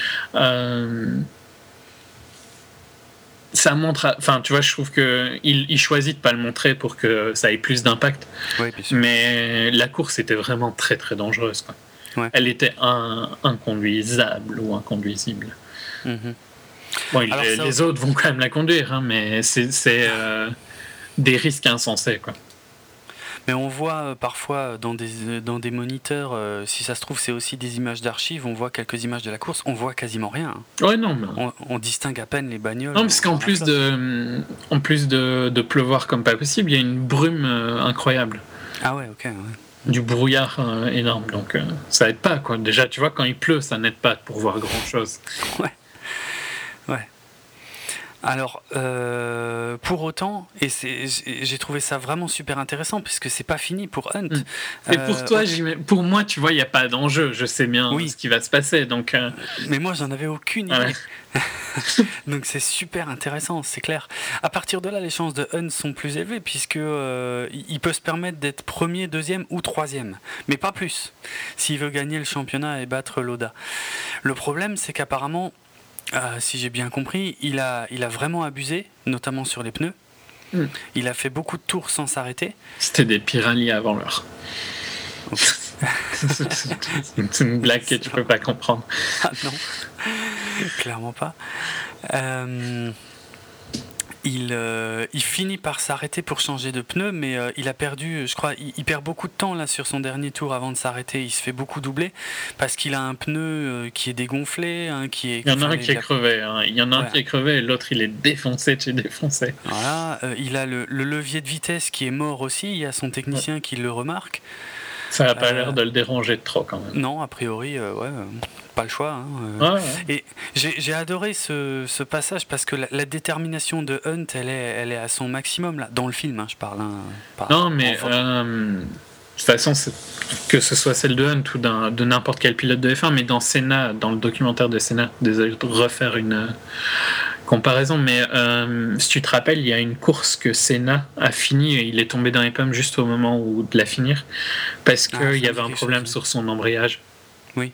Ça montre, enfin, tu vois, je trouve que il choisit de pas le montrer pour que ça ait plus d'impact. Oui, bien sûr. Mais la course était vraiment très très dangereuse, quoi. Ouais. Elle était inconduisable ou inconduisible. Bon, les autres vont quand même la conduire, hein, mais c'est des risques insensés, quoi. Mais on voit parfois dans des moniteurs, si ça se trouve c'est aussi des images d'archives, on voit quelques images de la course, on voit quasiment rien. Ouais, non. Mais... On distingue à peine les bagnoles. Non, parce qu'en plus de pleuvoir comme pas possible, il y a une brume incroyable. Ah ouais, ok. Ouais. Du brouillard énorme, donc ça aide pas, quoi. Déjà, tu vois, quand il pleut, ça n'aide pas pour voir grand-chose. Ouais. Alors, pour autant, et j'ai trouvé ça vraiment super intéressant, puisque c'est pas fini pour Hunt. Et pour toi, pour moi, tu vois, il n'y a pas d'enjeu. Je sais bien ce qui va se passer. Donc, mais moi, j'en avais aucune idée. Ouais. Donc c'est super intéressant, c'est clair. À partir de là, les chances de Hunt sont plus élevées, puisque il peut se permettre d'être premier, deuxième ou troisième, mais pas plus, s'il veut gagner le championnat et battre Lauda. Le problème, c'est qu'apparemment, si j'ai bien compris, il a vraiment abusé, notamment sur les pneus. Il a fait beaucoup de tours sans s'arrêter. C'était des Pirelli avant l'heure. C'est une blague que tu peux pas comprendre. Ah non, clairement pas. Il finit par s'arrêter pour changer de pneu, mais il a perdu, je crois, il perd beaucoup de temps là sur son dernier tour avant de s'arrêter. Il se fait beaucoup doubler parce qu'il a un pneu qui est dégonflé, qui est. Il y en a un qui est crevé, il y en a un qui est crevé et l'autre il est défoncé. Voilà, il a le levier de vitesse qui est mort aussi. Il y a son technicien qui le remarque. Ça n'a pas l'air de le déranger de trop quand même. Non, a priori, pas le choix. Et j'ai adoré ce passage parce que la détermination de Hunt, elle est à son maximum là, dans le film, je parle. Non, mais de toute façon, que ce soit celle de Hunt ou de n'importe quel pilote de F1, mais dans Senna, dans le documentaire de Senna, désolé de refaire une comparaison, mais si tu te rappelles, il y a une course que Senna a fini et il est tombé dans les pommes juste au moment de la finir parce qu'il y avait un problème sur son embrayage. Oui.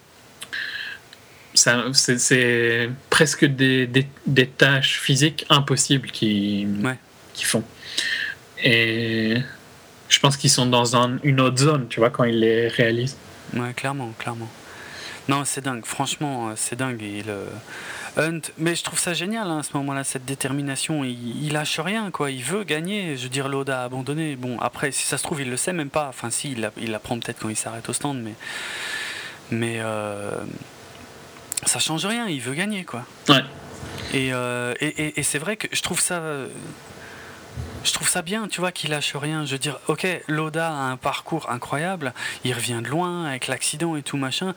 C'est presque des tâches physiques impossibles qu'ils font. Et je pense qu'ils sont dans une autre zone, tu vois, quand ils les réalisent. Ouais, clairement. Non, c'est dingue, franchement, c'est dingue. Hunt, mais je trouve ça génial à ce moment-là, cette détermination. Il lâche rien, quoi. Il veut gagner. Je veux dire, Lauda a abandonné. Bon, après, si ça se trouve, il le sait même pas. Enfin, si, il l'apprend peut-être quand il s'arrête au stand, mais ça change rien. Il veut gagner, quoi. Ouais. Et c'est vrai que je trouve ça bien, tu vois, qu'il lâche rien. Je veux dire, ok, Lauda a un parcours incroyable. Il revient de loin avec l'accident et tout machin.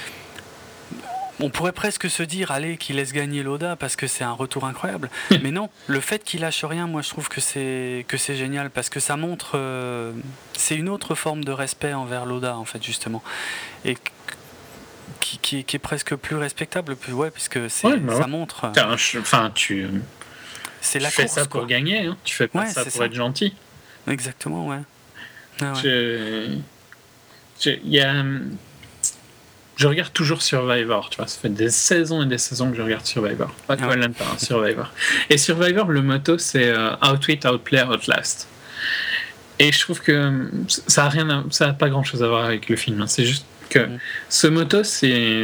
On pourrait presque se dire, allez, qu'il laisse gagner Lauda parce que c'est un retour incroyable. Mais non, le fait qu'il lâche rien, moi je trouve que c'est génial parce que ça montre, c'est une autre forme de respect envers Lauda en fait justement, et qui est presque plus respectable, parce que ça montre. C'est la tu fais course, ça pour gagner, hein. Tu fais pas ça pour être gentil. Exactement, ouais. Je regarde toujours Survivor, tu vois, ça fait des saisons et des saisons que je regarde Survivor. Pas Koh-Lanta, Survivor. Et Survivor, le motto, c'est Outwit, Outplay, Outlast. Et je trouve que ça a pas grand-chose à voir avec le film. Hein. C'est juste que ce motto, c'est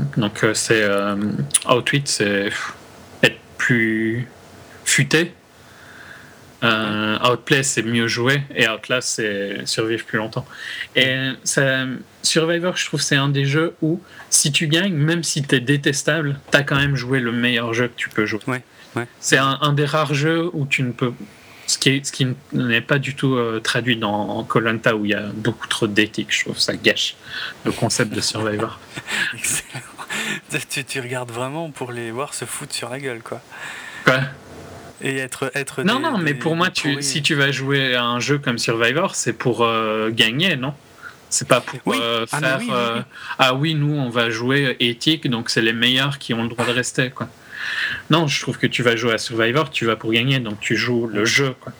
Outwit, c'est être plus futé. Outplay, c'est mieux jouer, et Outlast, c'est survivre plus longtemps. Et Survivor, je trouve, c'est un des jeux où si tu gagnes, même si t'es détestable, t'as quand même joué le meilleur jeu que tu peux jouer. Ouais. C'est un des rares jeux où tu ne peux, ce qui n'est pas du tout traduit dans Koh-Lanta, où il y a beaucoup trop d'éthique. Je trouve ça gâche le concept de Survivor. Excellent. Tu regardes vraiment pour les voir se foutre sur la gueule, quoi. Quoi? Et être non, mais pour moi, si tu vas jouer à un jeu comme Survivor, c'est pour gagner, non? C'est pas pour faire oui, nous on va jouer éthique, donc c'est les meilleurs qui ont le droit de rester, quoi. Non, je trouve que tu vas jouer à Survivor, tu vas pour gagner, donc tu joues le jeu, quoi.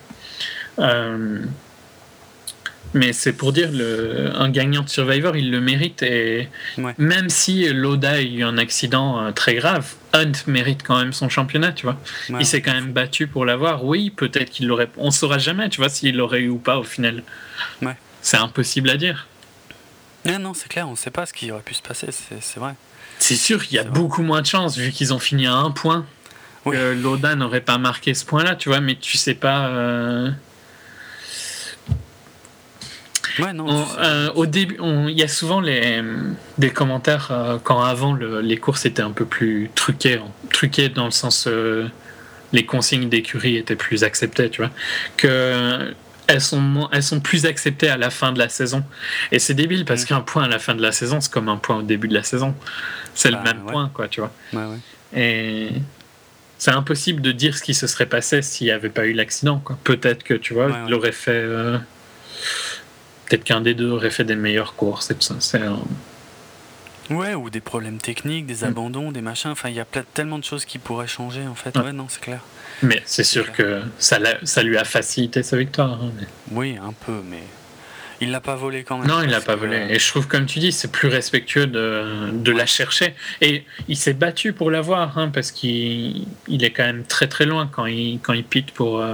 Mais c'est pour dire, un gagnant de Survivor, il le mérite, et même si Lauda a eu un accident très grave, Hunt mérite quand même son championnat, tu vois. Il s'est quand même battu pour l'avoir. Oui, peut-être qu'il l'aurait... On saura jamais, tu vois, s'il l'aurait eu ou pas au final. Ouais. C'est impossible à dire. Non, c'est clair, on sait pas ce qui aurait pu se passer, c'est vrai. C'est sûr qu'il y a beaucoup moins de chances, vu qu'ils ont fini à 1 point. Oui. Lauda n'aurait pas marqué ce point-là, tu vois, mais tu sais pas... Ouais, non. Au début, il y a souvent des commentaires quand avant les courses étaient un peu plus truquées dans le sens les consignes d'écurie étaient plus acceptées, tu vois, que elles sont plus acceptées à la fin de la saison. Et c'est débile parce qu'un point à la fin de la saison, c'est comme un point au début de la saison. C'est le même point, quoi, tu vois. Ouais. Et c'est impossible de dire ce qui se serait passé s'il n'y avait pas eu l'accident, quoi. Peut-être que, tu vois, il aurait fait... peut-être qu'un des deux aurait fait des meilleures courses et tout ça. Ouais, ou des problèmes techniques, des abandons, des machins. Enfin, il y a tellement de choses qui pourraient changer, en fait. Ouais, non, c'est clair. Mais c'est sûr que ça lui a facilité sa victoire. Hein, mais... Oui, un peu, mais il l'a pas volé quand même. Non, il l'a pas volé. Et je trouve, comme tu dis, c'est plus respectueux de la chercher. Et il s'est battu pour l'avoir, hein, parce qu'il est quand même très très loin quand il pite pour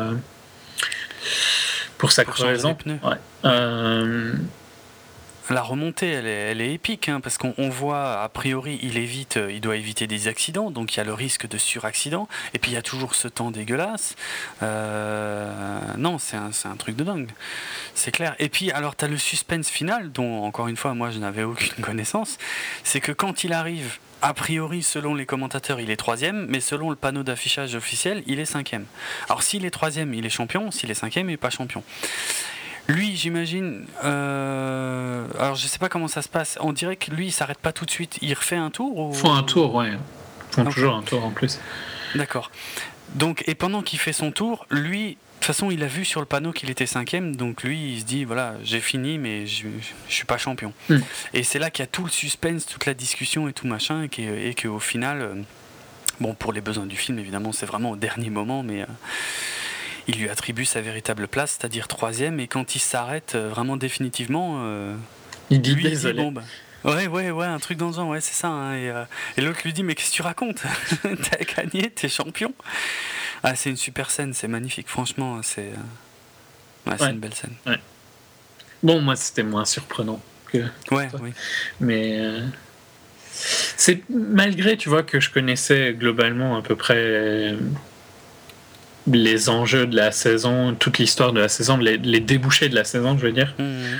sa crevaison. Ouais. La remontée, elle est épique, hein, parce qu'on voit, a priori, il doit éviter des accidents, donc il y a le risque de suraccident, et puis il y a toujours ce temps dégueulasse. Non, c'est un truc de dingue, c'est clair. Et puis, alors, tu as le suspense final, dont, encore une fois, moi, je n'avais aucune connaissance, c'est que quand il arrive, a priori, selon les commentateurs, il est 3e, mais selon le panneau d'affichage officiel, il est 5e. Alors, s'il est 3e, il est champion, s'il est 5e, il n'est pas champion. Lui, j'imagine... alors, je sais pas comment ça se passe. On dirait que lui, il s'arrête pas tout de suite. Il refait un tour ou... Ils font un tour, ouais. Ils font toujours un tour en plus. D'accord. Donc, et pendant qu'il fait son tour, lui... De toute façon, il a vu sur le panneau qu'il était 5e. Donc, lui, il se dit, voilà, j'ai fini, mais je suis pas champion. Et c'est là qu'il y a tout le suspense, toute la discussion et tout machin. Et qu'au final... bon, pour les besoins du film, évidemment, c'est vraiment au dernier moment, mais... il lui attribue sa véritable place, c'est-à-dire 3e, et quand il s'arrête vraiment définitivement, il dit désolé. Bon, bah, ouais, un truc dans le genre, ouais, c'est ça. Hein, et l'autre lui dit, mais qu'est-ce que tu racontes? T'as gagné, t'es champion. Ah, c'est une super scène, c'est magnifique, franchement, c'est une belle scène. Ouais. Bon, moi, c'était moins surprenant que. Ouais, oui. Mais c'est malgré, tu vois, que je connaissais globalement à peu près. Les enjeux de la saison, toute l'histoire de la saison, les débouchés de la saison, je veux dire,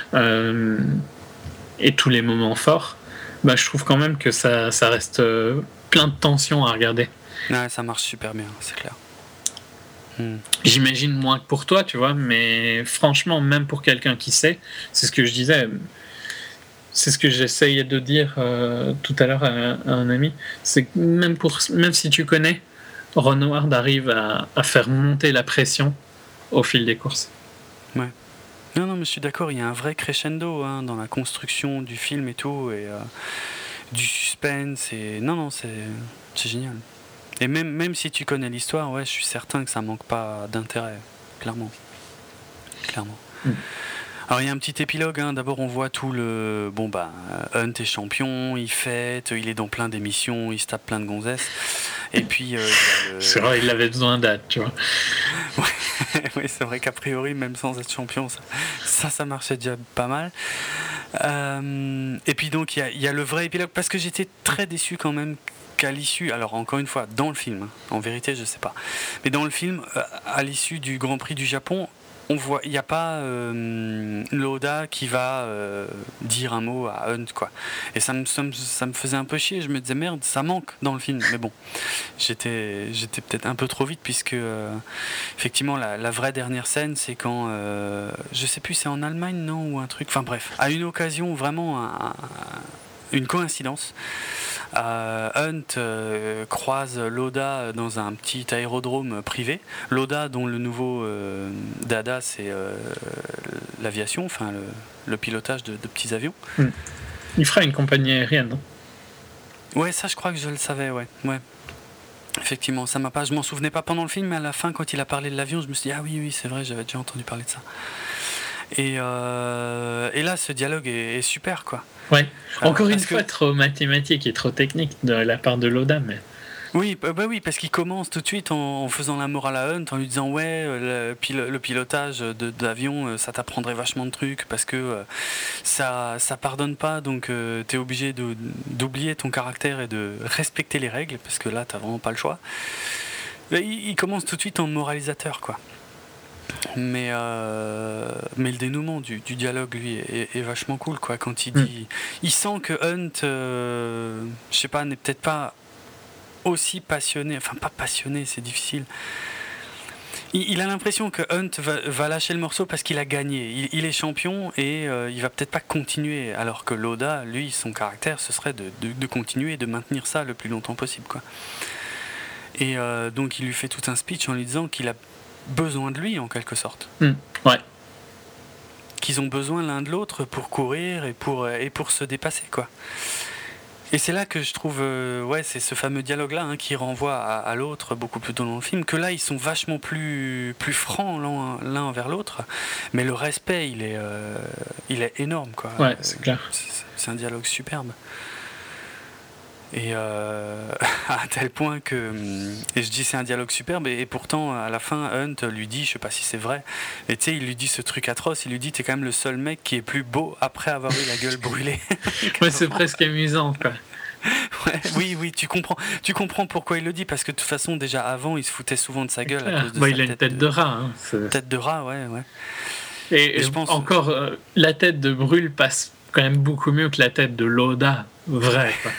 et tous les moments forts, bah, je trouve quand même que ça reste plein de tensions à regarder. Ouais, ça marche super bien, c'est clair. J'imagine moins que pour toi, tu vois, mais franchement, même pour quelqu'un qui sait, c'est ce que je disais, c'est ce que j'essayais de dire tout à l'heure à un ami, c'est que même si tu connais, Ron Howard arrive à faire monter la pression au fil des courses. Ouais. Non, mais je suis d'accord, il y a un vrai crescendo hein, dans la construction du film et tout, et du suspense, et non, c'est génial. Et même si tu connais l'histoire, ouais, je suis certain que ça manque pas d'intérêt, clairement. Alors il y a un petit épilogue, hein. D'abord on voit tout le... Bon bah, Hunt est champion, il fête, il est dans plein d'émissions, il se tape plein de gonzesses. Et puis... C'est vrai, il avait besoin d'aide, tu vois. Oui, c'est vrai qu'a priori, même sans être champion, ça marchait déjà pas mal. Et puis donc il y a le vrai épilogue, parce que j'étais très déçu quand même qu'à l'issue, alors encore une fois, dans le film, en vérité je sais pas, mais dans le film, à l'issue du Grand Prix du Japon, on voit, il n'y a pas Loda qui va dire un mot à Hunt, quoi. Et ça me faisait un peu chier. Je me disais merde, ça manque dans le film. Mais bon, j'étais peut-être un peu trop vite, puisque effectivement la vraie dernière scène, c'est quand je sais plus, c'est en Allemagne, non, ou un truc. Enfin bref, à une occasion vraiment une coïncidence. Hunt croise Loda dans un petit aérodrome privé. Loda, dont le nouveau dada, c'est l'aviation, enfin le pilotage de petits avions. Il fera une compagnie aérienne, non? Ouais, ça je crois que je le savais, ouais. Effectivement, ça m'a pas, je m'en souvenais pas pendant le film, mais à la fin, quand il a parlé de l'avion, je me suis dit ah oui, c'est vrai, j'avais déjà entendu parler de ça. Et là, ce dialogue est super, quoi. Ouais. Encore une fois, trop mathématique et trop technique de la part de Loda, mais... Oui, oui, parce qu'il commence tout de suite en faisant la morale à Hunt, en lui disant ouais, le pilotage d'avion, ça t'apprendrait vachement de trucs, parce que ça pardonne pas, donc t'es obligé d'oublier ton caractère et de respecter les règles, parce que là, t'as vraiment pas le choix. Il commence tout de suite en moralisateur, quoi. Mais le dénouement du dialogue, lui, est vachement cool, quoi. Quand il dit... Il sent que Hunt, je sais pas, n'est peut-être pas aussi passionné. Enfin, pas passionné, c'est difficile. Il a l'impression que Hunt va lâcher le morceau parce qu'il a gagné. Il est champion et il va peut-être pas continuer. Alors que Lauda, lui, son caractère, ce serait de continuer et de maintenir ça le plus longtemps possible, quoi. Et donc il lui fait tout un speech en lui disant qu'il a besoin de lui, en quelque sorte. Ouais. Qu'ils ont besoin l'un de l'autre pour courir et pour se dépasser, quoi. Et c'est là que je trouve, c'est ce fameux dialogue-là, hein, qui renvoie à l'autre beaucoup plus tôt dans le film, que là ils sont vachement plus francs l'un envers l'autre, mais le respect il est énorme, quoi. Ouais, c'est clair. C'est un dialogue superbe. Et à tel point que, et je dis c'est un dialogue superbe, et pourtant à la fin Hunt lui dit, je sais pas si c'est vrai, et tu sais, il lui dit ce truc atroce, il lui dit t'es quand même le seul mec qui est plus beau après avoir eu la gueule brûlée. Ouais, c'est presque amusant, quoi. Ouais, oui, tu comprends pourquoi il le dit, parce que de toute façon déjà avant il se foutait souvent de sa gueule à cause de il a une tête de rat, hein. Tête de rat, ouais. Et je pense encore la tête de Brûle passe quand même beaucoup mieux que la tête de Lauda, vrai, quoi.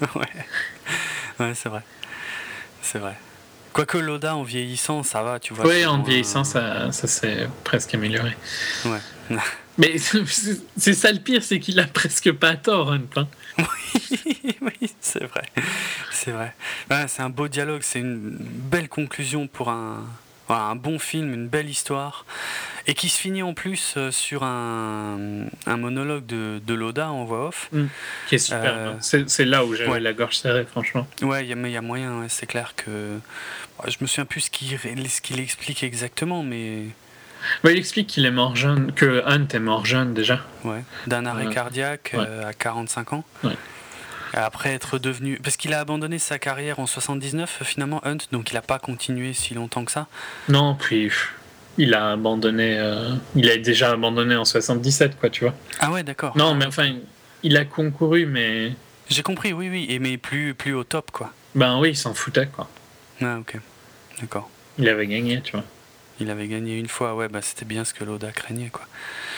Ouais, c'est vrai. Quoique Lauda en vieillissant, ça va, tu vois. Oui, en vieillissant, ça s'est presque amélioré. Ouais. Mais c'est ça le pire, c'est qu'il a presque pas tort, hein. Oui, c'est vrai. Ouais, c'est un beau dialogue, c'est une belle conclusion pour un bon film, une belle histoire, et qui se finit en plus sur un monologue de Lauda en voix off. Qui est super. C'est là où j'avais la gorge serrée, franchement. Ouais, il y a moyen, ouais, c'est clair que... Je me souviens plus ce qu'il explique exactement, mais... Il explique qu'il est mort jeune, que Hunt est mort jeune déjà. Ouais, d'un arrêt cardiaque à 45 ans. Ouais. Après être devenu... Parce qu'il a abandonné sa carrière en 79, finalement, Hunt, donc il n'a pas continué si longtemps que ça. Non, puis il a abandonné... il a déjà abandonné en 77, quoi, tu vois. Ah ouais, d'accord. Non, mais enfin, il a concouru, mais... J'ai compris, oui, mais plus au top, quoi. Ben oui, il s'en foutait, quoi. Ah, ok, d'accord. Il avait gagné, tu vois. Il avait gagné une fois, ouais, c'était bien ce que Lauda craignait, quoi.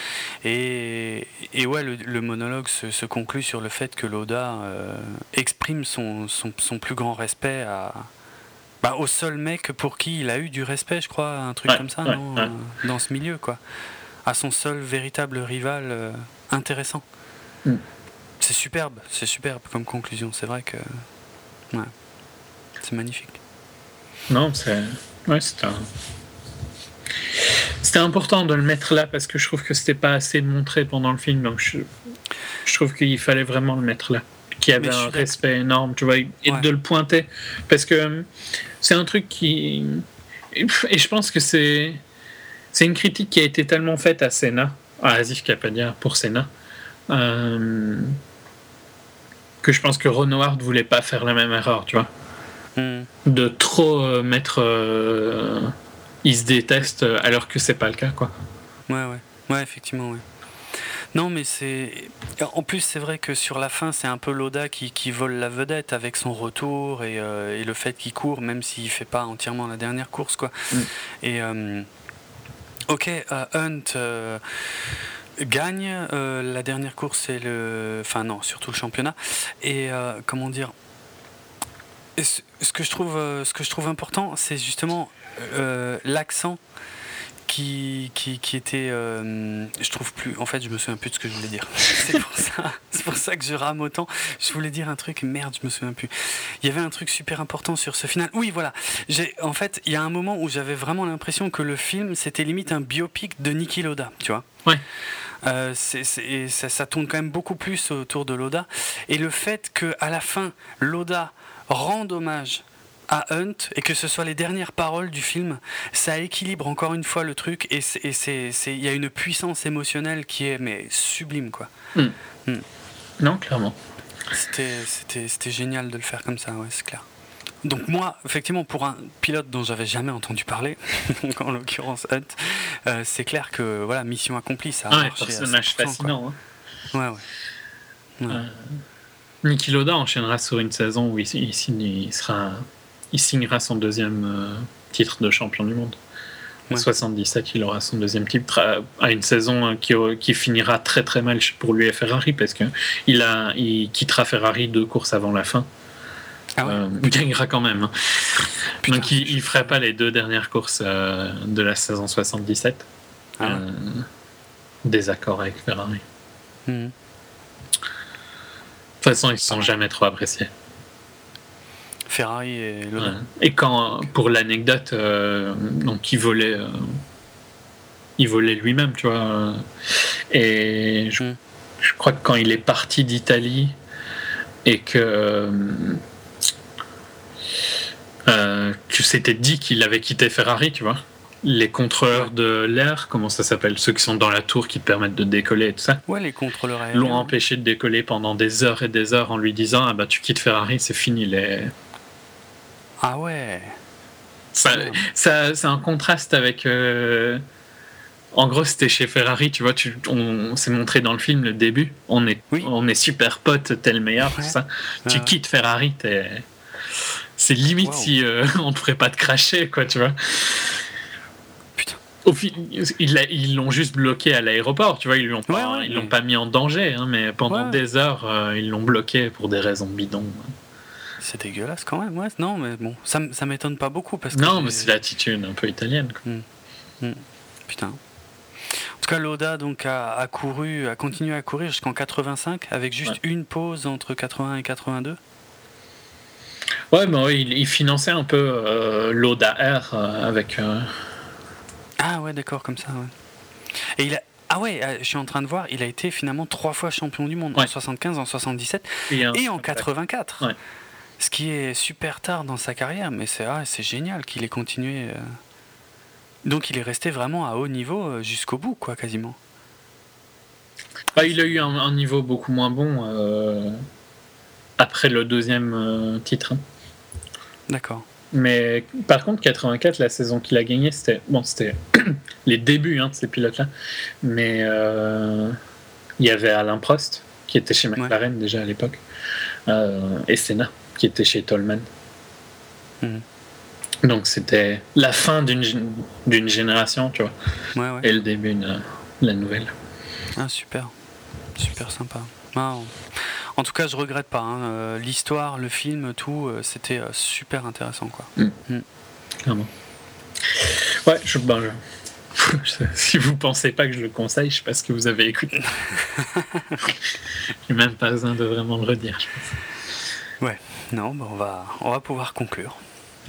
Et ouais, le monologue se conclut sur le fait que Lauda exprime son plus grand respect au seul mec pour qui il a eu du respect, je crois, un truc comme ça, non, dans ce milieu, quoi. À son seul véritable rival intéressant. C'est superbe comme conclusion, c'est vrai que... Ouais, c'est magnifique. Non, c'était important de le mettre là parce que je trouve que c'était pas assez montré pendant le film, donc je trouve qu'il fallait vraiment le mettre là, qu'il y avait un respect énorme, tu vois, et de le pointer, parce que c'est un truc qui... Et je pense que c'est une critique qui a été tellement faite à Senna, à Asif Kapadia pour Senna, que je pense que Ron Howard voulait pas faire la même erreur, tu vois. De trop mettre... ils se détestent alors que c'est pas le cas, quoi. Ouais, effectivement, ouais. Non, mais c'est... En plus, c'est vrai que sur la fin, c'est un peu Lauda qui vole la vedette avec son retour et le fait qu'il court, même s'il fait pas entièrement la dernière course, quoi. Et... Hunt... gagne la dernière course, c'est surtout le championnat, et comment dire, ce que je trouve important, c'est justement l'accent qui était, je trouve plus, en fait je me souviens plus de ce que je voulais dire. c'est pour ça que je rame autant. Je voulais dire un truc, merde, je me souviens plus. Il y avait un truc super important sur ce final. Oui, voilà, en fait il y a un moment où j'avais vraiment l'impression que le film c'était limite un biopic de Niki Lauda, tu vois. Ouais. Ça tourne quand même beaucoup plus autour de Lauda, et le fait qu'à la fin Lauda rende hommage à Hunt et que ce soit les dernières paroles du film, ça équilibre encore une fois le truc, et il y a une puissance émotionnelle qui est sublime, quoi. Non, clairement. C'était génial de le faire comme ça, ouais, c'est clair. Donc moi, effectivement, pour un pilote dont j'avais jamais entendu parler, donc en l'occurrence Hunt, c'est clair que voilà, mission accomplie, ça a marché. Personnage fascinant. Hein. Ouais. Niki Lauda enchaînera sur une saison où il signera son deuxième titre de champion du monde. En 77, il aura son deuxième titre à une saison qui finira très très mal pour lui et Ferrari parce qu'il quittera Ferrari 2 courses avant la fin. Il gagnera quand même. Hein. Putain, donc il ne ferait pas les 2 dernières courses de la saison 77. Désaccord avec Ferrari. De toute façon, ils ne se sont jamais trop appréciés. Ferrari et Lauda. Et quand, pour l'anecdote, donc il volait lui-même, tu vois. Et je crois que quand il est parti d'Italie et que s'était dit qu'il avait quitté Ferrari, tu vois. Les contrôleurs de l'air, comment ça s'appelle, ceux qui sont dans la tour qui te permettent de décoller et tout ça. Ouais, les contrôleurs aériens. L'ont empêché de décoller pendant des heures et des heures en lui disant ah bah tu quittes Ferrari, c'est fini les. Ah ouais. Ça c'est un contraste avec. En gros, c'était chez Ferrari, tu vois, on s'est montré dans le film le début. On est super potes, t'es le meilleur, tout ça. Tu quittes Ferrari, c'est limite si on te ferait pas te cracher, quoi, tu vois. Ils l'ont juste bloqué à l'aéroport, tu vois, ils l'ont pas mis en danger, hein, mais pendant des heures, ils l'ont bloqué pour des raisons bidons. C'est dégueulasse quand même, ouais. Non, mais bon, ça m'étonne pas beaucoup parce que. Non, mais c'est l'attitude un peu italienne. Quoi. Putain. En tout cas, Lauda donc a continué à courir jusqu'en 85 avec juste une pause entre 81 et 82. Ouais, mais il finançait un peu Lauda Air avec. Ah ouais, d'accord, comme ça, ouais. Et il a... Ah ouais, je suis en train de voir, il a été finalement 3 fois champion du monde, en 75, en 77 et en 84. Ouais. Ce qui est super tard dans sa carrière, mais c'est génial qu'il ait continué. Donc il est resté vraiment à haut niveau jusqu'au bout, quoi, quasiment. Il a eu un niveau beaucoup moins bon après le deuxième titre. Hein. D'accord. Mais par contre, 84, la saison qu'il a gagnée, c'était les débuts de ces pilotes-là. Mais il y avait Alain Prost, qui était chez McLaren déjà à l'époque, et Senna, qui était chez Toleman. Donc c'était la fin d'une génération, tu vois, et le début de la nouvelle. Ah, super. Super sympa. En tout cas, je regrette pas. Hein. L'histoire, le film, tout, c'était super intéressant, quoi. Clairement. Ouais, si vous pensez pas que je le conseille, je sais pas ce que vous avez écouté. J'ai même pas besoin de vraiment le redire, je pense. Ouais. Non, on va pouvoir conclure.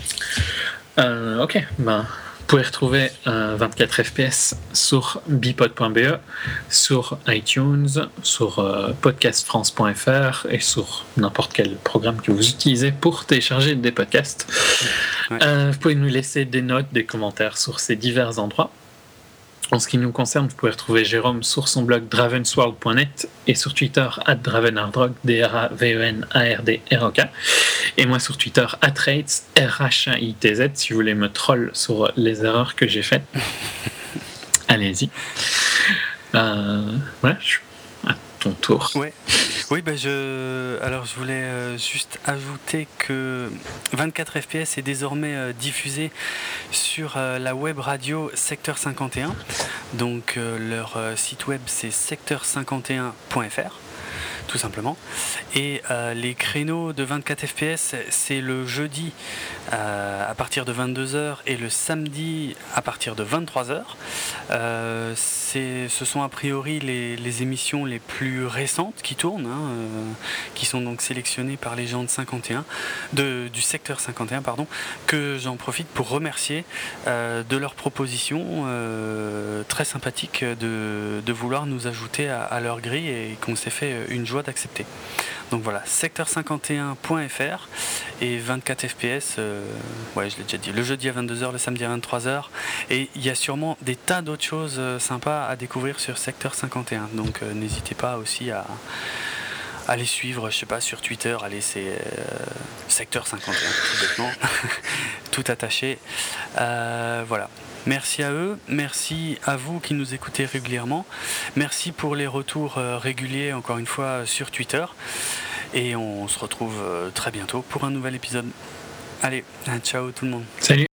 Ok. Vous pouvez retrouver 24 FPS sur bipod.be, sur iTunes, sur podcastfrance.fr et sur n'importe quel programme que vous utilisez pour télécharger des podcasts. Vous pouvez nous laisser des notes, des commentaires sur ces divers endroits. En ce qui nous concerne, vous pouvez retrouver Jérôme sur son blog dravensworld.net et sur Twitter @dravenardrog, DRAVENARDROK, et moi sur Twitter @rates, RHAITZ, si vous voulez me troll sur les erreurs que j'ai faites. Allez-y. Voilà, à ton tour. Ouais. Oui, alors je voulais juste ajouter que 24 FPS est désormais diffusé sur la web radio Secteur 51. Donc leur site web c'est secteur51.fr. Tout simplement. Et les créneaux de 24 FPS, c'est le jeudi à partir de 22h et le samedi à partir de 23h. Ce sont a priori les émissions les plus récentes qui tournent, qui sont donc sélectionnées par les gens de 51, du secteur 51, que j'en profite pour remercier de leur proposition très sympathique de vouloir nous ajouter à leur grille et qu'on s'est fait une joie d'accepter. Donc voilà, secteur51.fr et 24 FPS, je l'ai déjà dit, le jeudi à 22h, le samedi à 23h, et il y a sûrement des tas d'autres choses sympas à découvrir sur Secteur 51, donc n'hésitez pas aussi à les suivre, je sais pas, sur Twitter, c'est Secteur 51, tout bêtement, tout attaché, voilà. Merci à eux, merci à vous qui nous écoutez régulièrement, merci pour les retours réguliers, encore une fois, sur Twitter, et on se retrouve très bientôt pour un nouvel épisode. Allez, ciao tout le monde. Salut.